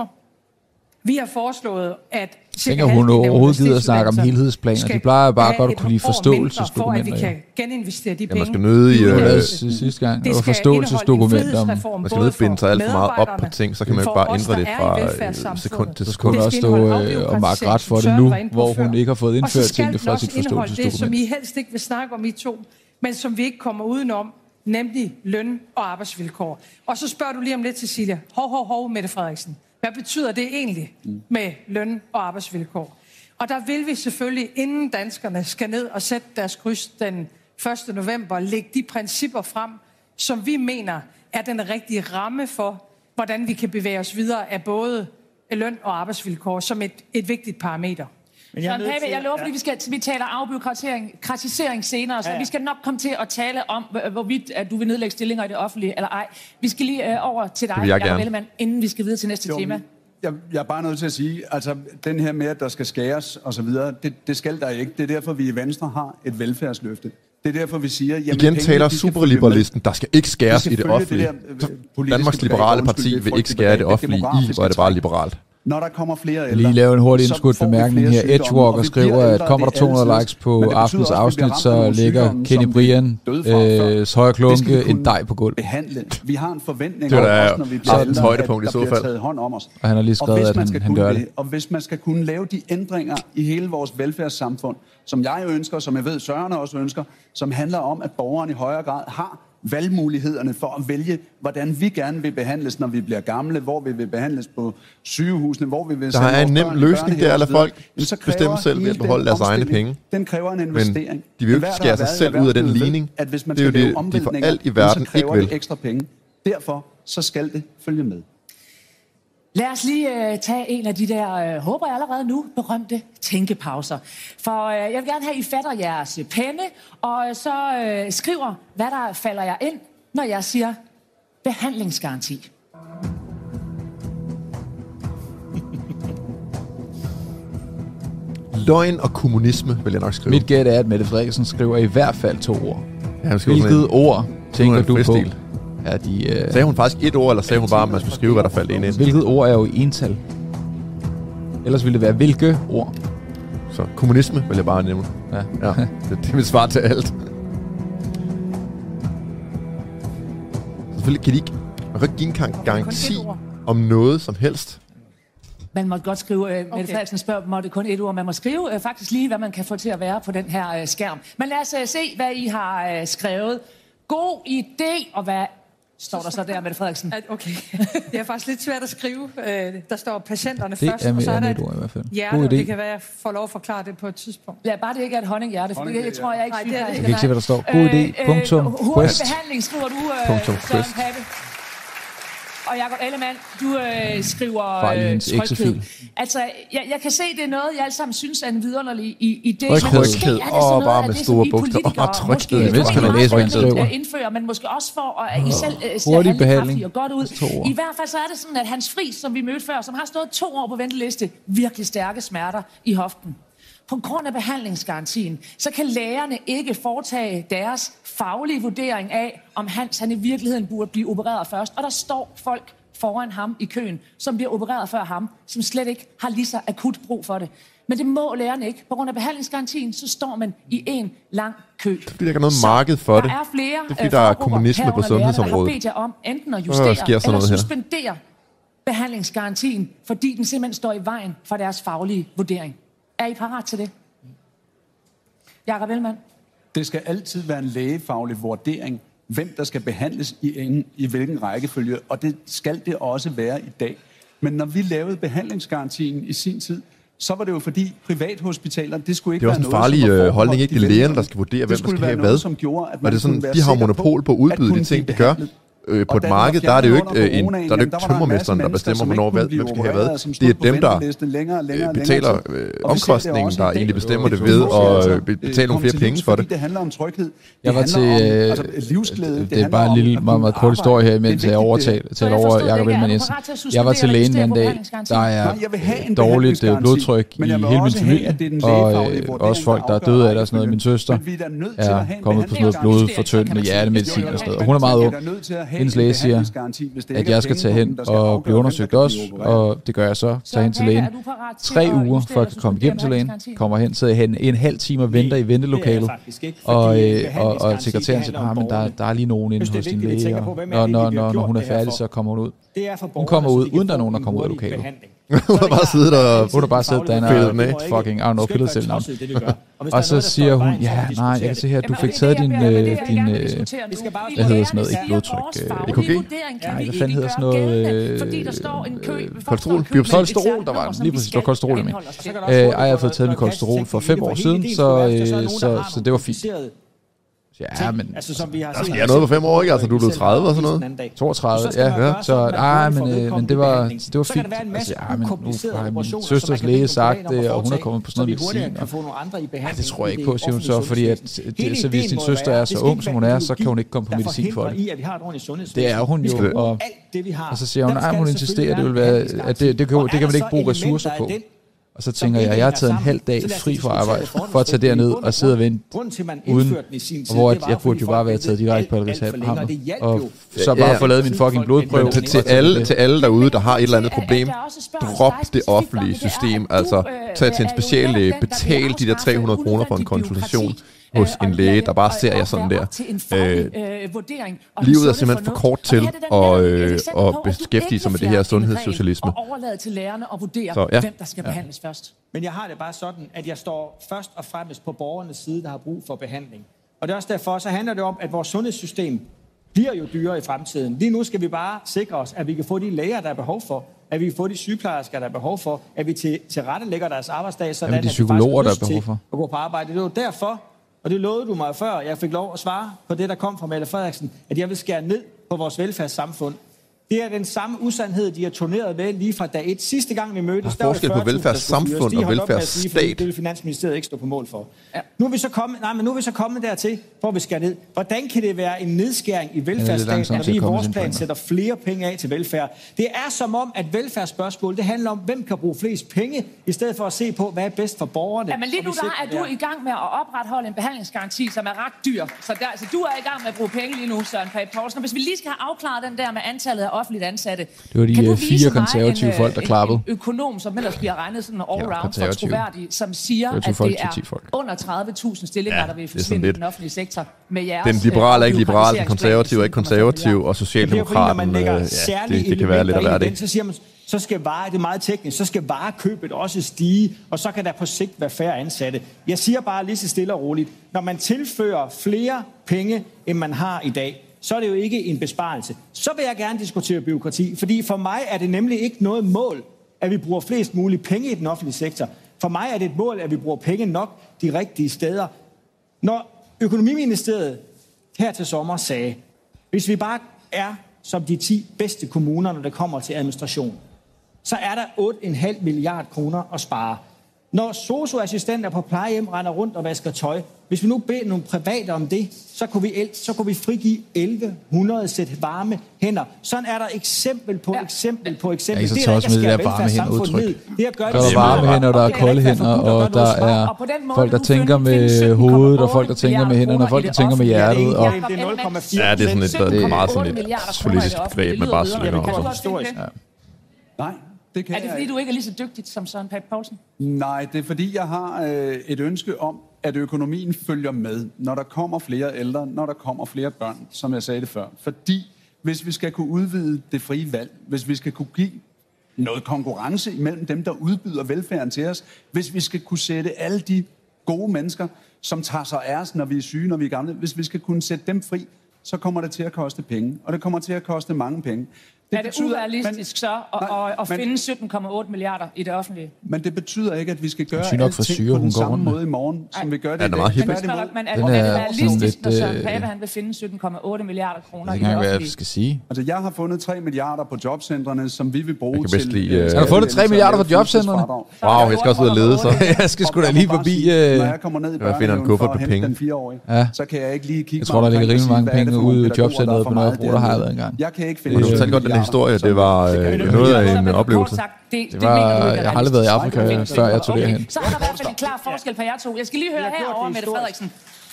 [SPEAKER 9] Vi har foreslået, at
[SPEAKER 1] tænker hun overhovedet gider at snakke om helhedsplaner. De plejer bare godt at kunne lide forståelsesdokumenter.
[SPEAKER 9] For at vi kan geninvestere de penge.
[SPEAKER 2] Man skal nøde i
[SPEAKER 1] sidste gang. Det var forståelsesdokumenter.
[SPEAKER 2] Man skal nøde binde sig alt for meget op på ting, så kan man ikke bare ændre det fra sekund til sekund.
[SPEAKER 1] Så skulle også stå og markere ret for det nu, hvor hun ikke har fået indført tingene fra sit forståelsesdokument.
[SPEAKER 9] Det, som I helst ikke vil snakke om, I to, men som vi ikke kommer udenom, nemlig løn og arbejdsvilkår. Og så spørger du lige om lidt, Cecilia. Hov, Mette Frederiksen. Hvad betyder det egentlig med løn og arbejdsvilkår? Og der vil vi selvfølgelig, inden danskerne skal ned og sætte deres kryds den 1. november, lægge de principper frem, som vi mener er den rigtige ramme for, hvordan vi kan bevæge os videre af både løn og arbejdsvilkår som et vigtigt parameter.
[SPEAKER 7] Søren Pape, jeg lover, fordi vi taler afbureaukratisering senere, så vi skal nok komme til at tale om, hvorvidt at du vil nedlægge stillinger i det offentlige eller ej. Vi skal lige over til dig, Jacob Ellemann, inden vi skal videre til næste tema.
[SPEAKER 3] Jeg er bare nødt til at sige, altså den her med, at der skal skæres og så videre, det skal der ikke. Det er derfor, vi i Venstre har et velfærdsløfte. Det er derfor, vi siger... Jamen,
[SPEAKER 2] igen taler superliberalisten, der skal ikke skæres i det offentlige. Danmarks Liberale Parti vil ikke skære i det offentlige hvor er det bare liberalt.
[SPEAKER 3] Når der kommer flere ældre...
[SPEAKER 1] Lige lave en hurtig indskudt bemærkning her. Edgewalker skriver, at kommer der 200 likes på aftens afsnit, så lægger Kenny Brian højre klunke en dej på gulv.
[SPEAKER 3] Vi har en forventning
[SPEAKER 2] om, når vi bliver ældre,
[SPEAKER 3] højdepunkt i så fald. Taget hånd om os.
[SPEAKER 1] Og han har lige skrevet, at han gør det.
[SPEAKER 3] Og hvis man skal kunne lave de ændringer i hele vores velfærdssamfund, som jeg ønsker, som jeg ved Søren også ønsker, som handler om, at borgerne i højere grad har valgmulighederne for at vælge, hvordan vi gerne vil behandles, når vi bliver gamle, hvor vi vil behandles på sygehusene, hvor vi vil...
[SPEAKER 2] Der er en nem løsning der, at lade folk bestemme selv ved at beholde deres egne penge.
[SPEAKER 3] Den kræver en investering.
[SPEAKER 2] Men de vil jo ikke skære sig selv ud af den ligning.
[SPEAKER 3] At hvis man skal lave omvæltninger,
[SPEAKER 2] alt i verden
[SPEAKER 3] så kræver det ekstra penge. Derfor så skal det følge med.
[SPEAKER 7] Lad os lige tage en af de der, håber jeg allerede nu, berømte tænkepauser. For jeg vil gerne have, at I fatter jeres penne, og så skriver, hvad der falder jer ind, når jeg siger behandlingsgaranti.
[SPEAKER 2] Løgn og kommunisme, vil jeg nok skrive.
[SPEAKER 1] Mit gæt er, at Mette Frederiksen skriver i hvert fald 2 ord.
[SPEAKER 2] Ja,
[SPEAKER 1] hvilket ord tænker du på?
[SPEAKER 2] Ja, sagde hun faktisk 1 ord, eller sagde hun bare, at man skulle skrive, hvad der faldt ind?
[SPEAKER 1] Hvilket ord er jo i ental? Ellers ville det være hvilke ord?
[SPEAKER 2] Så kommunisme vil jeg bare nævne. Ja. Det er mit svar til alt. Selvfølgelig kan de ikke... Man kan ikke give en garanti om noget som helst.
[SPEAKER 7] Man må godt skrive, Mette Frederiksen spørger, må det kun 1 ord. Man må skrive faktisk lige, hvad man kan få til at være på den her skærm. Men lad os se, hvad I har skrevet. God idé at være... Står der så der, Mette Frederiksen?
[SPEAKER 9] Okay. Det er faktisk lidt svært at skrive. Der står patienterne
[SPEAKER 1] det
[SPEAKER 9] først,
[SPEAKER 1] og
[SPEAKER 9] så er der
[SPEAKER 1] et ord i hvert fald.
[SPEAKER 9] hjerte, og det kan være, at jeg får lov at forklare det på et tidspunkt.
[SPEAKER 7] Ja, bare det ikke er et honninghjerte, for det tror jeg ikke.
[SPEAKER 1] Jeg kan ikke se, hvad der står. God idé, punktum, quest.
[SPEAKER 7] Behandling skriver du, Søren Pape. Og Jakob Ellemann, du skriver tryghed. Altså, jeg kan se, det er noget, jeg alle sammen synes er en vidunderlig idé.
[SPEAKER 2] Tryghed, og bare med store bogstaver. Og tryghed,
[SPEAKER 1] hvis kan man læse, hvad han skriver.
[SPEAKER 7] Indfører, men måske også for, at I selv ser handlekraftige og godt ud. I hvert fald så er det sådan, at Hans Friis, som vi mødte før, som har stået 2 år på venteliste, virkelig stærke smerter i hoften. På grund af behandlingsgarantien, så kan lægerne ikke foretage deres faglige vurdering af, om han i virkeligheden burde blive opereret først. Og der står folk foran ham i køen, som bliver opereret før ham, som slet ikke har lige så akut brug for det. Men det må lægerne ikke. På grund af behandlingsgarantien, så står man i en lang kø.
[SPEAKER 2] Det bliver ikke noget marked for det.
[SPEAKER 7] Der er flere
[SPEAKER 2] det er fordi, der er kommunisme på sundhedsområdet.
[SPEAKER 7] Der har bedt jer om enten at justere eller suspendere behandlingsgarantien, fordi den simpelthen står i vejen for deres faglige vurdering. Er I parat til det? Jakob Ellemann?
[SPEAKER 3] Det skal altid være en lægefaglig vurdering, hvem der skal behandles i hvilken rækkefølge, og det skal det også være i dag. Men når vi lavede behandlingsgarantien i sin tid, så var det jo fordi privathospitaler, det skulle ikke være noget,
[SPEAKER 2] det er også en farlig holdning, ikke? Det er lægerne, der skal vurdere, hvem der skal have hvad. Og det er sådan, de har monopol på at udbyde de ting, de gør. På et marked, der er det jo ikke, tømmermesteren, der bestemmer, hvornår hvem skal have hvad. Det er dem, der betaler omkostningen, der egentlig bestemmer det ved at betale nogle flere penge for det.
[SPEAKER 3] Det handler om tryghed.
[SPEAKER 1] Jeg var til... Det er bare en lille, meget, meget kort historie her, mens jeg taler over Jakob Ellemann Jensen. Jeg var til lægen den anden dag. Der er dårligt blodtryk i hele min familie, og også folk, der er døde af det og sådan noget. Min søster er kommet på sådan noget blodfortyndende hjertemedicin og sådan noget. Og hun er meget ung. Hendes læge siger, at jeg skal tage hen og blive undersøgt også, og det gør jeg så. Tager hen til lægen. 3 uger, for at komme hjem til lægen. Kommer hen, sidder hen en halv time og venter i ventelokalet. Og sekretæren siger, men der er lige nogen inde hos din læge. Og når hun er færdig, så kommer hun ud. Hun kommer ud, uden der er nogen, der kommer ud af lokalet.
[SPEAKER 2] Hun har bare siddet og...
[SPEAKER 1] Hun har bare siddet der og fucking, I don't know, pillet selv navn. Og så siger hun, jeg kan se her, du fik taget din hvad hedder sådan noget, ikke blodtryk, EKG? Nej, hvad fanden hedder sådan noget, kolesterol, der var lige præcis, det var kolesterol, jeg mener. Jeg har fået taget min kolesterol for 5 år siden, så det var fint. Ja, men
[SPEAKER 2] altså, som vi har der sker noget på 5 år, ikke? Altså, du er blevet 30 og sådan noget.
[SPEAKER 1] 32, ja. Så men det var fint. Altså, men nu har min søsters læge sagt det, og hun er kommet på sådan noget medicin. Det tror jeg ikke på, siger hun så, fordi at så hvis din søster er så ung, som hun er, så kan hun ikke komme på medicin for det. Det er hun jo, og så siger hun, hun insisterer, det vil være, at det kan man ikke bruge ressourcer på. Og så tænker jeg har taget en halv dag fri fra arbejde, for at tage derned og sidde og vente uden, hvor jeg burde jo bare være taget direkte på et Rigshammer, og så bare få lavet min fucking blodprøve.
[SPEAKER 2] Til alle derude, der har et eller andet problem, drop det offentlige system, altså tag til en speciallæge, betal de der 300 kroner for en konsultation hos en læge, der bare ser jer sådan der. Livet er simpelthen for kort til at beskæftige sig med det her sundhedssocialisme.
[SPEAKER 7] Og overlade til lærerne at vurdere, hvem der skal behandles først.
[SPEAKER 10] Men jeg har det bare sådan, at jeg står først og fremmest på borgernes side, der har brug for behandling. Og det er også derfor, så handler det om, at vores sundhedssystem bliver jo dyrere i fremtiden. Lige nu skal vi bare sikre os, at vi kan få de læger, der er behov for, at vi kan få de sygeplejersker, der er behov for, at vi tilrettelægger deres arbejdsdag, sådan at de
[SPEAKER 1] psykologer, der er behov for
[SPEAKER 10] at gå på arbejde. Det er jo derfor, og det lovede du mig før, jeg fik lov at svare på det, der kom fra Mette Frederiksen, at jeg vil skære ned på vores velfærdssamfund. Det er den samme usandhed, de har turneret med lige fra dag 1. Sidste gang vi mødtes,
[SPEAKER 2] der var forskel på velfærdssamfund og velfærdsstat.
[SPEAKER 10] Det vil Finansministeriet ikke stå på mål for. Ja. Nu er vi så kommet dertil, hvor vi skal ned. Hvordan kan det være en nedskæring i velfærdsstaten, når vi i vores plan sætter flere penge af til velfærd? Det er som om, at velfærdsspørgsmål, det handler om, hvem kan bruge flest penge, i stedet for at se på, hvad er bedst for borgerne.
[SPEAKER 7] Ja, men lige nu er du i gang med at opretholde en behandlingsgaranti, som er ret dyr. Så du er i gang med at bruge penge lige nu, Søren Pape Poulsen. Hvis vi lige skal have afklaret den der med antallet af offentligt ansatte.
[SPEAKER 1] Det var de 4 konservative folk, der klappede.
[SPEAKER 7] En økonom, som ellers bliver regnet sådan all-round for troværdig, som siger, at det er under 30.000 stillinger, der vil forsvinde i den offentlige sektor med jeres...
[SPEAKER 2] Den liberale er ikke liberal, den konservative er ikke konservativ, og socialdemokraten, det kan være lidt af hver det.
[SPEAKER 10] Så siger man, så skal det er meget teknisk, så skal varekøbet også stige, og så kan der på sigt være færre ansatte. Jeg siger bare lige så stille og roligt, når man tilfører flere penge, end man har i dag, så er det jo ikke en besparelse. Så vil jeg gerne diskutere bureaukrati, fordi for mig er det nemlig ikke noget mål, at vi bruger flest mulige penge i den offentlige sektor. For mig er det et mål, at vi bruger penge nok de rigtige steder. Når Økonomiministeriet her til sommer sagde, hvis vi bare er som de 10 bedste kommuner, når det kommer til administration, så er der 8,5 milliard kroner at spare. Når sosu-assistenter på plejehjem render rundt og vasker tøj, hvis vi nu beder nogle private om det, så kunne vi frigive 1100 sæt varme hænder. Sådan er der eksempel på eksempel på eksempel.
[SPEAKER 1] Ja, det er også med det der varme hænder udtryk. Der er varme hænder, der er kolde hænder, og der er folk, der tænker med hovedet, og folk, der tænker med hænderne, og folk, der tænker med hjertet. Og
[SPEAKER 2] ja, det er sådan et meget sådan et politisk begreb, man bare slynger om.
[SPEAKER 3] Nej.
[SPEAKER 7] Er det fordi, du ikke er lige så dygtigt som Søren Pape Poulsen?
[SPEAKER 3] Nej, det er fordi, jeg har et ønske om, at økonomien følger med, når der kommer flere ældre, når der kommer flere børn, som jeg sagde det før. Fordi hvis vi skal kunne udvide det frie valg, hvis vi skal kunne give noget konkurrence imellem dem, der udbyder velfærden til os, hvis vi skal kunne sætte alle de gode mennesker, som tager sig af os, når vi er syge, når vi er gamle, hvis vi skal kunne sætte dem fri, så kommer det til at koste penge, og det kommer til at koste mange penge.
[SPEAKER 7] Er det urealistisk så at finde 17,8 milliarder i det offentlige?
[SPEAKER 3] Men det betyder ikke, at vi skal gøre alting på den samme måde i morgen, som vi gør det i dag.
[SPEAKER 7] Men er det realistisk, når Søren Pape han vil finde 17,8 milliarder kroner i det offentlige?
[SPEAKER 1] Hvad jeg skal sige.
[SPEAKER 3] Altså, jeg har fundet 3 milliarder på jobcentrene, som vi vil bruge til...
[SPEAKER 1] Han har fundet 3 milliarder på jobcentrene?
[SPEAKER 2] Wow, jeg skal også ud og lede så.
[SPEAKER 1] Jeg skal sgu da lige forbi...
[SPEAKER 3] Når jeg kommer ned i børnehaven for at hente den 4-årige, så kan jeg ikke lige kigge...
[SPEAKER 1] Jeg tror, der ligger rimelig mange penge ude i jobcentret på Nørrebro, der har jeg været engang.
[SPEAKER 3] Jeg kan ikke finde...
[SPEAKER 2] Du fortalte godt den historie, det var noget af en oplevelse.
[SPEAKER 1] Jeg har aldrig været i Afrika, før jeg tog derhen.
[SPEAKER 7] Så er der i hvert fald en klar forskel på jer to. Jeg skal lige høre herovre, Mette Frederiksen.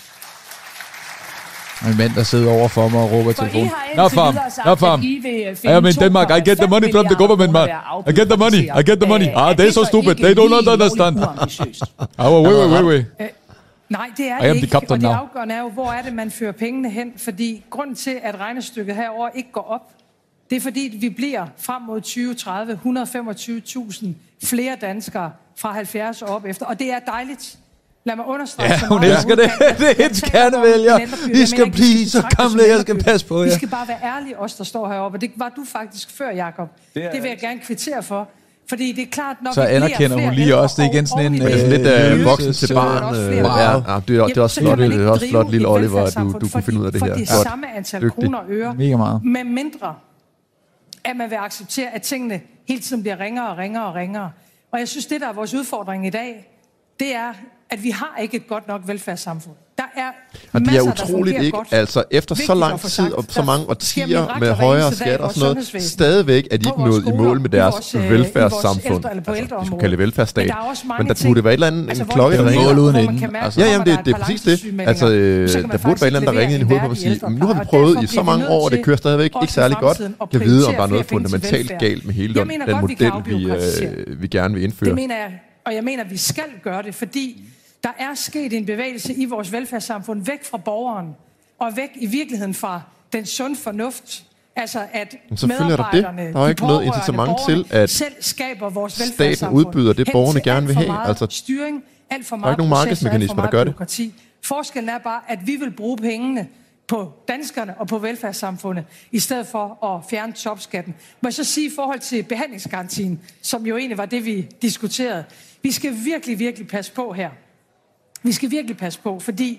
[SPEAKER 1] En mand, der sidder over for mig og råber i telefonen. Not farm. I am in Denmark. I get the money from the government, man. I get the money. They're so stupid. They do not understand. Wait.
[SPEAKER 9] Nej, det er det ikke, og det afgørende er jo, hvor er det, man fører pengene hen, fordi grunden til, at regnestykket herover ikke går op, det er fordi, vi bliver frem mod 2030 125.000 flere danskere fra 70 og op efter, og det er dejligt. Lad mig understrege.
[SPEAKER 1] Ja, hun elsker det. Det er hendes kernevælger. I skal blive så gamle, jeg skal passe på jer.
[SPEAKER 9] Vi skal bare være ærlige, os der står heroppe, og det var du faktisk før, Jakob. Det vil jeg gerne kvittere for. Fordi det er klart nok,
[SPEAKER 1] så anerkender hun lige også, det er igen sådan en
[SPEAKER 2] lidt voksen til barn. Det er også flot, lille Oliver, at du kunne finde ud af det her.
[SPEAKER 9] For det samme antal kroner og øre.
[SPEAKER 1] Mega meget.
[SPEAKER 9] Med mindre, at man vil acceptere, at tingene hele tiden bliver ringere. Og jeg synes, det der er vores udfordring i dag, det er, at vi har ikke et godt nok velfærdssamfund. Der er
[SPEAKER 2] og det er utroligt ikke, godt. Altså efter så lang tid og så mange årtier med højere skat og sådan noget, stadigvæk er de ikke nået i mål med deres velfærdssamfund. Altså, vi skulle kalde det velfærdsstat. Men der burde være et eller andet, en klokke, der ringer
[SPEAKER 1] uden inden.
[SPEAKER 2] Ja, jamen det er præcis det. Altså, der burde være et eller andet, der ringer ind i hovedet på at sige, nu har vi prøvet i så mange år, og det kører stadigvæk ikke særlig godt. Jeg ved, om der er noget fundamentalt galt med hele den model, vi gerne vil indføre.
[SPEAKER 9] Det mener jeg, og jeg mener, at vi skal gøre det, fordi der er sket en bevægelse i vores velfærdssamfund væk fra borgeren og væk i virkeligheden fra den sunde fornuft. Altså at medarbejderne,
[SPEAKER 2] der er ikke noget incitament til, at
[SPEAKER 9] selv skaber vores velfærdssamfund.
[SPEAKER 2] Staten udbyder det, borgerne gerne vil have.
[SPEAKER 9] Altså styring, alt for meget
[SPEAKER 2] der er ikke nogen markedsmekanismer, der gør det.
[SPEAKER 9] Forskellen er bare, at vi vil bruge pengene på danskerne og på velfærdssamfundet, i stedet for at fjerne topskatten. Må jeg så sige i forhold til behandlingsgarantien, som jo egentlig var det, vi diskuterede. Vi skal virkelig, virkelig passe på her. Vi skal virkelig passe på, fordi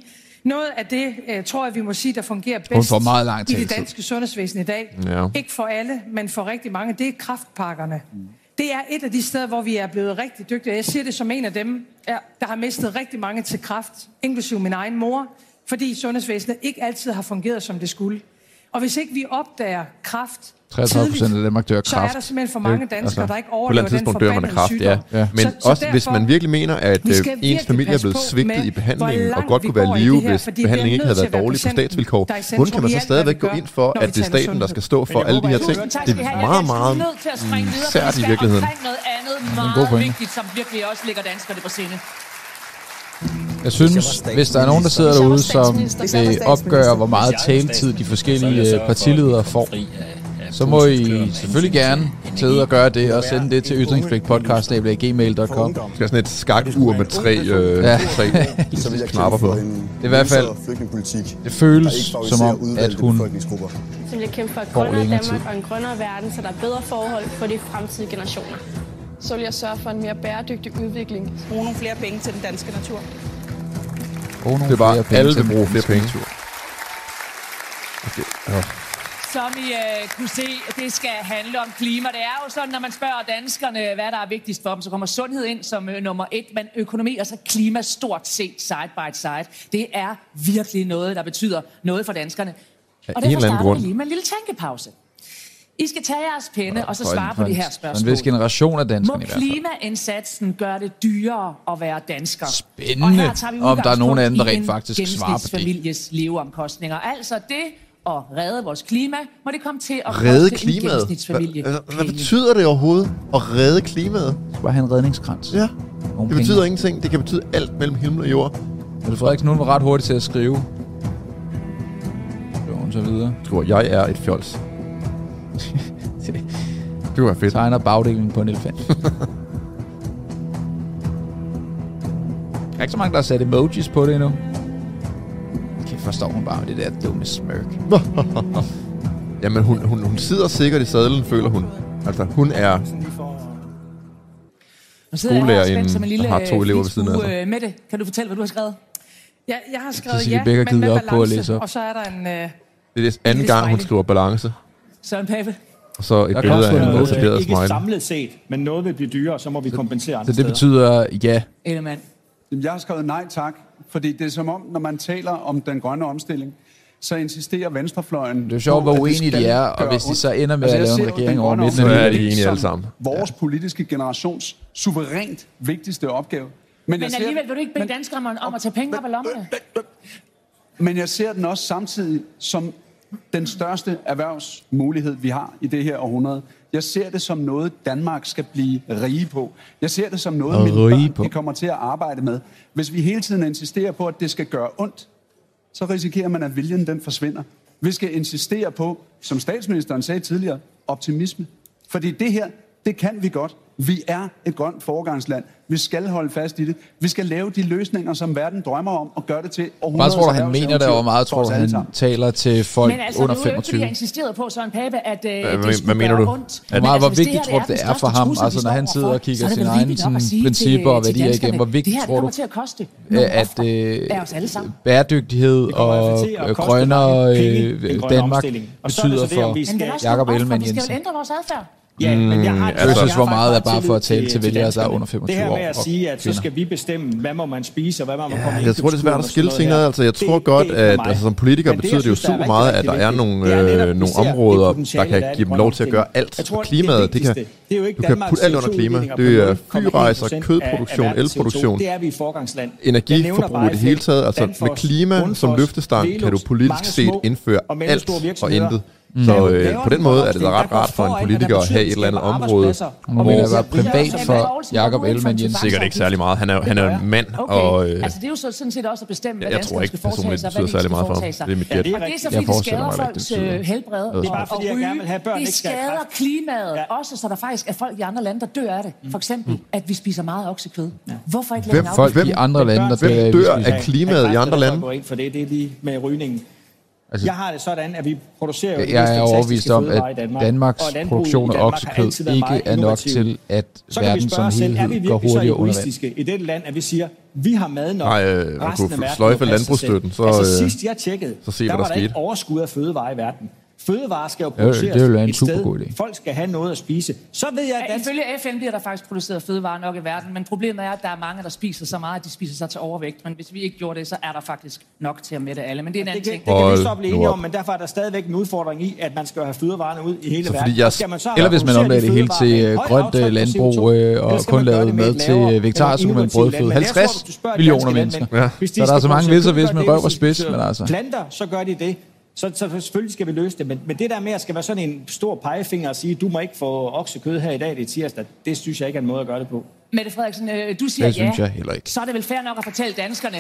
[SPEAKER 9] Noget af det, tror jeg, vi må sige, der fungerer bedst i det danske sundhedsvæsen i dag. Ja. Ikke for alle, men for rigtig mange. Det er kræftpakkerne. Det er et af de steder, hvor vi er blevet rigtig dygtige. Jeg siger det som en af dem, der har mistet rigtig mange til kræft, inklusive min egen mor, fordi sundhedsvæsenet ikke altid har fungeret, som det skulle. Og hvis ikke vi opdager kræft
[SPEAKER 1] 33% af Danmark dør af kræft.
[SPEAKER 9] Så er der simpelthen for mange danskere, der ikke overlever den forbandede sygdom.
[SPEAKER 2] Ja. Men så også, hvis man virkelig mener, at ens familie er blevet svigtet i behandlingen, og godt kunne være i live, hvis behandlingen ikke havde været dårlig på statsvilkår, hvordan kan man så stadigvæk gå ind for, at det er staten, der skal stå for alle de her ting? Det er meget, meget sært i virkeligheden.
[SPEAKER 7] Noget andet meget vigtigt, som virkelig også ligger danskerne på sinde.
[SPEAKER 1] Jeg synes, hvis der er nogen, der sidder derude, som vil opgøre, hvor meget taletid de forskellige partiledere får, så må I selvfølgelig gerne sidde og gøre det, og sende det til ytringspligtpodcast@gmail.com.
[SPEAKER 2] Det skal sådan et skakur med tre knapper på.
[SPEAKER 1] Det er i hvert fald, det føles som om, at hun
[SPEAKER 19] som vil kæmpe for et grønnere Danmark og en grønnere verden, så der er bedre forhold for de fremtidige generationer. Så vil jeg sørge for en mere bæredygtig udvikling.
[SPEAKER 14] Bruge nogle flere penge til den danske natur.
[SPEAKER 2] Det er bare, alle vil bruge flere penge.
[SPEAKER 7] Okay. Ja. Som I kunne se, det skal handle om klima. Det er jo sådan, når man spørger danskerne, hvad der er vigtigst for dem, så kommer sundhed ind som nummer 1, men økonomi og så klima stort set side by side. Det er virkelig noget, der betyder noget for danskerne. Og derfor starter vi lige med en lille tænkepause. I skal tage jeres penne og så svare på de her spørgsmål.
[SPEAKER 1] En vis generation af danskerne
[SPEAKER 7] i hvert fald. Må klimaindsatsen gøre det dyrere at være dansker?
[SPEAKER 1] Spændende, om der er nogen af dem, der rent faktisk svarer på det.
[SPEAKER 7] Families leveomkostninger. Altså det at redde vores klima, må det komme til at
[SPEAKER 2] redde klimaet? Hvad betyder det overhovedet at redde klimaet?
[SPEAKER 1] Det skal bare have en redningskrans.
[SPEAKER 2] Ja, det betyder ingenting. Det kan betyde alt mellem himmel og jord.
[SPEAKER 1] Mette Frederiksen, hun var ret hurtig til at skrive. Så videre.
[SPEAKER 2] Jeg tror, jeg er et fjols. Det var fedt.
[SPEAKER 1] Tegner bagdelen på en elefant. Der er ikke så mange, der har sat emojis på det endnu. Okay, forstår hun bare det der dumme smirk.
[SPEAKER 2] Jamen, hun sidder sikkert i sadlen, føler hun. Altså, hun er skolelærer, og har 2 elever ved siden af sig.
[SPEAKER 7] Mette, kan du fortælle, hvad du har skrevet?
[SPEAKER 9] Ja, jeg har skrevet men med balance, og så er der en...
[SPEAKER 2] Det er anden gang, hun skriver balance.
[SPEAKER 7] Søren Pape.
[SPEAKER 2] Og så et billede af en etableret smile.
[SPEAKER 10] Ikke samlet set, men noget vil blive dyrere, så må vi kompensere andre
[SPEAKER 1] steder. Så det betyder ja.
[SPEAKER 7] Ellemann.
[SPEAKER 3] Jeg har skrevet nej tak, fordi det er som om, når man taler om den grønne omstilling, så insisterer venstrefløjen...
[SPEAKER 1] Det er sjovt, hvor uenige de er, og hvis de så ender med at lave en regering over midten,
[SPEAKER 2] så er de enige alle sammen.
[SPEAKER 3] Vores politiske generations suverænt vigtigste opgave.
[SPEAKER 7] Men alligevel vil du ikke bede danskerne om at tage penge op af lommerne?
[SPEAKER 3] Men jeg ser den også samtidig som den største erhvervsmulighed, vi har i det her århundrede. Jeg ser det som noget, Danmark skal blive rige på. Jeg ser det som noget, mine børn kommer til at arbejde med. Hvis vi hele tiden insisterer på, at det skal gøre ondt, så risikerer man, at viljen den forsvinder. Vi skal insistere på, som statsministeren sagde tidligere, optimisme. Fordi det her, det kan vi godt. Vi er et grønt foregangsland. Vi skal holde fast i det. Vi skal lave de løsninger, som verden drømmer om, og gøre det til århundredets
[SPEAKER 1] erhvervsliv. Meget tror du, han mener det, og meget tror du, han taler til folk
[SPEAKER 7] altså,
[SPEAKER 1] under 25. Men altså,
[SPEAKER 7] nu er jeg insisteret på, Søren Pape, at
[SPEAKER 2] det skulle gøre ondt.
[SPEAKER 1] Hvor vigtigt tror du, det er for ham? Altså, når han sidder og kigger sine egne principper og værdier igennem, hvor vigtigt tror du, at bæredygtighed og grønnere Danmark betyder for Jakob Ellemann Jensen?
[SPEAKER 7] Vi skal jo ændre vores adfærd.
[SPEAKER 10] Ja, men
[SPEAKER 1] jeg synes, hvor meget er bare for at tale til vælgere, der er under 25 år.
[SPEAKER 10] Det her med at sige, at så skal vi bestemme, hvad må man spise, og hvad må man komme ind.
[SPEAKER 2] Jeg tror, det er svært at skille tingene. Altså, jeg tror godt, at som politiker betyder det jo super meget, at der er nogle områder, der kan give dem lov til at gøre alt. Klimaet, du kan putte alt under klima. Det er flyrejser, kødproduktion, elproduktion, energiforbrug i det hele taget. Altså med klima som løftestang kan du politisk set indføre alt og intet. Så på den måde er det da ret rart for en politiker at have et eller andet område.
[SPEAKER 1] Må det være privat for Jakob Ellemann Jensen?
[SPEAKER 2] Sikkert ikke særlig meget. Han er en mand. Og,
[SPEAKER 7] altså det er jo sådan set også at bestemme, hvad
[SPEAKER 2] danskerne skal foretage sig, hvad de skal foretage sig. Det er mit gæt.
[SPEAKER 7] Og det er så fordi det skader folks helbred. Det er bare fordi, jeg gerne vil have børn, ikke skal have kræft. Det skader klimaet, også så der faktisk er folk i andre lande, der dør af det. For eksempel, at vi spiser meget oksekød. Hvorfor ikke lave en
[SPEAKER 1] afgift? Folk i andre lande,
[SPEAKER 2] der dør af klimaet i andre lande?
[SPEAKER 10] For det er lige med rygningen. Altså, jeg har det sådan, at vi producerer jo
[SPEAKER 1] jeg er overbevist om, at Danmarks produktion af oksekød ikke er nok til, at verden som helhed går hurtigere under vand.
[SPEAKER 10] I dette land, at vi siger, vi har mad nok, resten af verden
[SPEAKER 2] sløjfe landbrugsstøtten, så
[SPEAKER 10] altså sidst jeg tjekkede, der var der ikke overskud af fødevarer i verden. Fødevarer skal jo produceres et sted. Folk skal have noget at spise. Så ved jeg, at
[SPEAKER 7] ifølge FN bliver der faktisk produceret fødevarer nok i verden, men problemet er, at der er mange, der spiser så meget, at de spiser sig til overvægt. Men hvis vi ikke gjorde det, så er der faktisk nok til at mætte alle. Men det er en anden ting.
[SPEAKER 10] Det kan vi så blive enige om, men derfor er der stadigvæk en udfordring i, at man skal have fødevarerne ud i hele verden.
[SPEAKER 1] Eller hvis man omlægger det hele til grønt landbrug og kun lavet mad til vegetarer, så kan man brødføde 50 millioner mennesker. Så der er så mange visser, hvis man røv og spids.
[SPEAKER 10] Planter, så gør de det. Så selvfølgelig skal vi løse det, men det der med at skal være sådan en stor pegefinger og sige, du må ikke få oksekød her i dag, det er tirsdag, det synes jeg ikke er en måde at gøre det på.
[SPEAKER 7] Mette Frederiksen, du siger så er det vel fair nok at fortælle danskerne,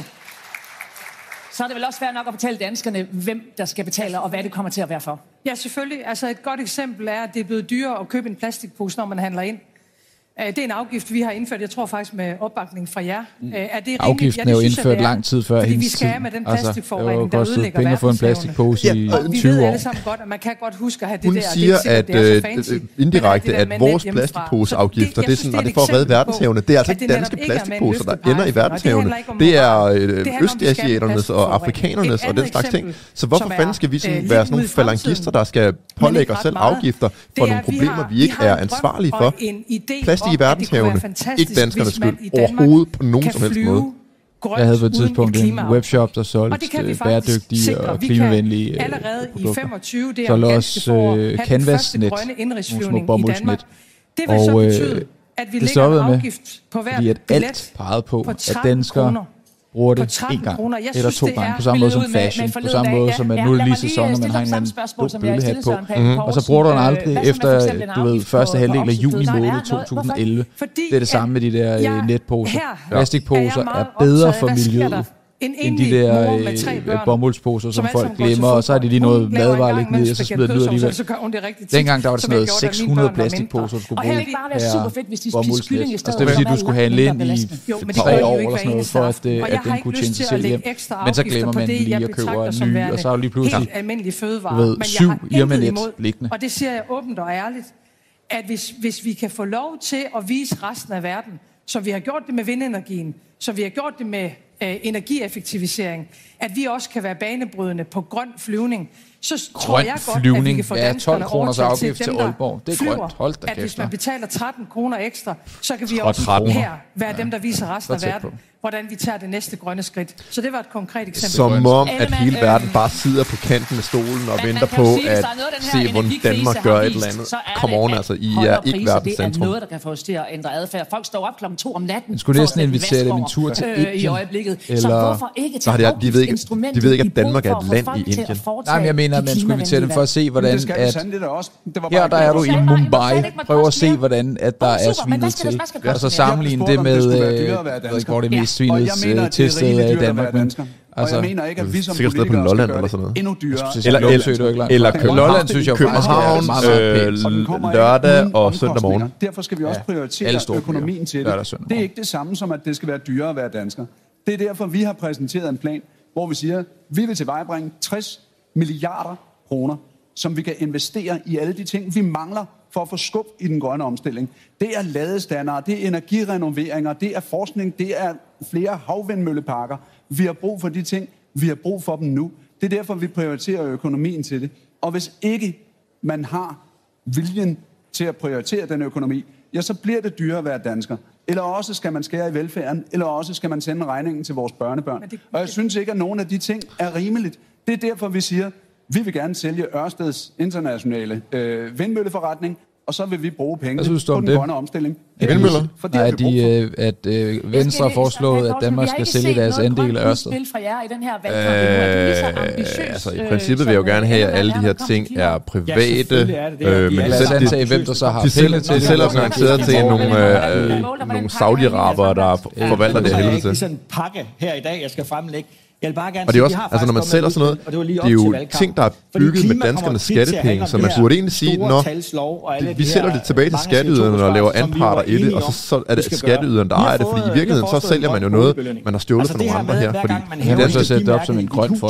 [SPEAKER 7] hvem der skal betale, og hvad det kommer til at være for.
[SPEAKER 9] Ja, selvfølgelig. Altså et godt eksempel er, at det er blevet dyrere at købe en plastikpose, når man handler ind. Det er en afgift, vi har indført, jeg tror faktisk med opbakning fra jer. Er det
[SPEAKER 1] afgiften er jo indført lang tid før hendes tid.
[SPEAKER 9] Vi skal have med den plastikforurening, der ødelægger
[SPEAKER 1] penge at få en plastikpose i 20 år. Vi ved alle
[SPEAKER 9] sammen godt, at man kan godt huske at have det
[SPEAKER 2] hun
[SPEAKER 9] der.
[SPEAKER 2] Hun siger, at indirekte, at vores plastikposeafgifter, det er sådan, og det er for at redde verdenshavene. Det er altså ikke danske plastikposer, der ender i verdenshavene. Det er østasiaternes og afrikanernes og den slags ting. Så hvorfor fanden skal vi være sådan nogle falangister, der skal pålægge os selv afgifter for nogle problemer, vi ikke er ansvarlige for? Plastik i verdenshavene, ikke danskernes skyld, overhovedet på nogen som helst måde.
[SPEAKER 1] Jeg havde på et tidspunkt en webshop, der solgte bæredygtige og klimavenlige produkter. Så er der også canvasnet, nogle små bomuldsnet. Og det stoppede med, fordi at alt pegede på, at danskere bruger det en gang eller 2 gange, på samme måde som fashion, på samme måde som at nu er det lige sæson, og man har en eller anden bøllehat på, og så bruger du den aldrig efter, du ved, første halvdel af juni måned 2011. Det er det samme med de der netposer. Plastikposer er bedre for miljøet end de der bomuldsposer, som folk glemmer, og så er det lige noget madvarer liggende ned, og så smider det ud alligevel. Dengang der var det sådan noget 600 plastikposer, du skulle bruge per bomuldsnet. Altså det vil sige, at du skulle have en lind i 3 år eller sådan noget, for at den kunne tjene sig selv hjem. Men så glemmer man lige at købe en ny, og så er du lige pludselig 7 Irma-net liggende.
[SPEAKER 9] Og det siger jeg åbent og ærligt, at hvis vi kan få lov til at vise resten af verden, så vi har gjort det med vindenergien, så vi har gjort det med energieffektivisering, at vi også kan være banebrydende på grøn flyvning, så tror jeg godt, at vi kan få danskerne overtalt til dem, der flyver, at hvis man betaler 13 kroner ekstra, så kan vi også her være dem, der viser resten af verden, hvordan vi tager det næste grønne skridt. Så det var et konkret eksempel.
[SPEAKER 2] Som om, at hele verden bare sidder på kanten af stolen og venter på at se, hvordan Danmark gør et eller andet. Kom on, altså, I er ikke verdens centrum.
[SPEAKER 7] Det er noget, der kan få os til at ændre adfærd. Folk står op klokken 2 om natten.
[SPEAKER 1] Jeg skulle næsten invitere dem en tur til Indien.
[SPEAKER 7] I øjeblikket. Så hvorfor ikke tage
[SPEAKER 2] de ved ikke, at Danmark er et land i Indien.
[SPEAKER 1] Nej, men jeg mener, at man skulle invitere dem for at se, hvordan at her der er du i Mumbai. Prøv at se, hvordan at der er svinet til. Og så sammenligne det med, jeg ved ikke, hvor det er mest svinet tilsted af i Danmark.
[SPEAKER 2] Altså, og jeg mener ikke, at vi som politikere på Lolland eller sådan noget.
[SPEAKER 1] Endnu dyrere. Eller
[SPEAKER 2] Lolland, synes jeg faktisk er lørdag og søndag morgen.
[SPEAKER 3] Derfor skal vi også prioritere økonomien til det. Det er ikke det samme som, at det skal være dyrere at være dansker. Det er derfor, vi har præsenteret en plan, hvor vi siger, at vi vil tilvejebringe 60 milliarder kroner, som vi kan investere i alle de ting, vi mangler for at få skub i den grønne omstilling. Det er ladestandere, det er energirenoveringer, det er forskning, det er flere havvindmølleparker. Vi har brug for de ting, vi har brug for dem nu. Det er derfor, vi prioriterer økonomien til det. Og hvis ikke man har viljen til at prioritere den økonomi, ja, så bliver det dyrere at være dansker. Eller også skal man skære i velfærden, eller også skal man sende regningen til vores børnebørn. Og jeg synes ikke, at nogen af de ting er rimeligt. Det er derfor, vi siger, vi vil gerne sælge Ørsteds internationale vindmølleforretning, og så vil vi bruge penge på den grønne omstilling.
[SPEAKER 1] Vindmøller? Nej, at Venstre har foreslået, at Danmark skal sælge deres andel af Ørsted.
[SPEAKER 2] Altså i princippet vil jeg jo gerne have, at alle de her ting er private.
[SPEAKER 1] Men lad os antage, hvem der så har penge til.
[SPEAKER 2] De sælger finansieret til nogle saudi-arabere, der forvalter det helvede til.
[SPEAKER 10] Det er sådan en pakke her i dag, jeg skal fremlægge. Jeg vil bare gerne
[SPEAKER 2] og det er også, altså når man sælger sådan noget, det er jo ting, der er bygget med danskernes skattepenge, så man burde egentlig sige, vi sælger det tilbage til skatteyderne og laver anparter i det, og så er det skatteyderne, der ejer det, fordi i virkeligheden så sælger man jo noget, man har stjålet fra nogle andre her. Fordi
[SPEAKER 1] det er så sat op som en grøn fond.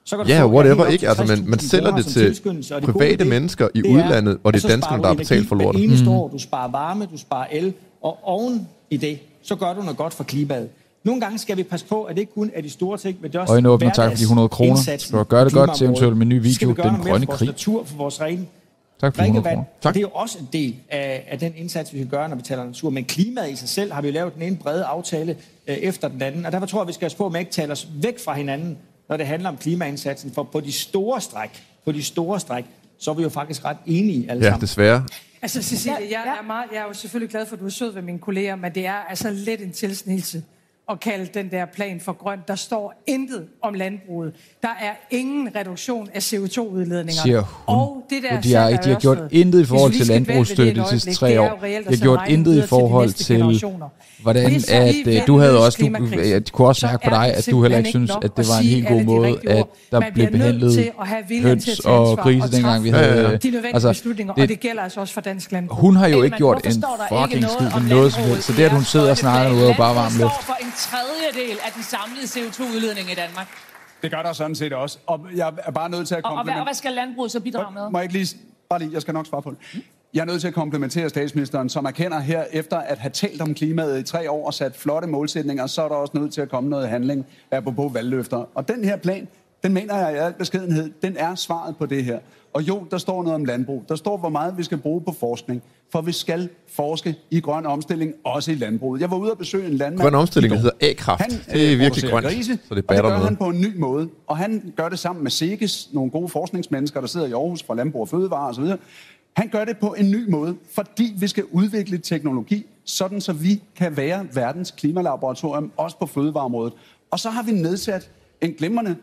[SPEAKER 10] Så kan
[SPEAKER 2] ja, whatever, ikke? Altså, man sælger det til private mennesker i udlandet, og det er danskerne, der har betalt for lortet.
[SPEAKER 10] Det eneste år, du sparer varme, du sparer el, og oven i det, så gør du noget godt for klimaet. Nogle gange skal vi passe på, at det ikke kun er de store ting, men det også
[SPEAKER 1] øjenåbner, tak for de 100 kroner. Så du gør det godt til eventuelt med en ny video, Den Grønne Krig.
[SPEAKER 10] Natur, for vores rene
[SPEAKER 1] tak for 100 kroner.
[SPEAKER 10] Det er jo også en del af den indsats, vi kan gøre, når vi taler natur. Men klimaet i sig selv har vi jo lavet den ene brede aftale efter den anden. Og derfor tror jeg, vi skal passe på, at vi ikke taler os væk fra hinanden, når det handler om klimaindsatsen. For på de store stræk, så er vi jo faktisk ret enige alle sammen.
[SPEAKER 2] Ja, desværre.
[SPEAKER 9] Altså Cecilie, jeg er jo selvfølgelig glad for, at du er sød ved mine kolleger, men det er altså lidt en tilsnigelse at kalde den der plan for grøn. Der står intet om landbruget. Der er ingen reduktion af CO2-udledninger.
[SPEAKER 1] Og det der de har gjort intet i forhold til landbrugsstøtte de sidste 3 år. De har gjort intet i forhold til, hvordan at du havde også, du kunne også mærke på dig, at du heller ikke synes, at det var en helt god måde, at der blev behandlet høns og grise, dengang vi havde...
[SPEAKER 9] De nødvendige beslutninger, og det gælder altså også for dansk landbrug.
[SPEAKER 1] Hun har jo ikke gjort en fucking skid med noget som helst, så det, at hun sidder og snakker ud og bare varm luft.
[SPEAKER 7] Tredjedel af den samlede CO2-udledning i Danmark.
[SPEAKER 3] Det gør der sådan set også. Og jeg er bare nødt til at komplementere...
[SPEAKER 7] Og hvad skal landbruget så bidrage med?
[SPEAKER 3] Må jeg ikke lige... Bare lige, jeg skal nok svare på det. Jeg er nødt til at komplementere statsministeren, som erkender her, efter at have talt om klimaet i 3 år og sat flotte målsætninger, så er der også nødt til at komme noget handling apropos valgløfter. Og den her plan, den mener jeg i al beskedenhed, den er svaret på det her. Og jo, der står noget om landbrug. Der står, hvor meget vi skal bruge på forskning. For vi skal forske i grøn omstilling, også i landbruget. Jeg var ude og besøge en landmand.
[SPEAKER 2] Grøn omstilling hedder A-kraft. Det er virkelig grønt,
[SPEAKER 3] grise,
[SPEAKER 2] så det batter
[SPEAKER 3] og det gør han på en ny måde. Og han gør det sammen med SEGES, nogle gode forskningsmennesker, der sidder i Aarhus fra Landbrug og Fødevare osv. Han gør det på en ny måde, fordi vi skal udvikle teknologi, sådan så vi kan være verdens klimalaboratorium, også på fødevareområdet. Og så har vi nedsat en glimrende,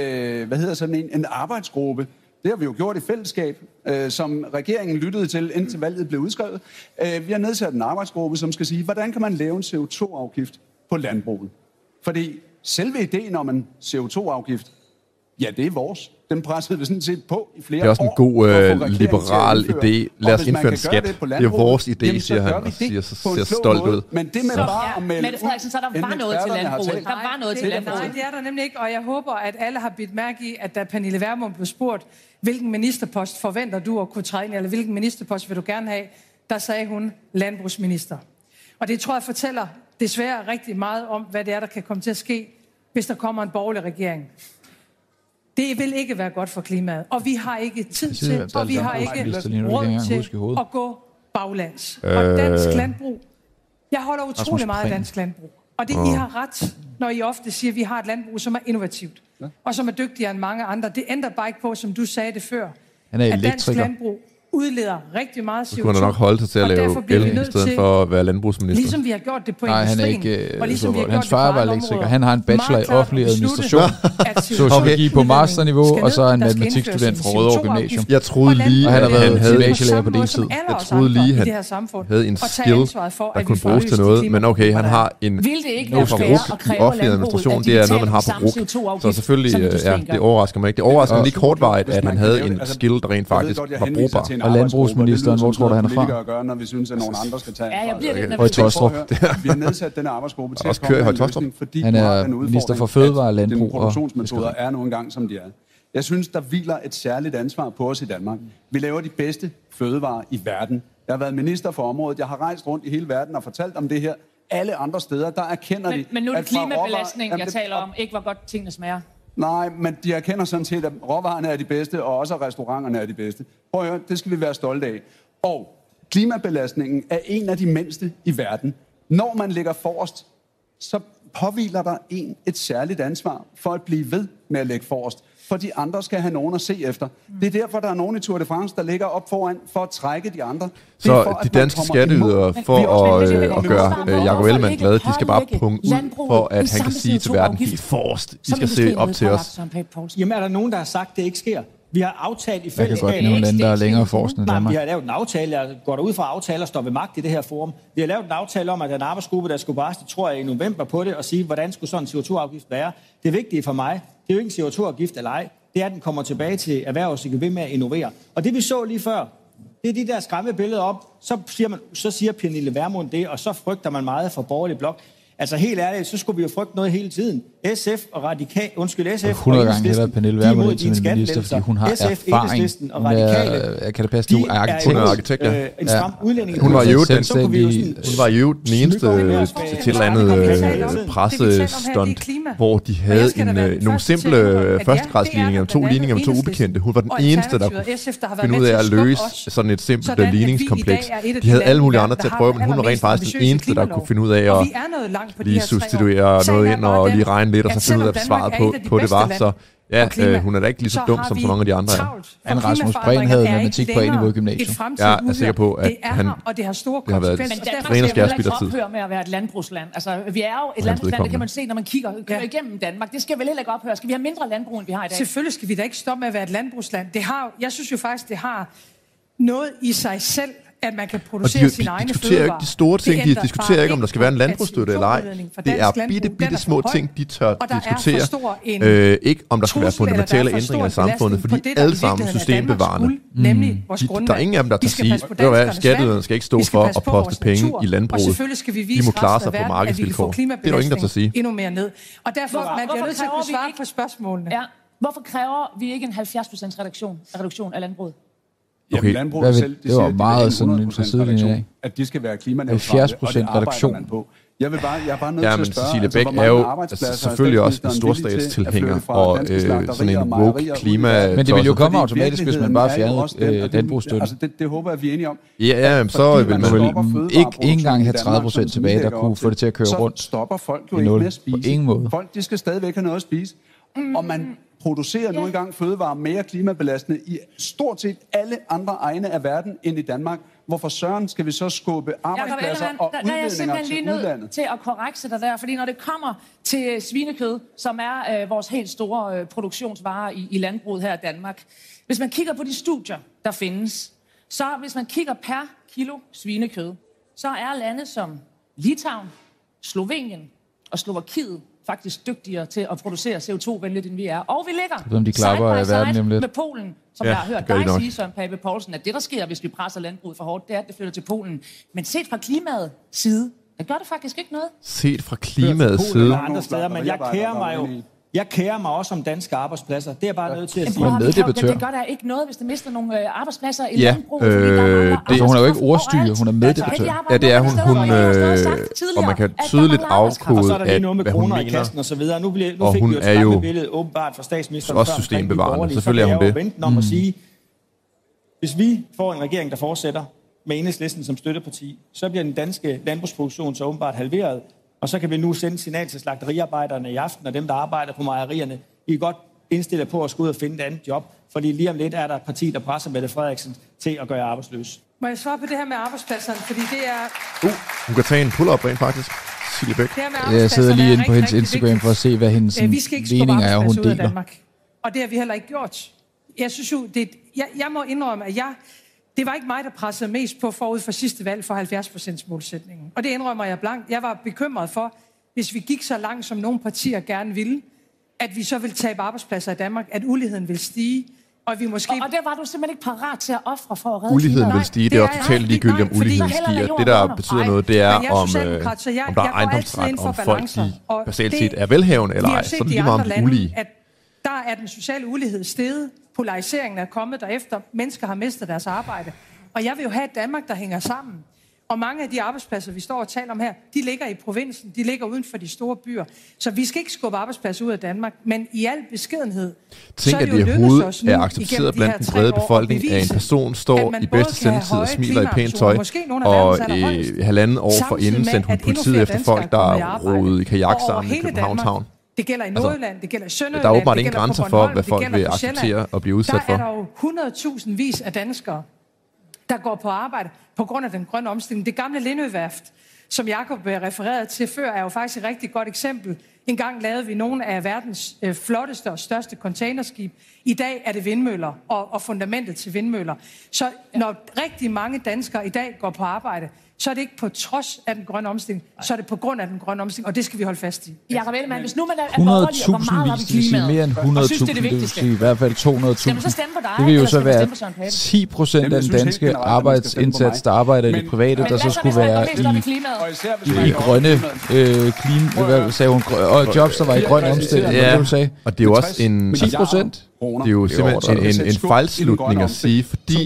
[SPEAKER 3] en arbejdsgruppe. Det har vi jo gjort i fællesskab, som regeringen lyttede til, indtil valget blev udskrevet. Vi har nedsat en arbejdsgruppe, som skal sige, hvordan kan man lave en CO2-afgift på landbruget? Fordi selve ideen om en CO2-afgift, ja, det er vores. Den pressede vi sådan set på i flere år.
[SPEAKER 2] Det er også en god liberal idé. Lad os indføre en skat. Det er vores idé, siger han, og ser stolt ud.
[SPEAKER 3] Men det med bare at melde
[SPEAKER 7] Mette Frederiksen, så der var noget til landbruget. Der var noget til landbruget.
[SPEAKER 9] Nej, det er der nemlig ikke, og jeg håber, at alle har bidt mærke i, at da Pernille Vermund blev spurgt, hvilken ministerpost forventer du at kunne træde ind i, eller hvilken ministerpost vil du gerne have, der sagde hun landbrugsminister. Og det tror jeg fortæller desværre rigtig meget om, hvad det er, der kan komme til at ske, hvis der kommer en borgerlig regering. Det vil ikke være godt for klimaet, og vi har ikke tid til, og vi har ikke råd til at gå baglands. Og dansk landbrug, jeg holder utrolig meget af dansk landbrug, og det I har ret, når I ofte siger, at vi har et landbrug, som er innovativt, og som er dygtigere end mange andre. Det ændrer bare ikke på, som du sagde det før, at dansk landbrug udleder rigtig meget CO2.
[SPEAKER 2] Du kunne nok holde sig til at lave el i stedet for at være landbrugsminister.
[SPEAKER 9] Ligesom vi har gjort det på industrien.
[SPEAKER 1] Nej, han er ikke, og ligesom hans far var elektriker. Han har en bachelor i offentlig administration, sociologi på masterniveau, og så er en matematikstudent fra Rødovre Gymnasium.
[SPEAKER 2] Jeg troede lige,
[SPEAKER 1] at han havde gymnasielærer på deltid.
[SPEAKER 2] Jeg troede lige, han havde en skill, der kunne bruges til noget. Men okay, han har en offentlig administration. Det er noget, man har på RUC. Så selvfølgelig, det overrasker mig ikke. Det overrasker mig lige kortvarigt, at han havde en skill, der rent faktisk var brugbar.
[SPEAKER 1] Og landbrugsministeren, hvor tror du, han er fra?
[SPEAKER 3] Gøre, når vi synes, at nogen andre skal tage.
[SPEAKER 7] Ja, jeg bliver lidt
[SPEAKER 1] Høje-Taastrup.
[SPEAKER 3] Vi har nedsat denne arbejdsgruppe til
[SPEAKER 2] at komme med løsning,
[SPEAKER 3] fordi
[SPEAKER 1] han er minister for fødevare, landbrug og
[SPEAKER 3] produktionsmetoder er nu engang, som de er. Jeg synes, der hviler et særligt ansvar på os i Danmark. Vi laver de bedste fødevarer i verden. Jeg har været minister for området. Jeg har rejst rundt i hele verden og fortalt om det her. Alle andre steder, der erkender de...
[SPEAKER 7] Men nu er det klimabelastning, jeg taler om. Ikke hvor godt tingene smager.
[SPEAKER 3] Nej, men de erkender sådan set, at råvarerne er de bedste, og også at restauranterne er de bedste. Prøv at høre, det skal vi være stolte af. Og klimabelastningen er en af de mindste i verden. Når man ligger forrest, så påhviler der et særligt ansvar for at blive ved med at lægge forrest. For de andre skal have nogen at se efter. Det er derfor, der er nogen i Tour de France, der ligger op foran for at trække de andre.
[SPEAKER 2] Så for, de danske skatteydere, for at gøre Jakob Ellemann glad, de skal bare punge ud, for at han kan sige til verden, de er forrest. De skal se op til os.
[SPEAKER 10] Jamen er der nogen, der har sagt, at det ikke sker? Vi har aftalt i fællesskab...
[SPEAKER 1] Jeg kan godt nævne lande, der er længere forrest end Danmark.
[SPEAKER 10] Vi har lavet en aftale, jeg går derud fra aftaler og står ved magt i det her forum. Vi har lavet en aftale om, at en arbejdsgruppe, der skulle barsle, tror jeg, i november på det, og sige, hvordan skulle sådan en CO2-afgift være. Det vigtige for mig, det er jo ikke en CO2-afgift eller ej. Det er, at den kommer tilbage til erhvervet, så kan ved med at innovere. Og det vi så lige før, det er de der skræmmebilleder op. Så siger Pernille Vermund det, og så frygter man meget for borgerlig blok. Altså helt ærligt, så skulle vi jo frygte noget hele tiden. SF og
[SPEAKER 1] 100 gange hellere Pernille Vermund til min minister, fordi hun har erfaring. Kan det passe, du er arkitekt?
[SPEAKER 2] Hun er arkitekt, ja.
[SPEAKER 10] En stram udlænding.
[SPEAKER 2] Hun var jo den eneste til et eller andet pressestunt, hvor de havde nogle simple førstegradsligninger, 2 ligninger med 2 ubekendte. Hun var den eneste, der kunne finde ud af at løse sådan et simpelt ligningskompleks. De havde alle mulige andre til at prøve, men hun var rent faktisk den eneste, der kunne finde ud af at lige substituere noget ind og lige regne lidt, og så finde ud af, at svaret på det var. Så ja, hun er da ikke lige så dum, som så mange af de andre er.
[SPEAKER 1] Anne Rasmus Prehn havde matematik på Enniveau Gymnasium.
[SPEAKER 2] Jeg er sikker på, at han
[SPEAKER 9] og det har store
[SPEAKER 2] konsekvenser.
[SPEAKER 7] Men Danmark skal vel ikke ophøre med at være et landbrugsland. Altså, vi er jo et landbrugsland, det kan man se, når man kigger igennem Danmark. Det skal vel heller ikke ophøre. Skal vi have mindre landbrug, end vi har i dag?
[SPEAKER 9] Selvfølgelig skal vi da ikke stoppe med at være et landbrugsland. Jeg synes jo faktisk, det har noget i sig selv, at man kan producere sine egne fødevarer.
[SPEAKER 2] Ikke de store ting, de diskuterer ikke, om der skal være en landbrugsstøtte eller ej. Det er bitte små ting, de tør diskutere. Ikke om der skal være fundamentale ændringer i samfundet, fordi alle sammen systembevarende. Der er ingen af dem, der kan sige, at skatteyderne skal ikke stå for at poste penge i landbruget. De må klare sig på markedsvilkår. Det er der ingen, der kan sige.
[SPEAKER 9] Endnu mere ned. Og derfor man bliver nødt til at kunne svare på spørgsmålene.
[SPEAKER 7] Hvorfor kræver vi ikke en 70% reduktion af landbruget?
[SPEAKER 2] Okay,
[SPEAKER 1] landbruget selv, det var meget sådan en sidelinje af.
[SPEAKER 3] At de skal være klimaneutrale,
[SPEAKER 1] 70% reduktion.
[SPEAKER 3] Jeg er bare nødt til at spørge,
[SPEAKER 2] Cecilie Bæk er jo selvfølgelig også en storstatstilhænger og sådan en woke klima.
[SPEAKER 1] Men det vil jo komme automatisk, hvis man bare fjernede landbrugsstøtten.
[SPEAKER 3] Altså det håber jeg, vi er enige om.
[SPEAKER 2] Ja, så vil man
[SPEAKER 1] vel ikke engang have 30% tilbage, der kunne få det til at køre rundt.
[SPEAKER 3] Så stopper folk jo ikke med at spise.
[SPEAKER 1] På ingen måde.
[SPEAKER 3] Folk, de skal stadigvæk have noget at spise. Og man producerer nu engang fødevarer mere klimabelastende i stort set alle andre egne af verden end i Danmark. Hvorfor søren skal vi så skubbe arbejdspladser og udledninger til udlandet?
[SPEAKER 7] Der er jeg simpelthen lige nødt til at korrekse dig der, fordi når det kommer til svinekød, som er vores helt store produktionsvare i landbruget her i Danmark, hvis man kigger på de studier, der findes, så hvis man kigger per kilo svinekød, så er lande som Litauen, Slovenien og Slovakiet faktisk dygtigere til at producere CO2-venligt, end vi er. Og vi ligger side by side med Polen, som jeg har hørt dig sige, Søren Pape Poulsen, at det, der sker, hvis vi presser landbruget for hårdt, det er, at det flytter til Polen. Men set fra klimaets side, det gør det faktisk ikke noget.
[SPEAKER 2] Set fra klimaets side?
[SPEAKER 10] Andre steder, men jeg kærer mig også om danske arbejdspladser. Det er jeg bare nødt til at sige.
[SPEAKER 7] Det gør der ikke noget, hvis det mister nogle arbejdspladser i landbruget.
[SPEAKER 1] Hun er jo ikke ordstyre, hun er meddebattør.
[SPEAKER 2] Ja, det er hun. Og man kan tydeligt afkode, hvad hun mener.
[SPEAKER 10] Og, så videre. Nu
[SPEAKER 2] og
[SPEAKER 10] fik
[SPEAKER 2] hun
[SPEAKER 10] vi jo et skræmmebillede åbenbart fra statsministeren.
[SPEAKER 2] Også systembevarende, selvfølgelig er hun det.
[SPEAKER 10] Venten om at sige, hvis vi får en regering, der fortsætter med Enhedslisten som støtteparti, så bliver den danske landbrugsproduktion så åbenbart halveret. Og så kan vi nu sende signal til slagteriarbejderne i aften, og dem, der arbejder på mejerierne. I er godt indstillet på at skulle ud og finde et andet job, fordi lige om lidt er der et parti, der presser Mette Frederiksen til at gøre arbejdsløs.
[SPEAKER 9] Må jeg svare på det her med arbejdspladserne, fordi det er...
[SPEAKER 2] Hun kan tage en pull-up rent faktisk. Cecilie Bæk.
[SPEAKER 1] Jeg sidder lige inde på hendes Instagram for at se, hvad hendes meninger er, hun deler.
[SPEAKER 9] Og det har vi heller ikke gjort. Jeg synes jo, jeg må indrømme, at det var ikke mig, der pressede mest på forud for sidste valg for 70% målsætningen. Og det indrømmer jeg blankt. Jeg var bekymret for, hvis vi gik så langt, som nogle partier gerne ville, at vi så ville tabe arbejdspladser i Danmark, at uligheden vil stige, og vi måske...
[SPEAKER 7] Og der var du simpelthen ikke parat til at ofre for at redde
[SPEAKER 2] uligheden vil stige. Det er også totalt ligegyldigt, om uligheden stiger. Det, der betyder noget, det er, om der er ejendomsret, om folk de basalt set er velhavende eller ej. Så er det lige meget om ulige.
[SPEAKER 9] Der er den sociale ulighed steget. Polariseringen er kommet derefter. Mennesker har mistet deres arbejde. Og jeg vil jo have et Danmark, der hænger sammen. Og mange af de arbejdspladser, vi står og taler om her, de ligger i provinsen. De ligger uden for de store byer. Så vi skal ikke skubbe arbejdspladser ud af Danmark. Men i al beskedenhed,
[SPEAKER 2] så er det jo lykkedes os nu er accepteret blandt den brede befolkning, at en person står i bedste sendetid og smiler i pænt tøj. Og halvandet år forinden sendte hun politiet efter folk, der roede i kajak sammen i Københavns Havn.
[SPEAKER 9] Det gælder i Nordjylland, det gælder i Sønderjylland.
[SPEAKER 2] Der er åbenbart ingen grænser for, hvad folk vil acceptere og blive udsat for.
[SPEAKER 9] Der er jo 100.000 vis af danskere, der går på arbejde på grund af den grønne omstilling. Det gamle Lindøværft, som Jakob refererede til før, er jo faktisk et rigtig godt eksempel. En gang lavede vi nogle af verdens flotteste og største containerskib. I dag er det vindmøller og fundamentet til vindmøller. Så når rigtig mange danskere i dag går på arbejde, så er det ikke på trods af den grønne omstilling, så er det på grund af den grønne omstilling, og det skal vi holde fast i.
[SPEAKER 7] Jakob Ellemann, hvis nu man er borgerlig og går meget op i klimaet,
[SPEAKER 1] mere end 100.000, det vil sige i hvert fald 200.000. Det vil jo så være 10% af den danske arbejdsindsats, der arbejder i det private, der så skulle være i grønne hvad sagde hun, og jobs, der var i grøn omstilling.
[SPEAKER 2] Ja, og det er jo også en
[SPEAKER 1] 10%.
[SPEAKER 2] Det er jo simpelthen en fejlslutning at sige, fordi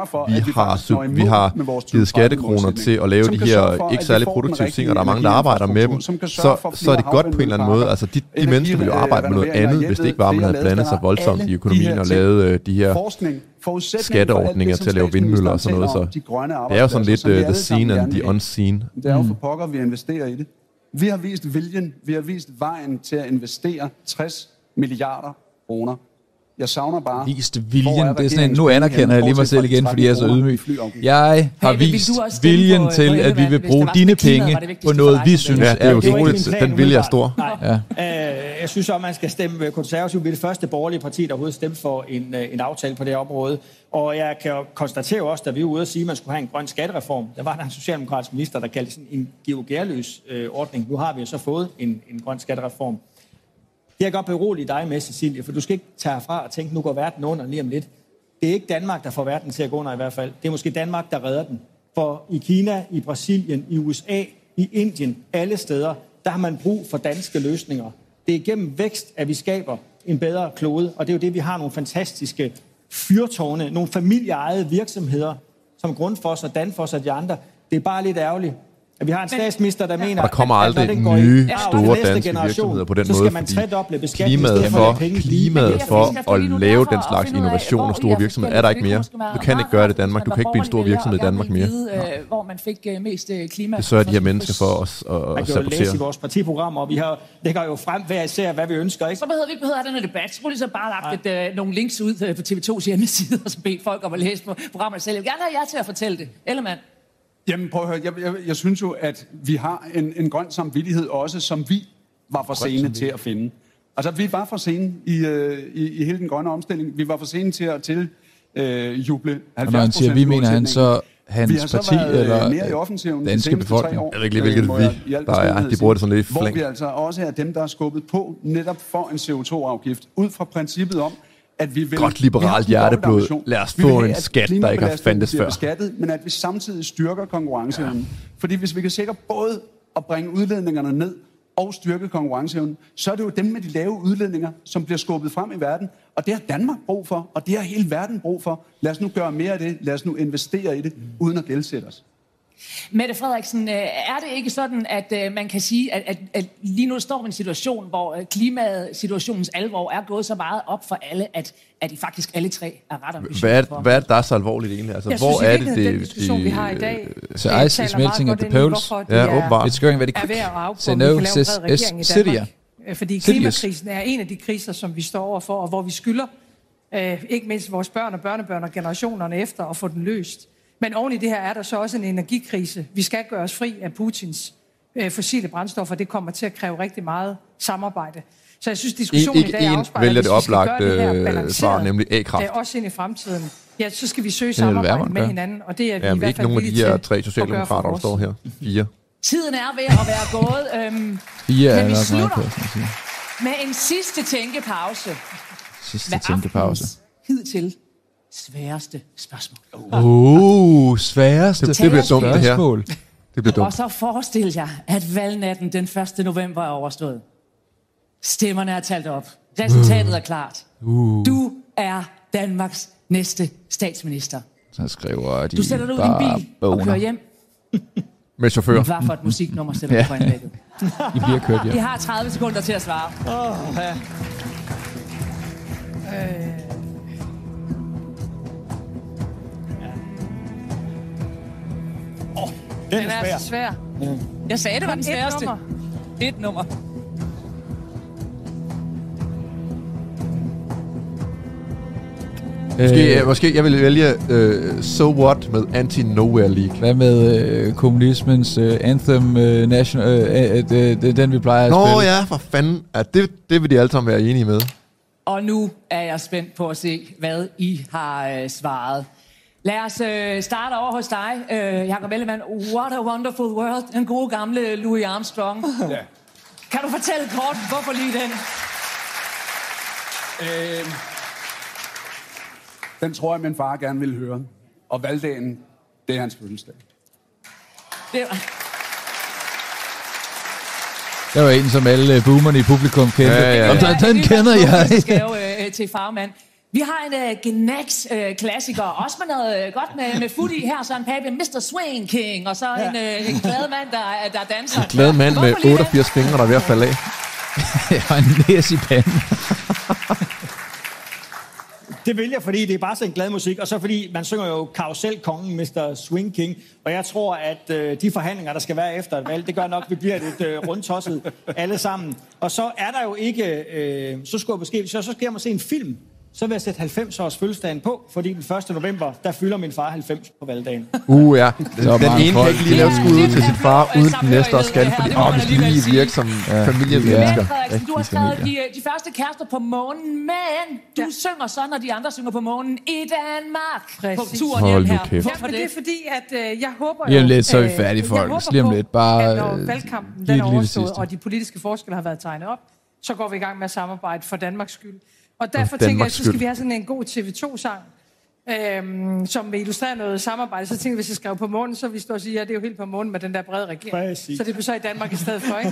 [SPEAKER 2] vi har givet skattekroner til at lave de her ikke særlig produktive ting, og der er mange, der arbejder med dem, så er det godt på en eller anden måde. Altså, de mennesker vil jo arbejde med noget andet, hvis det ikke var, man havde blandet sig voldsomt i økonomien og lavet de her skatteordninger til at lave vindmøller og sådan noget. Så det er jo sådan lidt the seen and the unseen.
[SPEAKER 3] Det er jo for pokker, vi investerer i det. Vi har vist viljen, vi har vist vejen til at investere 60 milliarder kroner. Jeg savner bare...
[SPEAKER 1] Vist viljen. Det er sådan en, nu anerkender jeg lige mig selv igen, fordi jeg er så ydmyg. Jeg har vist viljen til, at vi vil bruge dine penge på noget, vi synes er utroligt.
[SPEAKER 2] Den vilje er stor.
[SPEAKER 10] Jeg synes også, man skal stemme konservativt. Vi er det første borgerlige parti, der overhovedet stemte for en aftale på det område. Og jeg kan jo konstatere også, da vi var ude at sige, at man skulle have en grøn skattereform, der var der en socialdemokratisk minister, der kaldte sådan en Georg Gerløs ordning. Nu har vi jo så fået en grøn skattereform. Det er godt berolige dig med, Cecilie, for du skal ikke tage herfra og tænke, nu går verden under lige om lidt. Det er ikke Danmark, der får verden til at gå under i hvert fald. Det er måske Danmark, der redder den. For i Kina, i Brasilien, i USA, i Indien, alle steder, der har man brug for danske løsninger. Det er igennem vækst, at vi skaber en bedre klode, og det er jo det, vi har nogle fantastiske fyrtårne, nogle familieejede virksomheder, som Grundfos og Danfoss og de andre. Det er bare lidt ærgerligt, at vi har en statsminister, der mener,
[SPEAKER 2] der kommer aldrig nye store danske virksomheder på den måde, fordi klimaet for at lave den slags innovation og store virksomheder er der ikke mere. Du kan ikke gøre det i Danmark. Du kan ikke blive en stor virksomhed i Danmark mere.
[SPEAKER 7] Hvor man fik mest klima.
[SPEAKER 2] Det sørger de her mennesker for os at sabotere.
[SPEAKER 10] Man kan jo læse i vores partiprogram, og vi lægger jo frem hver især, hvad vi ønsker. Ikke?
[SPEAKER 7] Så behøver vi ikke have den her debat. Så skulle de så bare lagt nogle links ud på TV2's hjemmeside, og så bedt folk om at læse på programmet selv. Jeg vil gerne have jer til at fortælle det. Ellemann.
[SPEAKER 3] Jamen prøv at høre, jeg synes jo, at vi har en grøn samvittighed også, som vi var for sene til at finde. Altså, vi var for sene i hele den grønne omstilling. Vi var for sene til at juble 70%.
[SPEAKER 1] Og når han siger, vi mener han så hans parti eller danske befolkning?
[SPEAKER 2] Jeg ved ikke lige, hvilket vi der er. De bruger det sådan lidt i flæng.
[SPEAKER 3] Hvor vi altså også er dem, der er skubbet på netop for en CO2-afgift. Ud fra princippet om, at vi vil...
[SPEAKER 2] Godt liberalt hjerteblod. Lad os få en skat, der ikke har fandtes før.
[SPEAKER 3] Beskattet, men at vi samtidig styrker konkurrenceevnen. Ja. Fordi hvis vi kan sikre både at bringe udledningerne ned og styrke konkurrenceevnen, så er det jo dem med de lave udledninger, som bliver skubbet frem i verden. Og det har Danmark brug for, og det har hele verden brug for. Lad os nu gøre mere af det. Lad os nu investere i det, uden at gældsætte os.
[SPEAKER 7] Mette Frederiksen, er det ikke sådan, at man kan sige, at lige nu står vi i en situation, hvor klimasituationens alvor er gået så meget op for alle, at I faktisk alle tre er ret ambitiøse for?
[SPEAKER 2] Hvad er det, der er så alvorligt egentlig? Altså, hvor er det,
[SPEAKER 9] den diskussion, vi har i dag,
[SPEAKER 1] so ice is melting at the poles. It's going very quick.
[SPEAKER 9] So no, is Syria. Fordi klimakrisen er en af de kriser, som vi står overfor, og hvor vi skylder ikke mindst vores børn og børnebørn og generationerne efter at få den løst. Men oven i det her er der så også en energikrise. Vi skal gøre os fri af Putins fossile brændstoffer. Det kommer til at kræve rigtig meget samarbejde. Så jeg synes, diskussionen i dag afspejler,
[SPEAKER 2] at vi skal gøre det her balanceret, nemlig A-kraft.
[SPEAKER 9] Også ind i fremtiden. Ja, så skal vi søge samarbejde med hinanden, og det er vi i hvert fald villige til.
[SPEAKER 2] Ikke nogen af de her 3 socialdemokrater, der står her. 4.
[SPEAKER 7] Tiden er ved at være gået. Men vi slutter med en sidste tænkepause. Hidtil sværeste spørgsmål.
[SPEAKER 2] Sværeste. Det bliver dumt, det her. Det bliver dumt.
[SPEAKER 7] Og så forestil jer, at valgnatten den 1. november er overstået. Stemmerne er talt op. Resultatet er klart. Du er Danmarks næste statsminister.
[SPEAKER 1] Så skriver de.
[SPEAKER 7] Du sætter dig ud i en bil og kører hjem.
[SPEAKER 2] Med chauffør.
[SPEAKER 7] Hvad for et musiknummer sætter du på anlægget?
[SPEAKER 1] I bliver kørt hjem.
[SPEAKER 7] I har 30 sekunder til at svare.
[SPEAKER 9] Den er så svær.
[SPEAKER 7] Jeg sagde, det var den sværeste. Et nummer.
[SPEAKER 2] Måske jeg vil vælge So What med Anti-Nowhere League.
[SPEAKER 1] Hvad med kommunismens Anthem National, den vi plejer at spille?
[SPEAKER 2] Nå ja, for fanden. Ja, det vil de alle sammen være enige med.
[SPEAKER 7] Og nu er jeg spændt på at se, hvad I har svaret. Lad os starte over hos dig, Jacob Ellemann. What a wonderful world. Den gode gamle Louis Armstrong. Ja. Kan du fortælle kort, hvorfor lige den?
[SPEAKER 3] Den tror jeg, min far gerne ville høre. Og valgdagen, det er hans fødselsdag.
[SPEAKER 1] Det var en, som alle boomerne i publikum kendte. Ja. Den kender jeg.
[SPEAKER 7] Til farmand. Vi har en Gnax-klassiker, også med noget godt med fut i her, så en Pape, Mr. Swing King, og så en glad mand, der danser.
[SPEAKER 2] En glad mand med 88 fingre, der er ved at falde af.
[SPEAKER 1] Og en næs i panden.
[SPEAKER 10] Det vil jeg, fordi det er bare så en glad musik, og så fordi man synger jo Karusel-kongen, Mr. Swing King, og jeg tror, at de forhandlinger, der skal være efter et valg, det gør nok, at vi bliver lidt rundtosset alle sammen. Og så er der jo ikke, så skal jeg måske en film, så vil jeg sætte 90-års fødselsdagen på, fordi den 1. november, der fylder min far 90 på valgdagen.
[SPEAKER 2] Ja. Den ene kan ikke lige lave skud ud til sin far, uden den næste også skal, fordi vi skal lige virke som familiemennesker.
[SPEAKER 7] Du har skrevet de første kærester på månen, men du synger så, når de andre synger på månen i Danmark. På turen hjem her.
[SPEAKER 9] Hvorfor det? Det er fordi, at jeg håber
[SPEAKER 1] lige om lidt, så er vi færdige, folk. Lige om lidt, bare
[SPEAKER 9] når valgkampen den er overstået, og de politiske forskelle har været tegnet op, så går vi i gang med at samarbejde for Danmarks skyld. Og derfor tænker jeg, så skal vi have sådan en god TV2-sang, som vil illustrere noget samarbejde. Så tænker jeg, hvis jeg skrev på månen, så vil vi stå og sige, at det er jo helt på månen med den der brede regering. Præcis. Så det bliver så i Danmark i stedet for, ikke?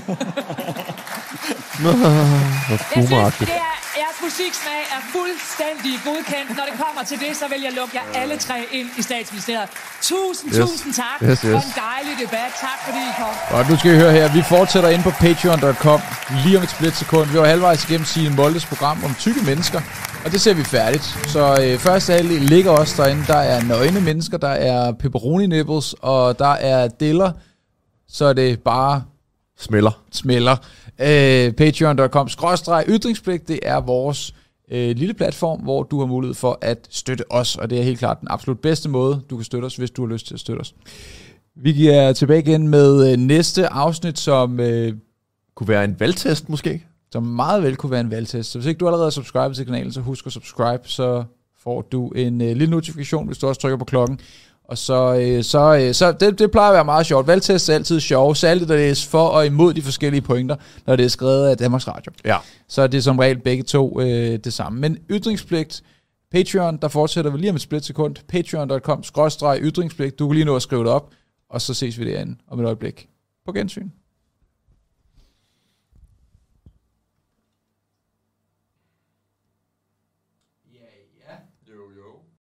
[SPEAKER 7] Jeg synes, jeres musiksmag er fuldstændig godkendt. Når det kommer til det, så vil jeg lukke jer alle tre ind i Statsministeriet. Tusind tak for en dejlig debat. Tak fordi I kom.
[SPEAKER 1] Og nu skal vi høre her. Vi fortsætter ind på patreon.com lige om et splitsekund. Vi var halvvejs igennem Signe Moldes program om tykke mennesker, og det ser vi færdigt. Så første halvdel ligger også derinde. Der er nøgne mennesker, der er pepperoni nipples, og der er diller. Så er det bare smelder. Patreon.com/ytringspligt, det er vores lille platform, hvor du har mulighed for at støtte os, og det er helt klart den absolut bedste måde, du kan støtte os, hvis du har lyst til at støtte os. Vi giver tilbage igen med næste afsnit, som
[SPEAKER 2] kunne være en valgtest måske,
[SPEAKER 1] som meget vel kunne være en valgtest. Så hvis ikke du allerede er subscribet til kanalen, så husk at subscribe, så får du en lille notifikation, hvis du også trykker på klokken. Og så det plejer at være meget sjovt. Valgtest er altid sjov, særligt når det er for og imod de forskellige pointer, når det er skrevet af Danmarks Radio.
[SPEAKER 2] Ja.
[SPEAKER 1] Så er det som regel begge to det samme. Men ytringspligt, Patreon, der fortsætter vi lige om et splitsekund. Patreon.com/ytringspligt. Du kan lige nå at skrive det op, og så ses vi derinde om et øjeblik. På gensyn.